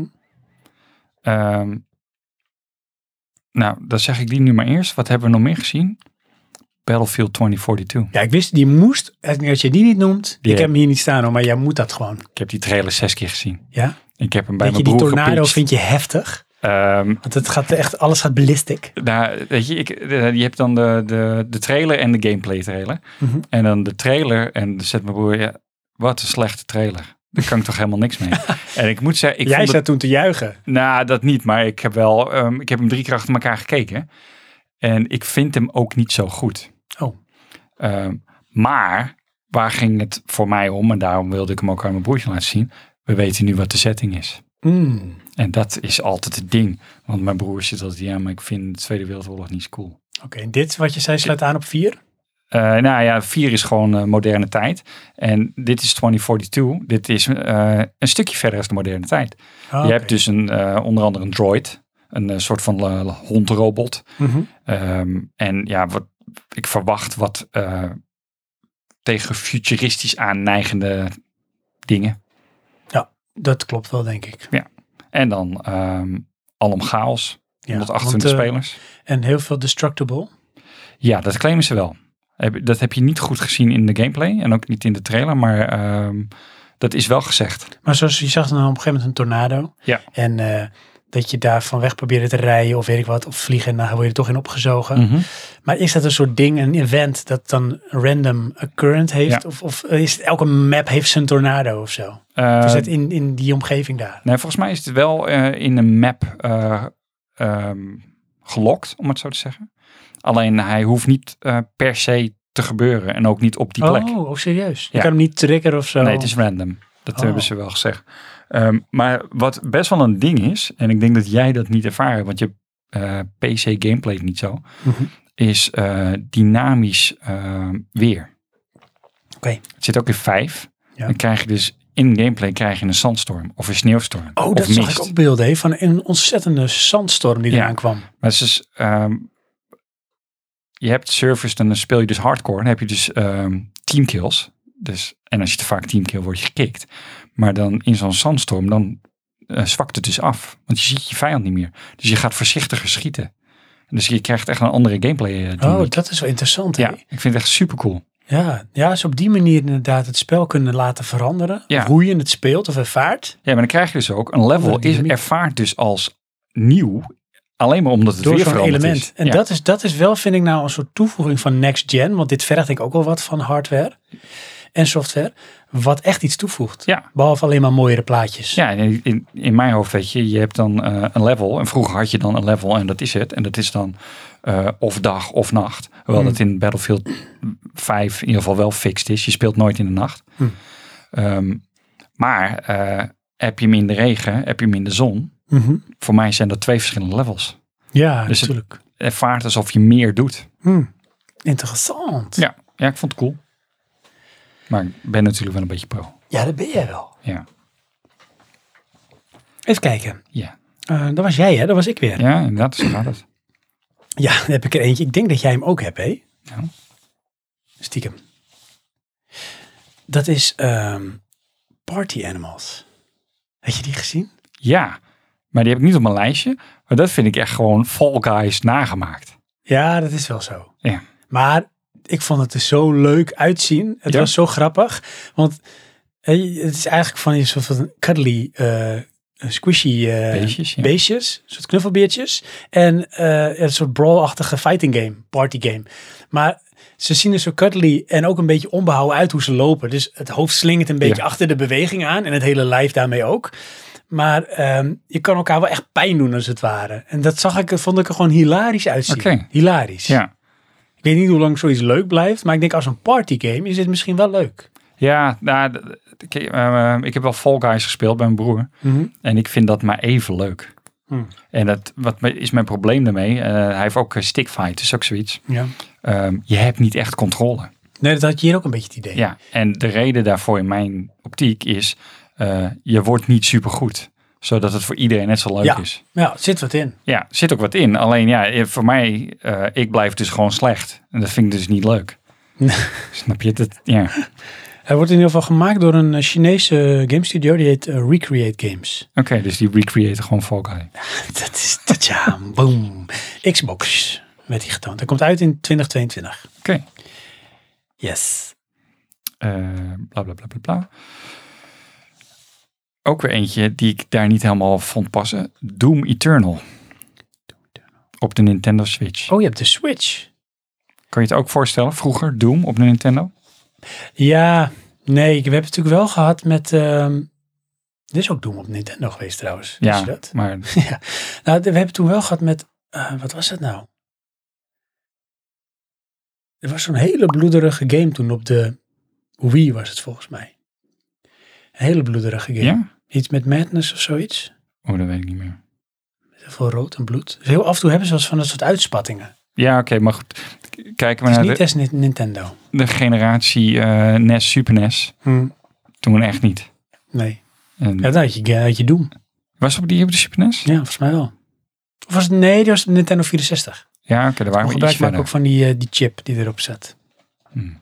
Nou, dan zeg ik die nu maar eerst. Wat hebben we nog meer gezien? Battlefield 2042. Ja, ik wist, die moest, als je die niet noemt, Die ik heb hem hier niet staan hoor, maar jij moet dat gewoon. Ik heb die trailer 6 keer gezien. Ja? Ik heb hem bij Weet je, mijn die broer tornado gepitcht. vind je heftig? Want het gaat echt, alles gaat ballistic. Nou, weet je, je hebt dan de trailer en de gameplay trailer. Mhm. En dan de trailer en dan zet mijn broer, ja, wat een slechte trailer. Daar kan ik toch helemaal niks mee. En ik moet zeggen, Jij zat toen te juichen. Nou, dat niet, maar ik heb hem 3 keer achter elkaar gekeken. En ik vind hem ook niet zo goed. Oh. Maar waar ging het voor mij om? En daarom wilde ik hem ook aan mijn broertje laten zien. We weten nu wat de setting is. Mm. En dat is altijd het ding. Want mijn broer zit altijd, ja, maar ik vind de Tweede Wereldoorlog niet zo cool. Oké, en dit wat je zei sluit aan op 4? Nou ja, 4 is gewoon moderne tijd. En dit is 2042. Dit is een stukje verder als de moderne tijd. Je hebt dus onder andere een droid. Een soort van hondrobot. Mhm. En ja, ik verwacht wat tegen futuristisch aanneigende dingen. Ja, dat klopt wel denk ik. Ja. En dan alom chaos. Ja, 128 want, spelers. En heel veel destructible. Ja, dat claimen ze wel. Dat heb je niet goed gezien in de gameplay en ook niet in de trailer, maar dat is wel gezegd. Maar zoals je zag dan op een gegeven moment een tornado. Ja. En dat je daar van weg probeerde te rijden of weet ik wat, of vliegen en dan word je er toch in opgezogen. Mhm. Maar is dat een soort ding, een event dat dan random occurrence heeft? Ja. Of is het, elke map heeft zijn tornado of zo? Of is het in die omgeving daar? Nee, volgens mij is het wel in een map gelokt, om het zo te zeggen. Alleen hij hoeft niet per se te gebeuren en ook niet op die plek. Oh, serieus? Je Ja. kan hem niet triggeren of zo? Nee, het is random. Dat Oh. hebben ze wel gezegd. Maar wat best wel een ding is, en ik denk dat jij dat niet ervaren, want je PC gameplay niet zo, Mhm. is dynamisch weer. Oké. Het zit ook in 5. Ja. Dan krijg je dus in gameplay krijg je een zandstorm of een sneeuwstorm. Oh, of dat zag mist. ik ook beelden hè, van een ontzettende zandstorm die Ja. eraan kwam. Maar het is dus, je hebt servers, dan speel je dus hardcore. Dan heb je dus teamkills. Dus, en als je te vaak teamkill word je gekikt. Maar dan in zo'n zandstorm, dan zwakt het dus af. Want je ziet je vijand niet meer. Dus je gaat voorzichtiger schieten. En dus je krijgt echt een andere gameplay. Dat is wel interessant. Hè? Ja, ik vind het echt super cool. Ja, dus op die manier inderdaad het spel kunnen laten veranderen. Ja. Of hoe je het speelt of ervaart. Ja, maar dan krijg je dus ook een level Andere dynamiek. ervaart dus als nieuw. Alleen maar omdat het Door weer zo'n veranderd element. is. En Ja. dat is wel, vind ik nou, een soort toevoeging van next gen. Want dit vergt denk ik ook wel wat van hardware en software. Wat echt iets toevoegt. Ja. Behalve alleen maar mooiere plaatjes. Ja, in mijn hoofd weet je hebt dan een level. En vroeger had je dan een level en dat is het. En dat is dan of dag of nacht. Hoewel dat in Battlefield 5 in ieder geval wel fixed is. Je speelt nooit in de nacht. Maar heb je hem in de regen, heb je hem in de zon. Mhm. Voor mij zijn dat 2 verschillende levels. Ja, Dus het- natuurlijk. Ervaart alsof je meer doet. Interessant. Ja, ik vond het cool. Maar ik ben natuurlijk wel een beetje pro. Ja, dat ben jij wel. Ja, Even kijken. ja. Dat was jij hè, dat was ik weer. Ja, inderdaad, zo gaat het. Ja, dan heb ik er eentje. Ik denk dat jij hem ook hebt, hè? Ja. Stiekem. Dat is Party Animals. Heb je die gezien? Ja, maar die heb ik niet op mijn lijstje. Maar dat vind ik echt gewoon Fall Guys nagemaakt. Ja, dat is wel zo. Ja. Maar ik vond het er zo leuk uitzien. Het Ja. was zo grappig. Want het is eigenlijk van een soort van cuddly, squishy Beestjes, ja. beestjes. Een soort knuffelbeertjes. En een soort brawl-achtige fighting game. Party game. Maar ze zien er zo cuddly en ook een beetje onbehouden uit hoe ze lopen. Dus het hoofd slingert een beetje Ja. achter de beweging aan. En het hele lijf daarmee ook. Maar je kan elkaar wel echt pijn doen als het ware. En dat vond ik er gewoon hilarisch uitzien. Oké. Hilarisch. Ja. Ik weet niet hoe lang zoiets leuk blijft. Maar ik denk als een partygame is dit misschien wel leuk. Ja, nou, ik heb wel Fall Guys gespeeld bij mijn broer. En ik vind dat maar even leuk. En is mijn probleem daarmee. Hij heeft ook stickfight, dus ook zoiets. Ja. Je hebt niet echt controle. Nee, dat had je hier ook een beetje het idee. Ja, en de reden daarvoor in mijn optiek is, je wordt niet supergoed. Zodat het voor iedereen net zo leuk is. Ja, er zit wat in. Ja, er zit ook wat in. Alleen ja, voor mij, ik blijf dus gewoon slecht. En dat vind ik dus niet leuk. Snap je? Ja. Hij wordt in ieder geval gemaakt door een Chinese game studio. Die heet Recreate Games. Oké, dus die recreëren gewoon Fall Guy. Dat is, ja, boom. Xbox werd hij getoond. Hij komt uit in 2022. Oké. Yes. Bla bla bla bla bla. Ook weer eentje die ik daar niet helemaal vond passen. Doom Eternal. Op de Nintendo Switch. Oh, je hebt de Switch. Kan je het ook voorstellen? Vroeger Doom op de Nintendo? Ja, nee. We hebben het natuurlijk wel gehad met... dit is ook Doom op Nintendo geweest trouwens. Wist Ja, je dat? maar Ja. Nou, we hebben toen wel gehad met... wat was het nou? Er was zo'n hele bloederige game toen op de Wii was het volgens mij. Een hele bloederige game. ja? Iets met Madness of zoiets. Oh, dat weet ik niet meer. Met heel veel rood en bloed. Dus heel af en toe hebben ze wel eens van dat soort uitspattingen. Ja, oké, maar goed. Kijken we Het is naar niet eens Nintendo. de generatie NES, Super NES. Toen echt niet. Nee. En, Ja, dat had je Doom. was het op die Super NES? Ja, volgens mij wel. Of was het, nee, dat was de Nintendo 64. Ja, oké, daar waren We we iets gebruik maken verder. ook van die chip die erop zat.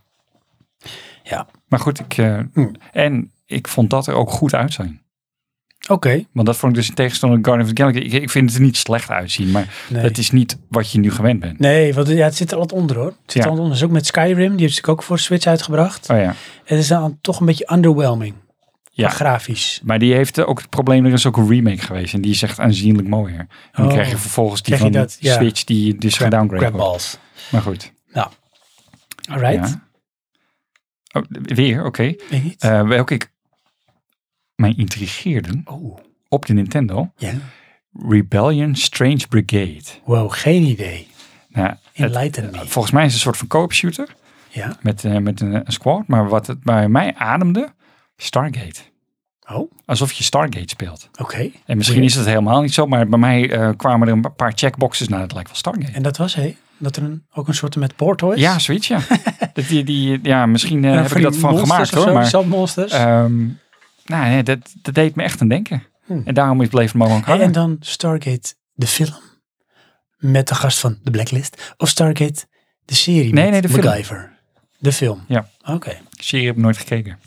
Ja. Maar goed, en ik vond dat er ook goed uitzien. Oké. Want dat vond ik dus in tegenstelling tot Guardians of the Galaxy. Ik vind het er niet slecht uitzien, maar Nee. het is niet wat je nu gewend bent. Nee, want ja, het zit er wat onder hoor. Het zit Ja. er wat onder. Dat is ook met Skyrim. Die heeft natuurlijk ook voor Switch uitgebracht. Oh ja. Het is dan toch een beetje underwhelming. Ja. Grafisch. Maar die heeft ook het probleem, er is ook een remake geweest en die is echt aanzienlijk mooier. En dan Oh. krijg je vervolgens die Krijg je van dat, ja. Switch die dus gedowngrade wordt. Grabballs. Maar goed. Alright. Ja. Oh, weer, oké. Weet je niet? Welke ik mij intrigeerde Oh. op de Nintendo. Ja. Rebellion Strange Brigade. Wow, geen idee. Nou, Enlighten me. volgens mij is het een soort van co-op shooter Ja. met een squad. Maar wat het bij mij ademde, Stargate. Oh, oké. Alsof je Stargate speelt. En misschien is het helemaal niet zo, maar bij mij kwamen er een paar checkboxes. Nou, dat lijkt wel Stargate. En dat was dat er ook een soort met Porto is? Ja, zoiets, ja. Ja, misschien heb ik dat van gemaakt, hoor. Maar Zandmonsters. nou, nee, dat deed me echt aan denken. En daarom bleef het me ook hangen. En dan Stargate, de film. Met de gast van The Blacklist. Of Stargate, de serie Nee, met de film. MacGyver. De film. Ja. Oké. Serie heb ik nooit gekeken.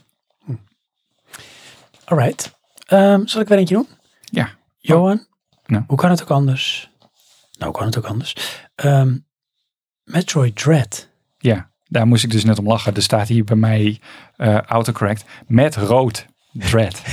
Alright. Zal ik weer eentje doen? Ja. Johan? Nou. Hoe kan het ook anders? Nou, kan het ook anders. Metroid Dread. Ja, daar moest ik dus net om lachen. Er staat hier bij mij autocorrect met rood dread.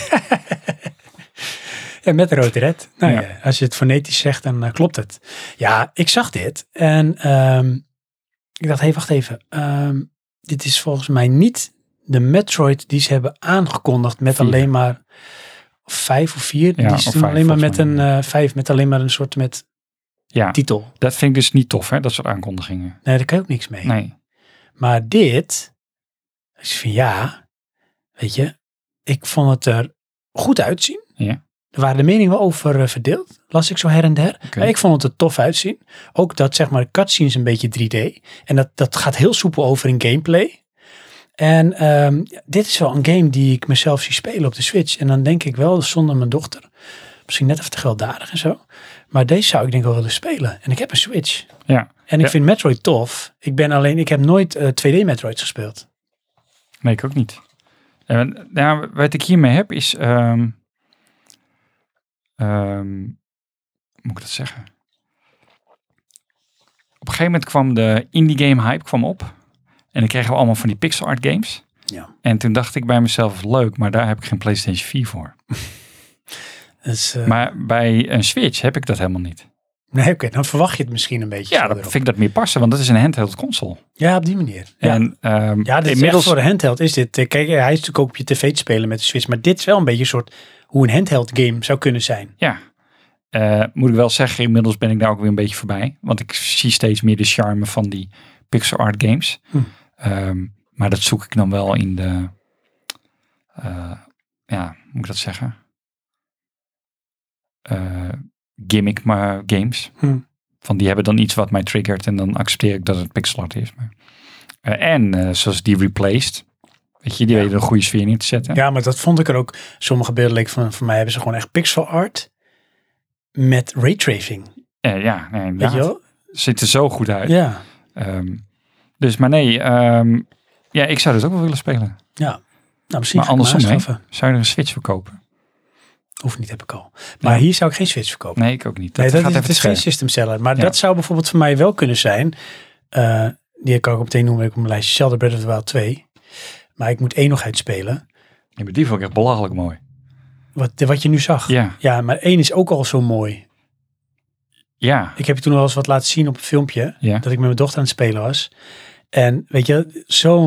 Ja, met rood red. Nou Ja. ja, als je het fonetisch zegt, dan klopt het. Ja, ik zag dit en ik dacht, hey, wacht even. Dit is volgens mij niet de Metroid die ze hebben aangekondigd met 4. alleen maar 5 of 4. Ja, Die of is toen 5 alleen maar volgens met mij. een 5, met alleen maar een soort met Ja, titel. dat vind ik dus niet tof, hè, dat soort aankondigingen. Nee, daar kan je ook niks mee. Nee. Maar dit, ik van ja, weet je, ik vond het er goed uitzien. Ja. Er waren de meningen wel over verdeeld, las ik zo her en der. Oké. Maar ik vond het er tof uitzien. Ook dat, zeg maar, de cutscenes een beetje 3D. En dat gaat heel soepel over in gameplay. En dit is wel een game die ik mezelf zie spelen op de Switch. En dan denk ik wel, zonder mijn dochter, misschien net even te gewelddadig en zo. Maar deze zou ik denk wel willen spelen. En ik heb een Switch. Ja. En ik Ja. vind Metroid tof. Ik heb nooit 2D Metroids gespeeld. Nee, ik ook niet. Nou, wat ik hiermee heb is... hoe moet ik dat zeggen? Op een gegeven moment kwam de indie game hype kwam op. En dan kregen we allemaal van die pixel art games. Ja. En toen dacht ik bij mezelf, leuk, maar daar heb ik geen PlayStation 4 voor. Dus, Maar bij een Switch heb ik dat helemaal niet. nee, oké, dan verwacht je het misschien een beetje. Ja, zo dan erop. vind ik dat meer passen, want dat is een handheld console. Ja, op die manier. Ja. En Ja, dit inmiddels... is echt voor de handheld is dit. Kijk, hij is natuurlijk ook op je tv te spelen met de Switch. Maar dit is wel een beetje een soort hoe een handheld game zou kunnen zijn. Ja, moet ik wel zeggen, inmiddels ben ik daar ook weer een beetje voorbij. Want ik zie steeds meer de charme van die pixel art games. Maar dat zoek ik dan wel in de... hoe moet ik dat zeggen? Gimmick maar games. Van die hebben dan iets wat mij triggert en dan accepteer ik dat het pixel art is. Maar, zoals die Replaced. Weet je, die weten een goede sfeer in te zetten. Ja, maar dat vond ik er ook. Sommige beelden leek van mij hebben ze gewoon echt pixel art met raytracing. Nee, Weet inderdaad. je wel? Ziet er zo goed uit. Ja. Dus, maar nee, ik zou dus ook wel willen spelen. Ja. Nou, misschien Maar ga ik hem andersom, hè? aanschaffen. Zou je er een Switch voor kopen? Of niet, heb ik al. Maar Ja. hier zou ik geen Switch verkopen. Nee, ik ook niet. Nee, dat gaat is, even het is te geen ver. system seller. Maar Ja. dat zou bijvoorbeeld voor mij wel kunnen zijn. Die kan ik ook meteen noemen op mijn lijstje. Zelda Breath of the Wild 2. Maar ik moet 1 nog uitspelen. Ja, maar die vond ik echt belachelijk mooi. Wat je nu zag. Ja. Ja, maar 1 is ook al zo mooi. Ja. Ik heb je toen wel eens wat laten zien op een filmpje. Ja. Dat ik met mijn dochter aan het spelen was. En weet je,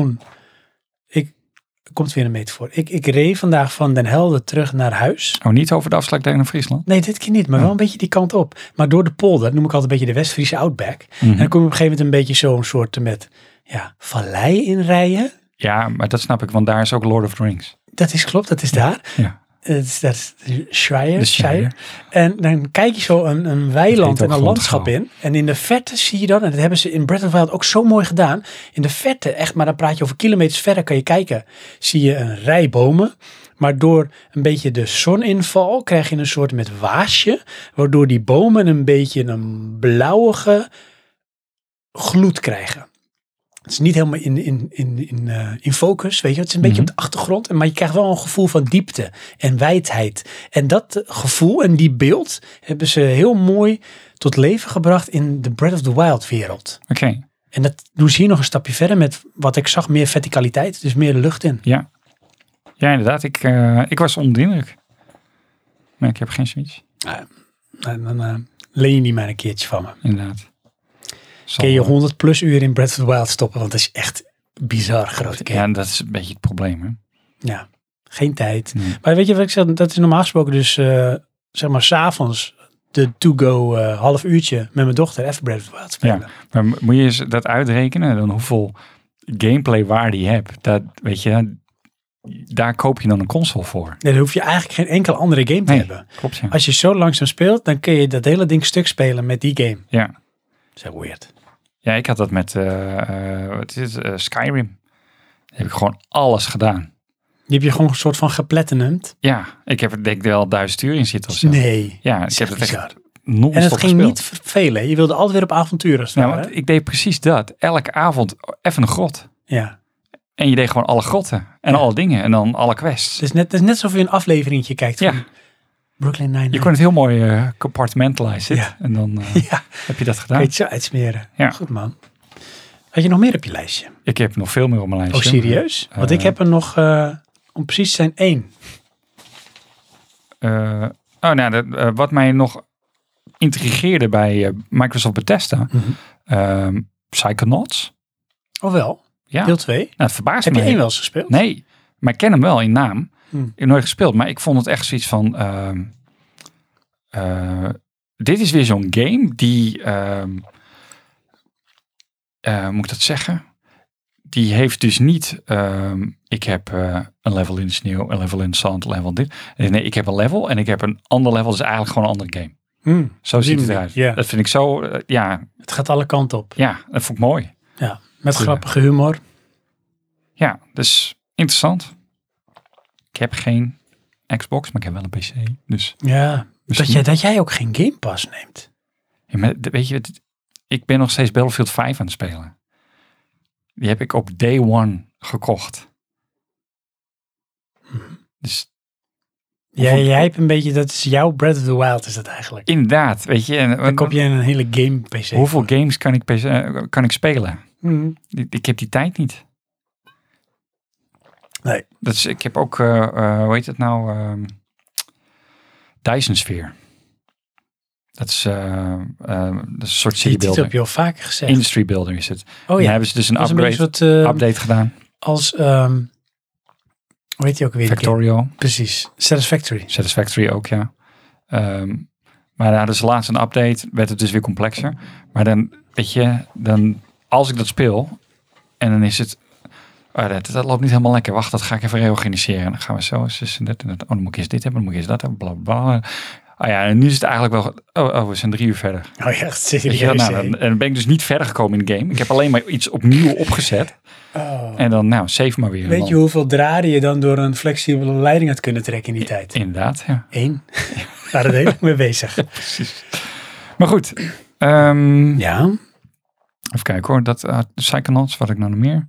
komt weer een metafoor. Ik reed vandaag van Den Helder terug naar huis. Oh, niet over de afsluitdijk naar Friesland? Nee, dit keer niet, maar wel een beetje die kant op. Maar door de polder, noem ik altijd een beetje de West-Friese Outback. Mhm. En dan kom je op een gegeven moment een beetje zo'n soort met vallei in rijden. Ja, maar dat snap ik, want daar is ook Lord of the Rings. Dat is klopt, dat is daar. Ja. Dat is Shire. De Shire. En dan kijk je zo een weiland heet en ook een landschap grondgebouw. in. En in de verte zie je dan, en dat hebben ze in Breath of the Wild ook zo mooi gedaan. In de verte, echt, maar dan praat je over kilometers verder, kan je kijken. Zie je een rij bomen. Maar door een beetje de zoninval krijg je een soort met waasje. Waardoor die bomen een beetje een blauwige gloed krijgen. Het is niet helemaal in focus, weet je. Het is een beetje op de achtergrond. Maar je krijgt wel een gevoel van diepte en wijdheid. En dat gevoel en die beeld hebben ze heel mooi tot leven gebracht in de Breath of the Wild wereld. Oké. En dat doen ze hier nog een stapje verder met wat ik zag, meer verticaliteit. Dus meer de lucht in. Ja. Ja, inderdaad. Ik was onder de indruk. Maar ik heb geen Switch. Dan leen je die maar een keertje van me. Inderdaad. Kun je 100 plus uur in Breath of the Wild stoppen, want dat is echt bizar grote game. Ja, en dat is een beetje het probleem, hè? Ja, geen tijd. Nee. Maar weet je wat ik zeg? Dat is normaal gesproken dus, zeg maar, 's avonds de to-go half uurtje met mijn dochter even Breath of the Wild spelen. Ja, maar moet je eens dat uitrekenen? Dan hoeveel gameplay waarde je hebt. Dat, weet je, daar koop je dan een console voor. Nee, dan hoef je eigenlijk geen enkele andere game te hebben. Klopt, ja. Als je zo langzaam speelt, dan kun je dat hele ding stuk spelen met die game. Ja. Dat is heel weird. Ja, ik had dat met Skyrim. Daar heb ik gewoon alles gedaan. Die heb je gewoon een soort van geplattenumd. Ja, ik heb er denk ik wel 1000 uur in zitten of zo. Nee. Ja, ik heb het bizar. echt non-stop En het ging gespeeld. niet vervelen. Je wilde altijd weer op avonturen staan. Nou, want ik deed precies dat. Elke avond even een grot. Ja. En je deed gewoon alle grotten. En Ja. alle dingen. En dan alle quests. Het is net alsof je een afleveringetje kijkt Ja. van Brooklyn Nine-Nine. Je kon het heel mooi compartmentalizen. Ja. En dan Ja, heb je dat kun gedaan. je het zo uitsmeren. Ja. Goed man. Had je nog meer op je lijstje? Ik heb nog veel meer op mijn lijstje. Oh, serieus? Want ik heb er nog, om precies te zijn, 1. Wat mij nog intrigeerde bij Microsoft Bethesda. Psychonauts. Oh wel? Ja. Deel 2? Nou, het verbaast Heb me. je 1 wel eens gespeeld? Nee, maar ik ken hem wel in naam. Hmm. Ik heb nooit gespeeld, maar ik vond het echt zoiets van... dit is weer zo'n game die... moet ik dat zeggen? Die heeft dus niet... ik heb een level in de sneeuw, een level in het zand, een level dit. Nee, ik heb een level en ik heb een ander level. Dat is eigenlijk gewoon een andere game. Zo ziet het eruit. Ja. Dat vind ik zo... Het gaat alle kanten op. ja, dat vond ik mooi. Ja. Met Goeie. grappige humor. Ja, dus interessant. Ik heb geen Xbox, maar ik heb wel een PC. Dus Ja. misschien- Dat jij ook geen Game Pass neemt. Ja, maar weet je, ik ben nog steeds Battlefield 5 aan het spelen. Die heb ik op day one gekocht. Dus Jij hebt een beetje, dat is jouw Breath of the Wild is dat eigenlijk. inderdaad, weet je. Dan koop je een hele game PC. hoeveel games kan ik spelen? Mhm. Ik heb die tijd niet. Nee. Dus ik heb ook, hoe heet het nou? Dyson Sphere. Dat is een soort city Dat builder. heb je al vaker gezegd. Industry builder is het. Oh Dan ja. hebben ze dus een Dat is upgrade, een beetje een soort, update gedaan. als, hoe heet die ook weer? die game? Factorio. Precies. Satisfactory. Satisfactory ook, ja. Maar ja, dus laatst een update werd het dus weer complexer. Maar dan, weet je, als ik dat speel en dan is het, dat loopt niet helemaal lekker. Wacht, dat ga ik even reorganiseren. En dan gaan we zo, zus en dit en dat. Oh, dan moet ik eens dit hebben, dan moet ik eens dat hebben, bla bla bla. Ah ja, en nu is het eigenlijk wel, we zijn 3 uur verder. Oh ja, echt Weet je, serieus. nou, hè? dan ben ik dus niet verder gekomen in de game. Ik heb alleen maar iets opnieuw opgezet. Oh. En dan, save maar weer. Weet je hoeveel draden je dan door een flexibele leiding had kunnen trekken in die tijd? Inderdaad, ja. 1. Daar er heel lang mee bezig. Maar goed. Ja. Even kijken hoor. Dat Psychonauts, wat ik nou nog meer?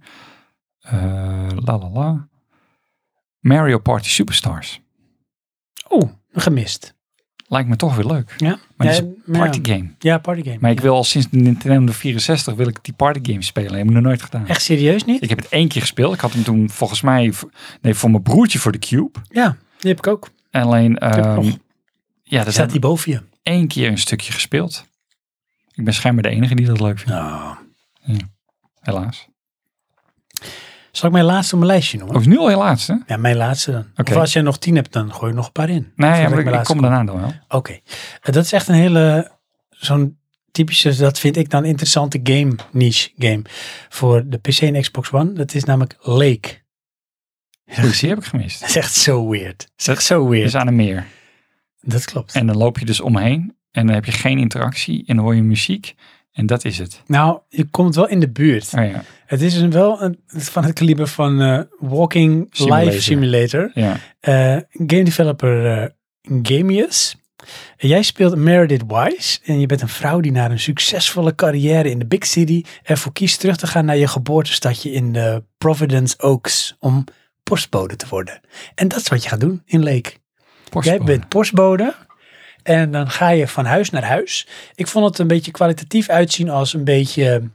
Mario Party Superstars. Oh, gemist. Lijkt me toch weer leuk. Ja. Maar ja, het is een partygame. Ja, partygame. Maar ik wil al sinds de Nintendo 64 wil ik die partygame spelen. Dat heb ik nog nooit gedaan. Echt serieus niet? Ik heb het 1 keer gespeeld. Ik had hem toen volgens mij voor mijn broertje voor de Cube. Ja, die heb ik ook. Alleen, heb ik nog. ja, dat Staat heb die boven je? 1 keer een stukje gespeeld. Ik ben schijnbaar de enige die dat leuk vindt. Oh. Helaas. Zal ik mijn laatste op mijn lijstje noemen? Ook is nu al helaas, hè? Ja, mijn laatste dan. Oké. Of als jij nog 10 hebt, dan gooi je nog een paar in. Nee, Voordat ja, maar mijn ik laatste kom daarna dan wel. Oké. Dat is echt een hele, zo'n typische, dat vind ik dan interessante game, niche game. Voor de PC en Xbox One. Dat is namelijk Lake. Dus die heb ik gemist. Dat is echt zo weird. Dat is echt zo weird. Dus aan een meer. Dat klopt. En dan loop je dus omheen. En dan heb je geen interactie. En dan hoor je muziek. En dat is het. Nou, je komt wel in de buurt. Oh ja. Het is van het kaliber van Walking Simulator. Life Simulator. Ja. Game developer Gamius. En jij speelt Meredith Wise en je bent een vrouw die na een succesvolle carrière in de Big City ervoor kiest terug te gaan naar je geboortestadje in de Providence Oaks om postbode te worden. En dat is wat je gaat doen in Lake. Jij bent postbode en dan ga je van huis naar huis. Ik vond het een beetje kwalitatief uitzien als een beetje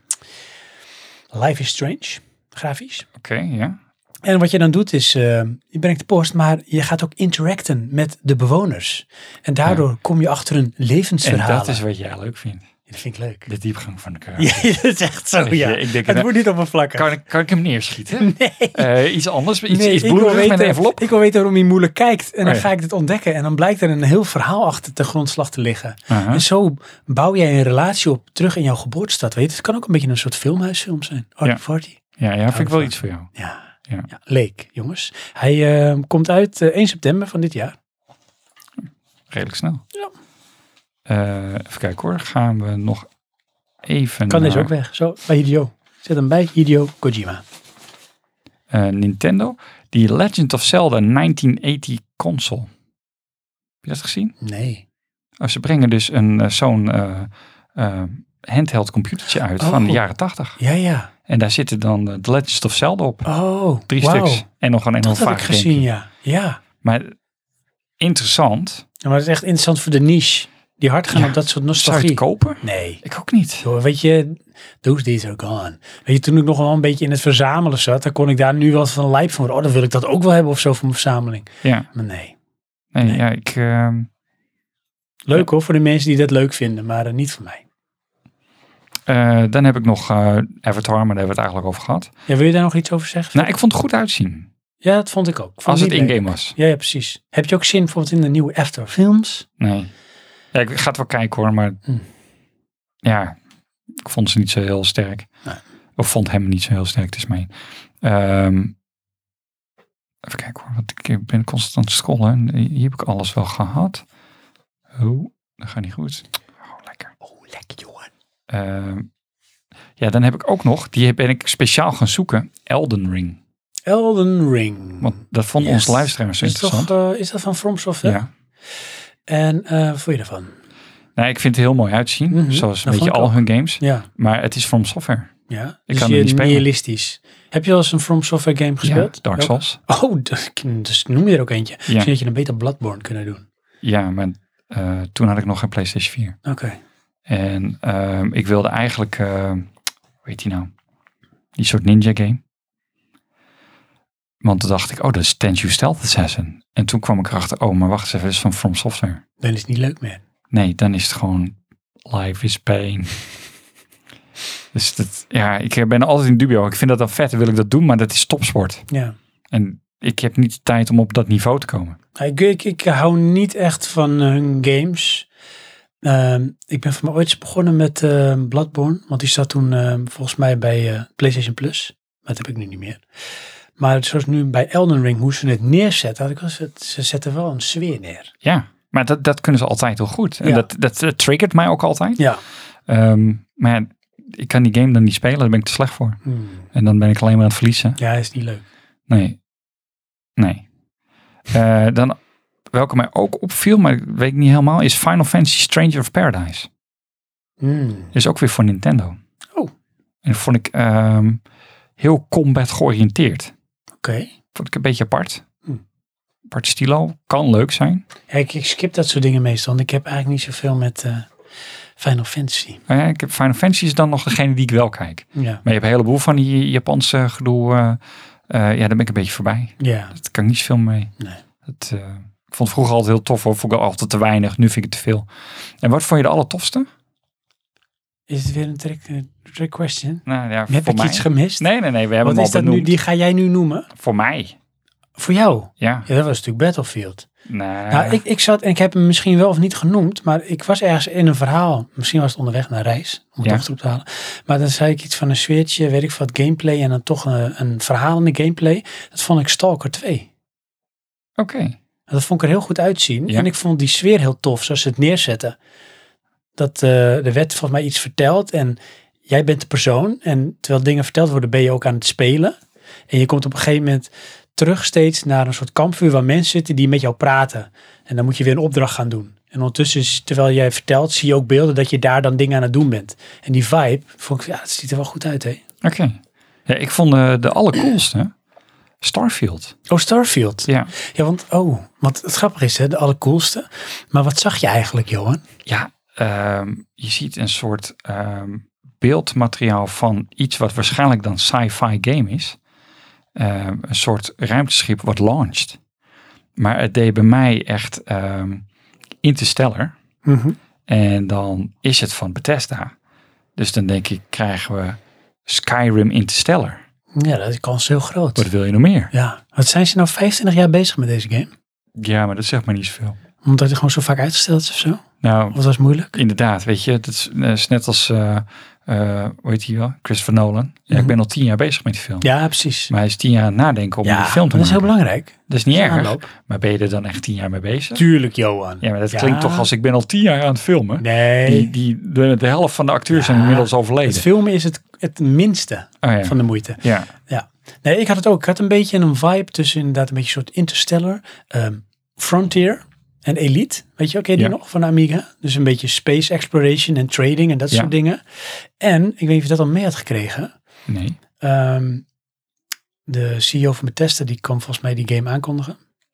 Life is Strange, grafisch. Oké, ja. En wat je dan doet is, je brengt de post, maar je gaat ook interacten met de bewoners. En daardoor kom je achter een levensverhaal. En dat is wat jij leuk vindt. Ja, dat vind ik leuk. De diepgang van de karakter. Ja, dat is echt zo, ja. Ik denk, het wordt niet oppervlakkig. Kan ik hem neerschieten? Nee. Iets anders? Iets ik wil bloedigs met een weten, envelop? ik wil weten waarom hij moeilijk kijkt. En dan ja. ga ik dit ontdekken. En dan blijkt er een heel verhaal achter de grondslag te liggen. Uh-huh. En zo bouw jij een relatie op terug in jouw geboortestad. Weet je? Het kan ook een beetje een soort filmhuisfilm zijn. Party. Ja, vind ik wel iets voor jou. Ja. Lake, jongens. Hij komt uit 1 september van dit jaar. Redelijk snel. Ja. Even kijken hoor. Gaan we nog even Kan deze ook weg. Zo, bij Hideo. Zet hem bij Hideo Kojima. Nintendo. Die Legend of Zelda 1980 console. Heb je dat gezien? Nee. Ze brengen dus zo'n handheld computertje uit van de jaren 80. Ja. En daar zitten dan The Legend of Zelda op. Oh, 3 stuks. En nog een enorm dat heb ik gezien, ja. Maar interessant. Ja, maar het is echt interessant voor de niche. Die hard gaan op dat soort Zou je nostalgie. het kopen? Nee. Ik ook niet. Zo, weet je, those days are gone. Weet je, toen ik nog wel een beetje in het verzamelen zat, dan kon ik daar nu wel van lijp van worden. Oh, dan wil ik dat ook wel hebben of zo voor mijn verzameling. Ja. Maar nee. Ja, ik... Leuk hoor, voor de mensen die dat leuk vinden, maar niet voor mij. Dan heb ik nog Avatar, maar daar hebben we het eigenlijk over gehad. Ja, wil je daar nog iets over zeggen? Nou, ik vond het goed uitzien. Ja, dat vond ik ook. Als het in-game was. Ja, precies. Heb je ook zin bijvoorbeeld in de nieuwe After films? Nee. Ja, ik ga het wel kijken hoor, maar ja, ik vond ze niet zo heel sterk. Nee. Of vond hem niet zo heel sterk, het is mij. Even kijken hoor, want ik ben constant scrollen. Hier heb ik alles wel gehad. Oh, dat gaat niet goed. Oh, lekker. Oh, lekker jongen. Ja, dan heb ik ook nog, die ben ik speciaal gaan zoeken, Elden Ring. Elden Ring. Want dat vonden onze luisteraars zo interessant. Is dat van From Software? Ja. En wat vond je daarvan? Nou, ik vind het heel mooi uitzien. Zoals een beetje al hun games. Ja. Maar het is From Software. Ja, ik kan het niet spelen. Nihilistisch. Heb je al eens een From Software game gespeeld? Ja, Dark Souls. Oh, dus noem je er ook eentje. Ja. Misschien had je een beter Bloodborne kunnen doen. Ja, maar toen had ik nog geen PlayStation 4. Oké. En ik wilde eigenlijk, hoe heet die nou? Die soort ninja game. Want toen dacht ik, dat is Tenchu Stealth Assassin. En toen kwam ik erachter, maar wacht eens even, dat is van From Software. Dan is het niet leuk meer. Nee, dan is het gewoon life is pain. Dus ik ben altijd in dubio. Ik vind dat dan vet, wil ik dat doen, maar dat is topsport. Ja. En ik heb niet de tijd om op dat niveau te komen. Ik hou niet echt van hun games. Ik ben van mij ooit eens begonnen met Bloodborne. Want die zat toen volgens mij bij PlayStation Plus. Maar dat heb ik nu niet meer. Maar zoals nu bij Elden Ring, hoe ze het neerzetten. Ze zetten wel een sfeer neer. Ja, maar dat kunnen ze altijd heel goed. En Ja. dat triggert mij ook altijd. Ja. Maar ja, ik kan die game dan niet spelen. Daar ben ik te slecht voor. En dan ben ik alleen maar aan het verliezen. Ja, is niet leuk. Nee. Dan, welke mij ook opviel, maar ik weet niet helemaal, is Final Fantasy Stranger of Paradise. Is ook weer voor Nintendo. Oh. En dat vond ik heel combat georiënteerd. Oké. Vond ik een beetje apart. Apart stilo. Kan leuk zijn. Ja, ik skip dat soort dingen meestal. Want ik heb eigenlijk niet zoveel met Final Fantasy. Ik heb Final Fantasy is dan nog degene die ik wel kijk. Ja. Maar je hebt een heleboel van die Japanse gedoe. Daar ben ik een beetje voorbij. Ja. Dat kan ik niet zoveel mee. Nee. Ik vond het vroeger altijd heel tof. Vond ik altijd te weinig. Nu vind ik het te veel. En wat vond je de allertofste? Is het weer een trick question? Nou, ja, Heb voor ik mij. iets gemist? Nee. We hebben Wat hem al is dat benoemd. nu? Die ga jij nu noemen? Voor mij. Voor jou? Ja. Ja, dat was natuurlijk Battlefield. Nee. Nou, ik zat en ik heb hem misschien wel of niet genoemd, maar ik was ergens in een verhaal. Misschien was het onderweg naar reis, om het dochter op te halen. Maar dan zei ik iets van een sfeertje, weet ik wat, gameplay en dan toch een verhaal in de gameplay. Dat vond ik Stalker 2. Oké. Dat vond ik er heel goed uitzien. Ja. En ik vond die sfeer heel tof, zoals ze het neerzetten. Dat er werd volgens mij iets verteld en jij bent de persoon. En terwijl dingen verteld worden, ben je ook aan het spelen. En je komt op een gegeven moment terug steeds naar een soort kampvuur waar mensen zitten die met jou praten. En dan moet je weer een opdracht gaan doen. En ondertussen, terwijl jij vertelt, zie je ook beelden dat je daar dan dingen aan het doen bent. En die vibe, vond ik, ja, het ziet er wel goed uit, hè? Oké. Ja, ik vond de allercoolste Starfield. Oh, Starfield. Ja. Ja, want het grappige is, hè, de allercoolste. Maar wat zag je eigenlijk, Johan? Ja, je ziet een soort beeldmateriaal van iets wat waarschijnlijk dan sci-fi game is. Een soort ruimteschip wat launched. Maar het deed bij mij echt Interstellar. En dan is het van Bethesda. Dus dan denk ik, krijgen we Skyrim Interstellar. Ja, dat is de kans heel groot. Wat wil je nog meer? Ja, wat zijn ze nou 25 jaar bezig met deze game? Ja, maar dat zegt maar niet zoveel. Omdat het gewoon zo vaak uitgesteld is of zo? Nou, Of was het moeilijk? inderdaad, weet je, het is net als, hoe heet hij wel? Christopher Nolan. Ja, ik ben al 10 jaar bezig met die film. Ja, precies. Maar hij is 10 jaar aan het nadenken om die film maar te dat is heel maken. belangrijk. Dat is niet Dat is een erg. aanloop. Maar ben je er dan echt 10 jaar mee bezig? Tuurlijk, Johan. Ja, maar dat klinkt toch als ik ben al 10 jaar aan het filmen. Nee. De helft van de acteurs zijn inmiddels overleden. Het filmen is het minste Oh, ja. van de moeite. Ja. Ja. Nee, ik had het ook. Ik had een beetje een vibe tussen inderdaad een beetje een soort Interstellar, Frontier en Elite. Weet je, oké, die Ja. nog van de Amiga. Dus een beetje space exploration en trading en dat Ja. soort dingen. En, ik weet niet of je dat al mee had gekregen. Nee. De CEO van Bethesda, die kwam volgens mij die game aankondigen.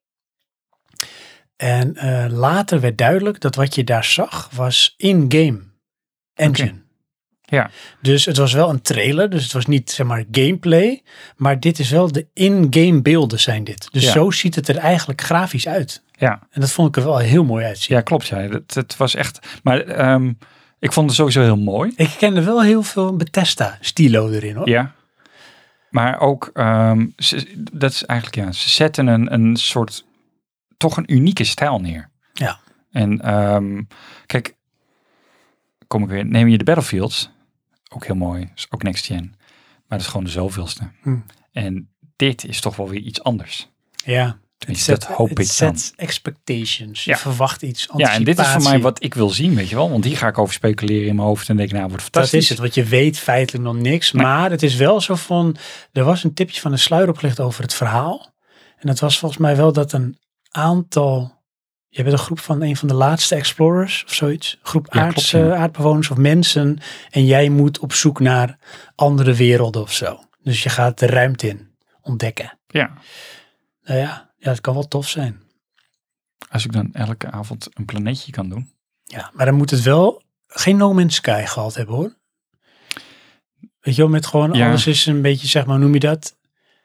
En later werd duidelijk dat wat je daar zag was in-game engine. Oké. Ja. Dus het was wel een trailer, dus het was niet zeg maar gameplay, maar dit is wel de in-game beelden zijn dit. Dus Ja. zo ziet het er eigenlijk grafisch uit. Ja. En dat vond ik er wel heel mooi uitzien. Ja, klopt. Ja. Het was echt... Maar ik vond het sowieso heel mooi. Ik kende wel heel veel Bethesda-stilo erin hoor. Ja. Maar ook, dat is eigenlijk, ja, ze zetten een soort, toch een unieke stijl neer. Ja. En kijk, kom ik weer, neem je de Battlefields, ook heel mooi, is ook next gen. Maar dat is gewoon de zoveelste. En dit is toch wel weer iets anders. Ja. Tenminste, dat hoop ik dan. sets expectations. Je Ja. verwacht iets. Ja, en dit is voor mij anticipatie. wat ik wil zien, weet je wel. Want hier ga ik over speculeren in mijn hoofd en denk, nou, wordt Dat fantastisch. is het, want je weet feitelijk nog niks. Nee. Maar het is wel zo van, er was een tipje van de sluier opgelegd over het verhaal. En dat was volgens mij wel dat een aantal, je bent een groep van een van de laatste explorers of zoiets. Groep Ja, klopt, ja. aardbewoners of mensen. En jij moet op zoek naar andere werelden of zo. Dus je gaat de ruimte in ontdekken. Ja, Nou ja, het kan wel tof zijn. als ik dan elke avond een planeetje kan doen. Ja, maar dan moet het wel geen No Man's Sky gehad hebben hoor. Weet je wel, met gewoon Ja. alles is een beetje, zeg maar, hoe noem je dat?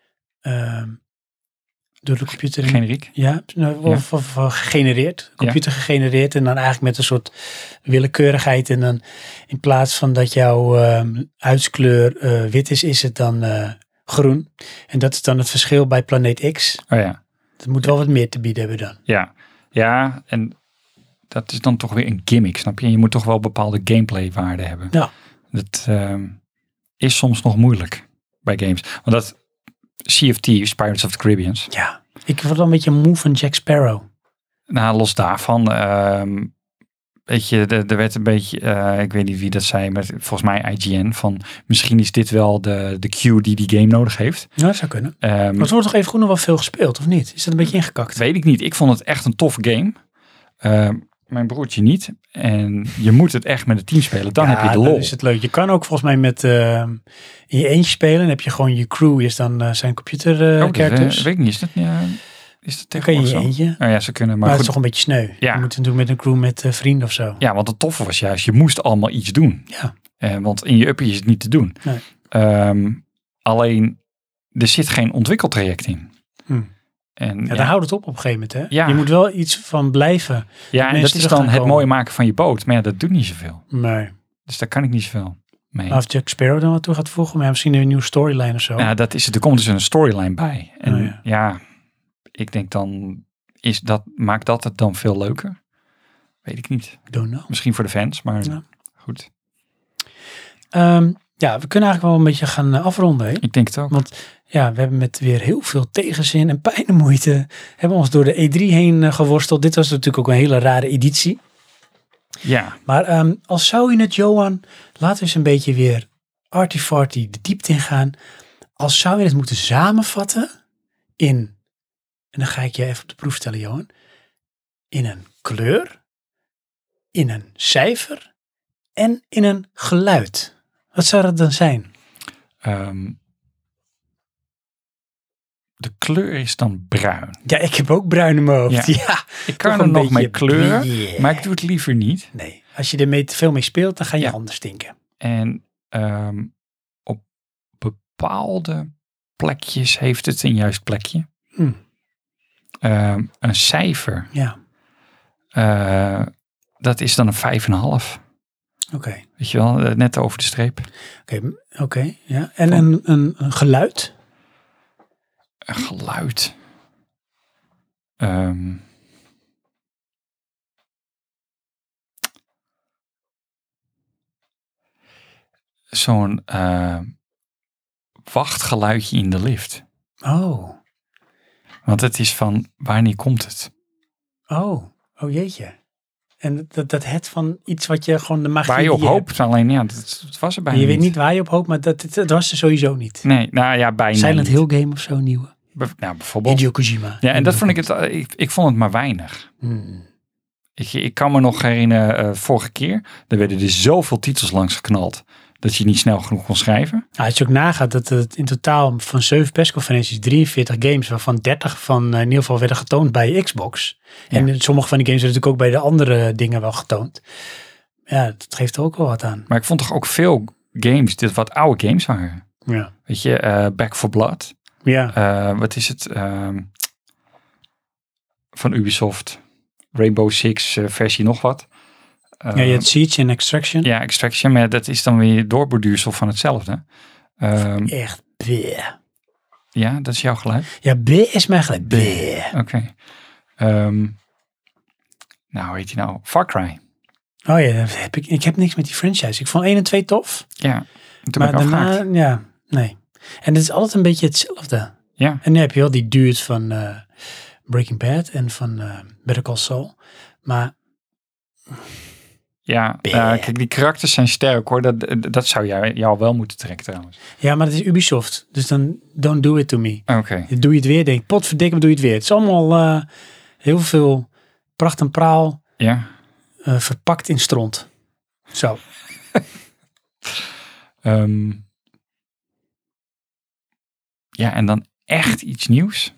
Door de computer. Generiek. Ja, of gegenereerd. Computer gegenereerd en dan eigenlijk met een soort willekeurigheid. En dan in plaats van dat jouw huidskleur wit is het dan groen. En dat is dan het verschil bij planeet X. Oh ja. Het moet wel wat meer te bieden hebben dan. Ja, ja, en dat is dan toch weer een gimmick, snap je? Je moet toch wel bepaalde gameplaywaarde hebben. Ja. Dat is soms nog moeilijk bij games. Want dat Sea of Thieves, Pirates of the Caribbean. Ja, ik word wel een beetje moe van Jack Sparrow. Nou, los daarvan, weet je, er werd een beetje, ik weet niet wie dat zei, maar volgens mij IGN, van misschien is dit wel de cue die game nodig heeft. Ja, dat zou kunnen. Maar Weet het wordt toch even goed nog wel veel gespeeld, of niet? Is dat een beetje ingekakt? ik niet. Ik vond het echt een toffe game. Mijn broertje niet. En je moet het echt met het team spelen. Dan heb je de lol. Dan is het leuk. Je kan ook volgens mij met in je eentje spelen. Dan heb je gewoon je crew, is dan zijn computer Dat characters. weet ik niet. Is dat, is dat Dan kan je in je tegenwoordig zo? eentje. Oh ja, ze kunnen. Maar Maar het is goed, toch een beetje sneu. Ja. Je moet het doen met een crew met vrienden of zo. ja, want het toffe was juist, je moest allemaal iets doen. Ja. Want in je uppie is het niet te doen. Nee. Alleen, er zit geen ontwikkeltraject in. En Ja, dan houdt het op een gegeven moment. Hè? Ja. Je moet wel iets van blijven. ja, en mensen dat is terug dan gaan het komen. mooie maken van je boot. Maar ja, dat doet niet zoveel. Nee. Dus daar kan ik niet zoveel mee. Maar of Jack Sparrow dan wat toe gaat voegen. Maar misschien een nieuwe storyline of zo. Ja, dat is het. Er komt dus een storyline bij. En Oh ja. ja, ik denk dan, maakt dat het dan veel leuker? Weet ik niet. Don't know. Misschien voor de fans, maar Ja. goed. Ja, we kunnen eigenlijk wel een beetje gaan afronden. Hè? Ik denk het ook. Want ja, we hebben met weer heel veel tegenzin en pijn en moeite hebben ons door de E3 heen geworsteld. Dit was natuurlijk ook een hele rare editie. Ja, Maar als zou je het, Johan, laten we eens een beetje weer arty-farty de diepte in gaan. Als zou je het moeten samenvatten in, en dan ga ik je even op de proef stellen, Johan, in een kleur, in een cijfer en in een geluid. Wat zou dat dan zijn? De kleur is dan bruin. Ja, ik heb ook bruin in mijn hoofd. Ja, Ik kan toch er een nog mee beetje kleuren, bleh. maar ik doe het liever niet. Nee, als je er te veel mee speelt, dan ga je Ja. handen stinken. En op bepaalde plekjes heeft het een juist plekje. Een cijfer, Ja, dat is dan een 5,5. oké. Weet je wel, net over de streep. Oké, ja. En een geluid? Een geluid. Zo'n wachtgeluidje in de lift. Oh, Want het is van, wanneer komt het? oh jeetje. En dat het van iets wat je gewoon de magie Waar je op die hoopt, alleen ja, dat was er bijna Je niet. weet niet waar je op hoopt, maar dat was er sowieso niet. Nee, nou ja, bijna Silent niet. Hill game of zo, nieuwe. Nou, bijvoorbeeld. Hideo Kojima. Ja, en dat vond ik vond het maar weinig. Ik kan me nog herinneren, vorige keer, er werden er zoveel titels langs geknald, dat je niet snel genoeg kon schrijven. Nou, als je ook nagaat dat het in totaal van 7 persconferenties 43 games, waarvan 30 van in ieder geval werden getoond bij Xbox. Ja. En sommige van die games werden natuurlijk ook bij de andere dingen wel getoond. Ja, dat geeft er ook wel wat aan. Maar ik vond toch ook veel games, dit wat oude games waren. Ja. Weet je, Back 4 Blood. Ja. Wat is het? Van Ubisoft. Rainbow Six versie nog wat. Ja, je hebt Siege en Extraction. Ja, Extraction, maar dat is dan weer doorborduursel van hetzelfde. Echt bleh. Ja, dat is jouw geluid? Ja, bleh is mijn geluid. Bleh. Oké. Nou, hoe heet die nou? Far Cry. Oh ja, dat heb ik heb niks met die franchise. Ik vond 1 en 2 tof. Ja, toen Maar ben ik daarna, afgehaakt. ja, nee. En het is altijd een beetje hetzelfde. Ja, En nu heb je wel die dude van Breaking Bad en van Better Call Saul. Maar ja. Kijk, die karakters zijn sterk hoor. Dat zou jou wel moeten trekken trouwens. ja, maar dat is Ubisoft. Dus dan don't do it to me. Oké. Dan doe je het weer, denk ik, potverdikke, doe je het weer. Het is allemaal heel veel pracht en praal Ja. verpakt in stront. Zo. Ja, en dan echt iets nieuws.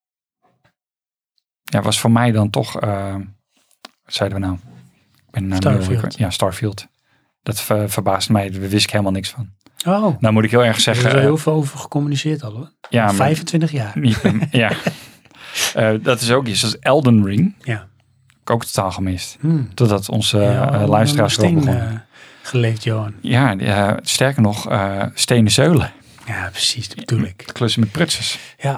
Ja, was voor mij dan toch, wat zeiden we nou? Ik ben nou Starfield. Ja, Starfield. Dat verbaasde mij, daar wist ik helemaal niks van. Oh, Nou moet ik heel erg er zeggen. is er heel veel over gecommuniceerd al hoor. Ja, maar 25 jaar. niet, ja. Dat is ook iets als Elden Ring. Ja. Ik ook totaal gemist. Hmm. Totdat onze Ja, luisteraars erop steen, begonnen. geleefd, Johan. Ja, sterker nog, stenen zeulen. Ja, precies, dat bedoel ik. Klussen met prutsers. Ja.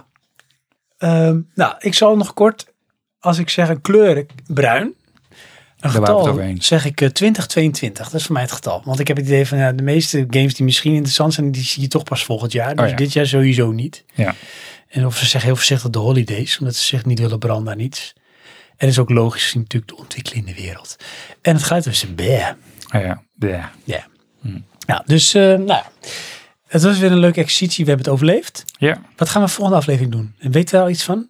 Nou, ik zal nog kort, als ik zeg een kleur, bruin. Een Daar waren we het getal, over eens. zeg ik 2022. Dat is voor mij het getal. Want ik heb het idee van, de meeste games die misschien interessant zijn, die zie je toch pas volgend jaar. Dus ja. dit jaar sowieso niet. Ja. En of ze zeggen heel voorzichtig de holidays, omdat ze zich niet willen branden aan iets. En dat is ook logisch gezien natuurlijk de ontwikkeling in de wereld. En het geluid was een bleh. Ja. Ja. Nou, dus, het was weer een leuke exercitie. We hebben het overleefd. Ja. Wat gaan we volgende aflevering doen? En weet je daar al iets van?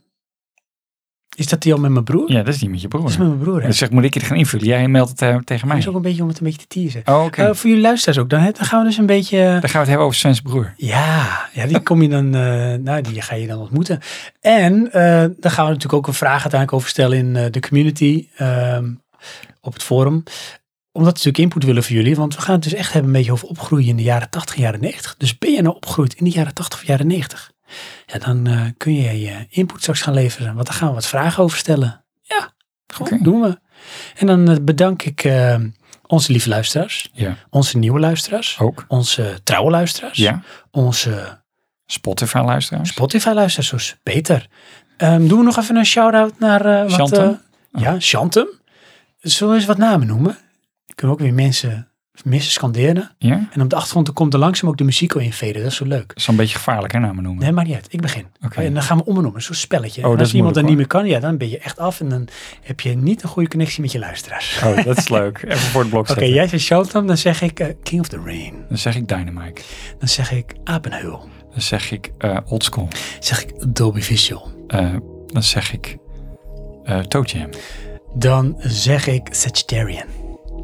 Is dat die al met mijn broer? Ja, dat is niet met je broer. Dat is met mijn broer, hè? Dus zeg, moet ik het gaan invullen? Jij meldt het tegen mij. Dat is ook een beetje om het een beetje te teasen. Oh, oké. Voor jullie luisteraars ook. Dan gaan we dus een beetje... Dan gaan we het hebben over Sven's broer. Ja, die kom je dan... die ga je dan ontmoeten. En dan gaan we natuurlijk ook een vraag uiteindelijk over stellen in de community. Op het forum. Omdat we natuurlijk input willen voor jullie. Want we gaan het dus echt hebben een beetje over opgroeien in de jaren 80 en jaren 90. Dus ben je nou opgegroeid in de jaren 80 of jaren 90? Ja, dan kun je je input straks gaan leveren. Want dan gaan we wat vragen over stellen. Ja, gewoon Oké. doen we. En dan bedank ik onze lieve luisteraars. Ja. Onze nieuwe luisteraars. Ook. Onze trouwe luisteraars. Ja. Onze Spotify-luisteraars. Spotify-luisteraars, zoals Peter. Doen we nog even een shout-out naar Chantem? Ja, Chantem. Zullen we eens wat namen noemen? Kunnen we ook weer mensen scanderen. Ja? En op de achtergrond komt er langzaam ook de muziek al invaden. Dat is zo leuk. Dat is een beetje gevaarlijk, hè, namen noemen. Nee, maar niet uit. Ik begin. Oké. En dan gaan we omnoemen. Zo'n spelletje. Oh, En dat als is iemand dan moeilijk, niet meer kan, ja, dan ben je echt af. En dan heb je niet een goede connectie met je luisteraars. Oh, dat is leuk. Even voor het blok Oké, zetten. jij zegt Chantem. Dan zeg ik King of the Rain. Dan zeg ik Dynamite. Dan zeg ik Apenheul. Dan zeg ik Oldschool. zeg ik Dolby Visual. Dan zeg ik Toe Jam. Dan zeg ik Sagittarian.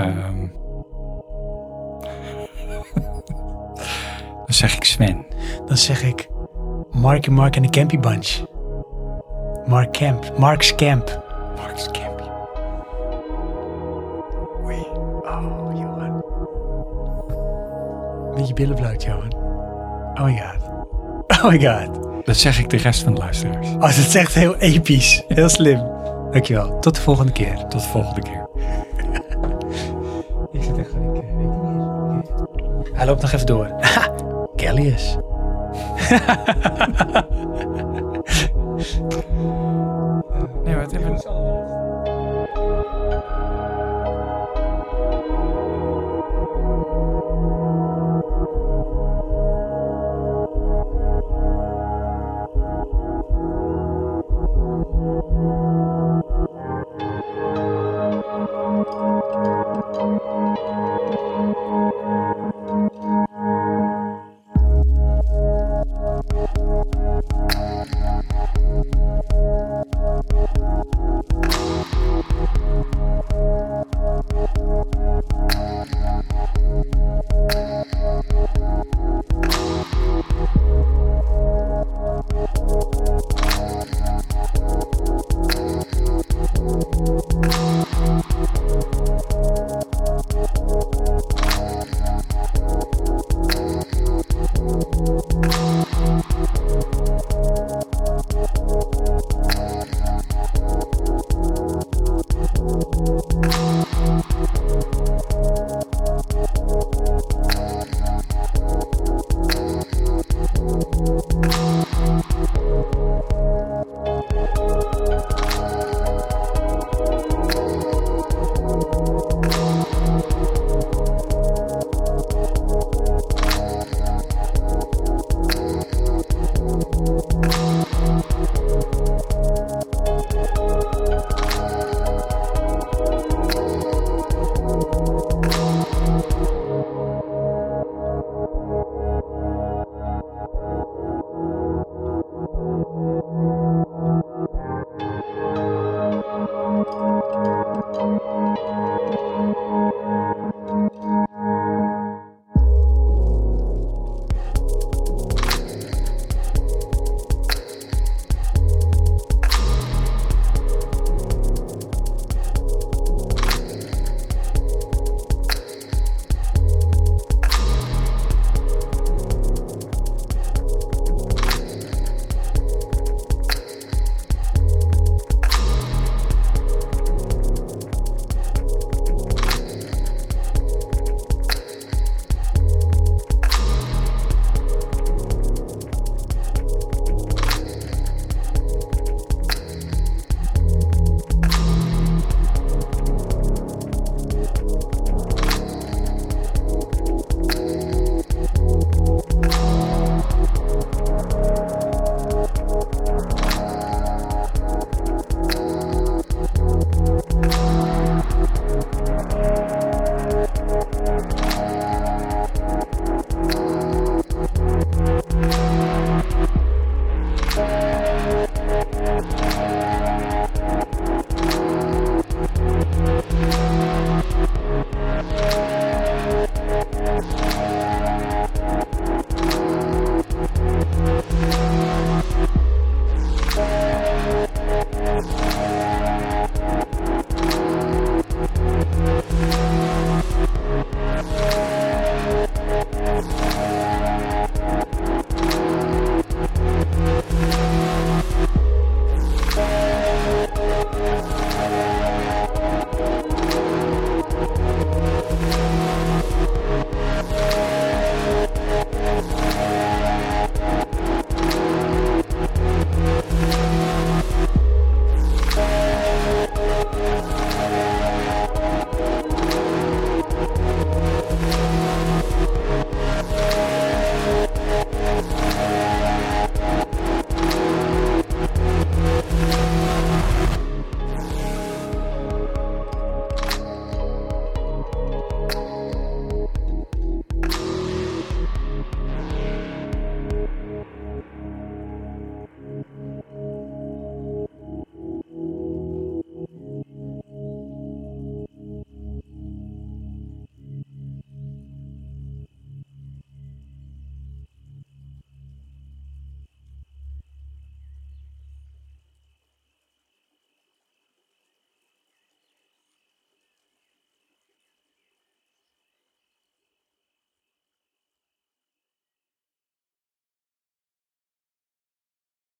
Dan zeg ik Sven. Dan zeg ik Mark en de Campy Bunch. Mark's Camp. Mark's Campy. Oei. Oh, Johan. Met je billen bloot, Johan. Oh my god. Oh my god. Dat zeg ik de rest van de luisteraars. Oh, dat is echt heel episch. Heel slim. Dankjewel. Tot de volgende keer. Tot de volgende keer. Ik zit echt ik weet niet meer. Hij loopt nog even door. Kellyus.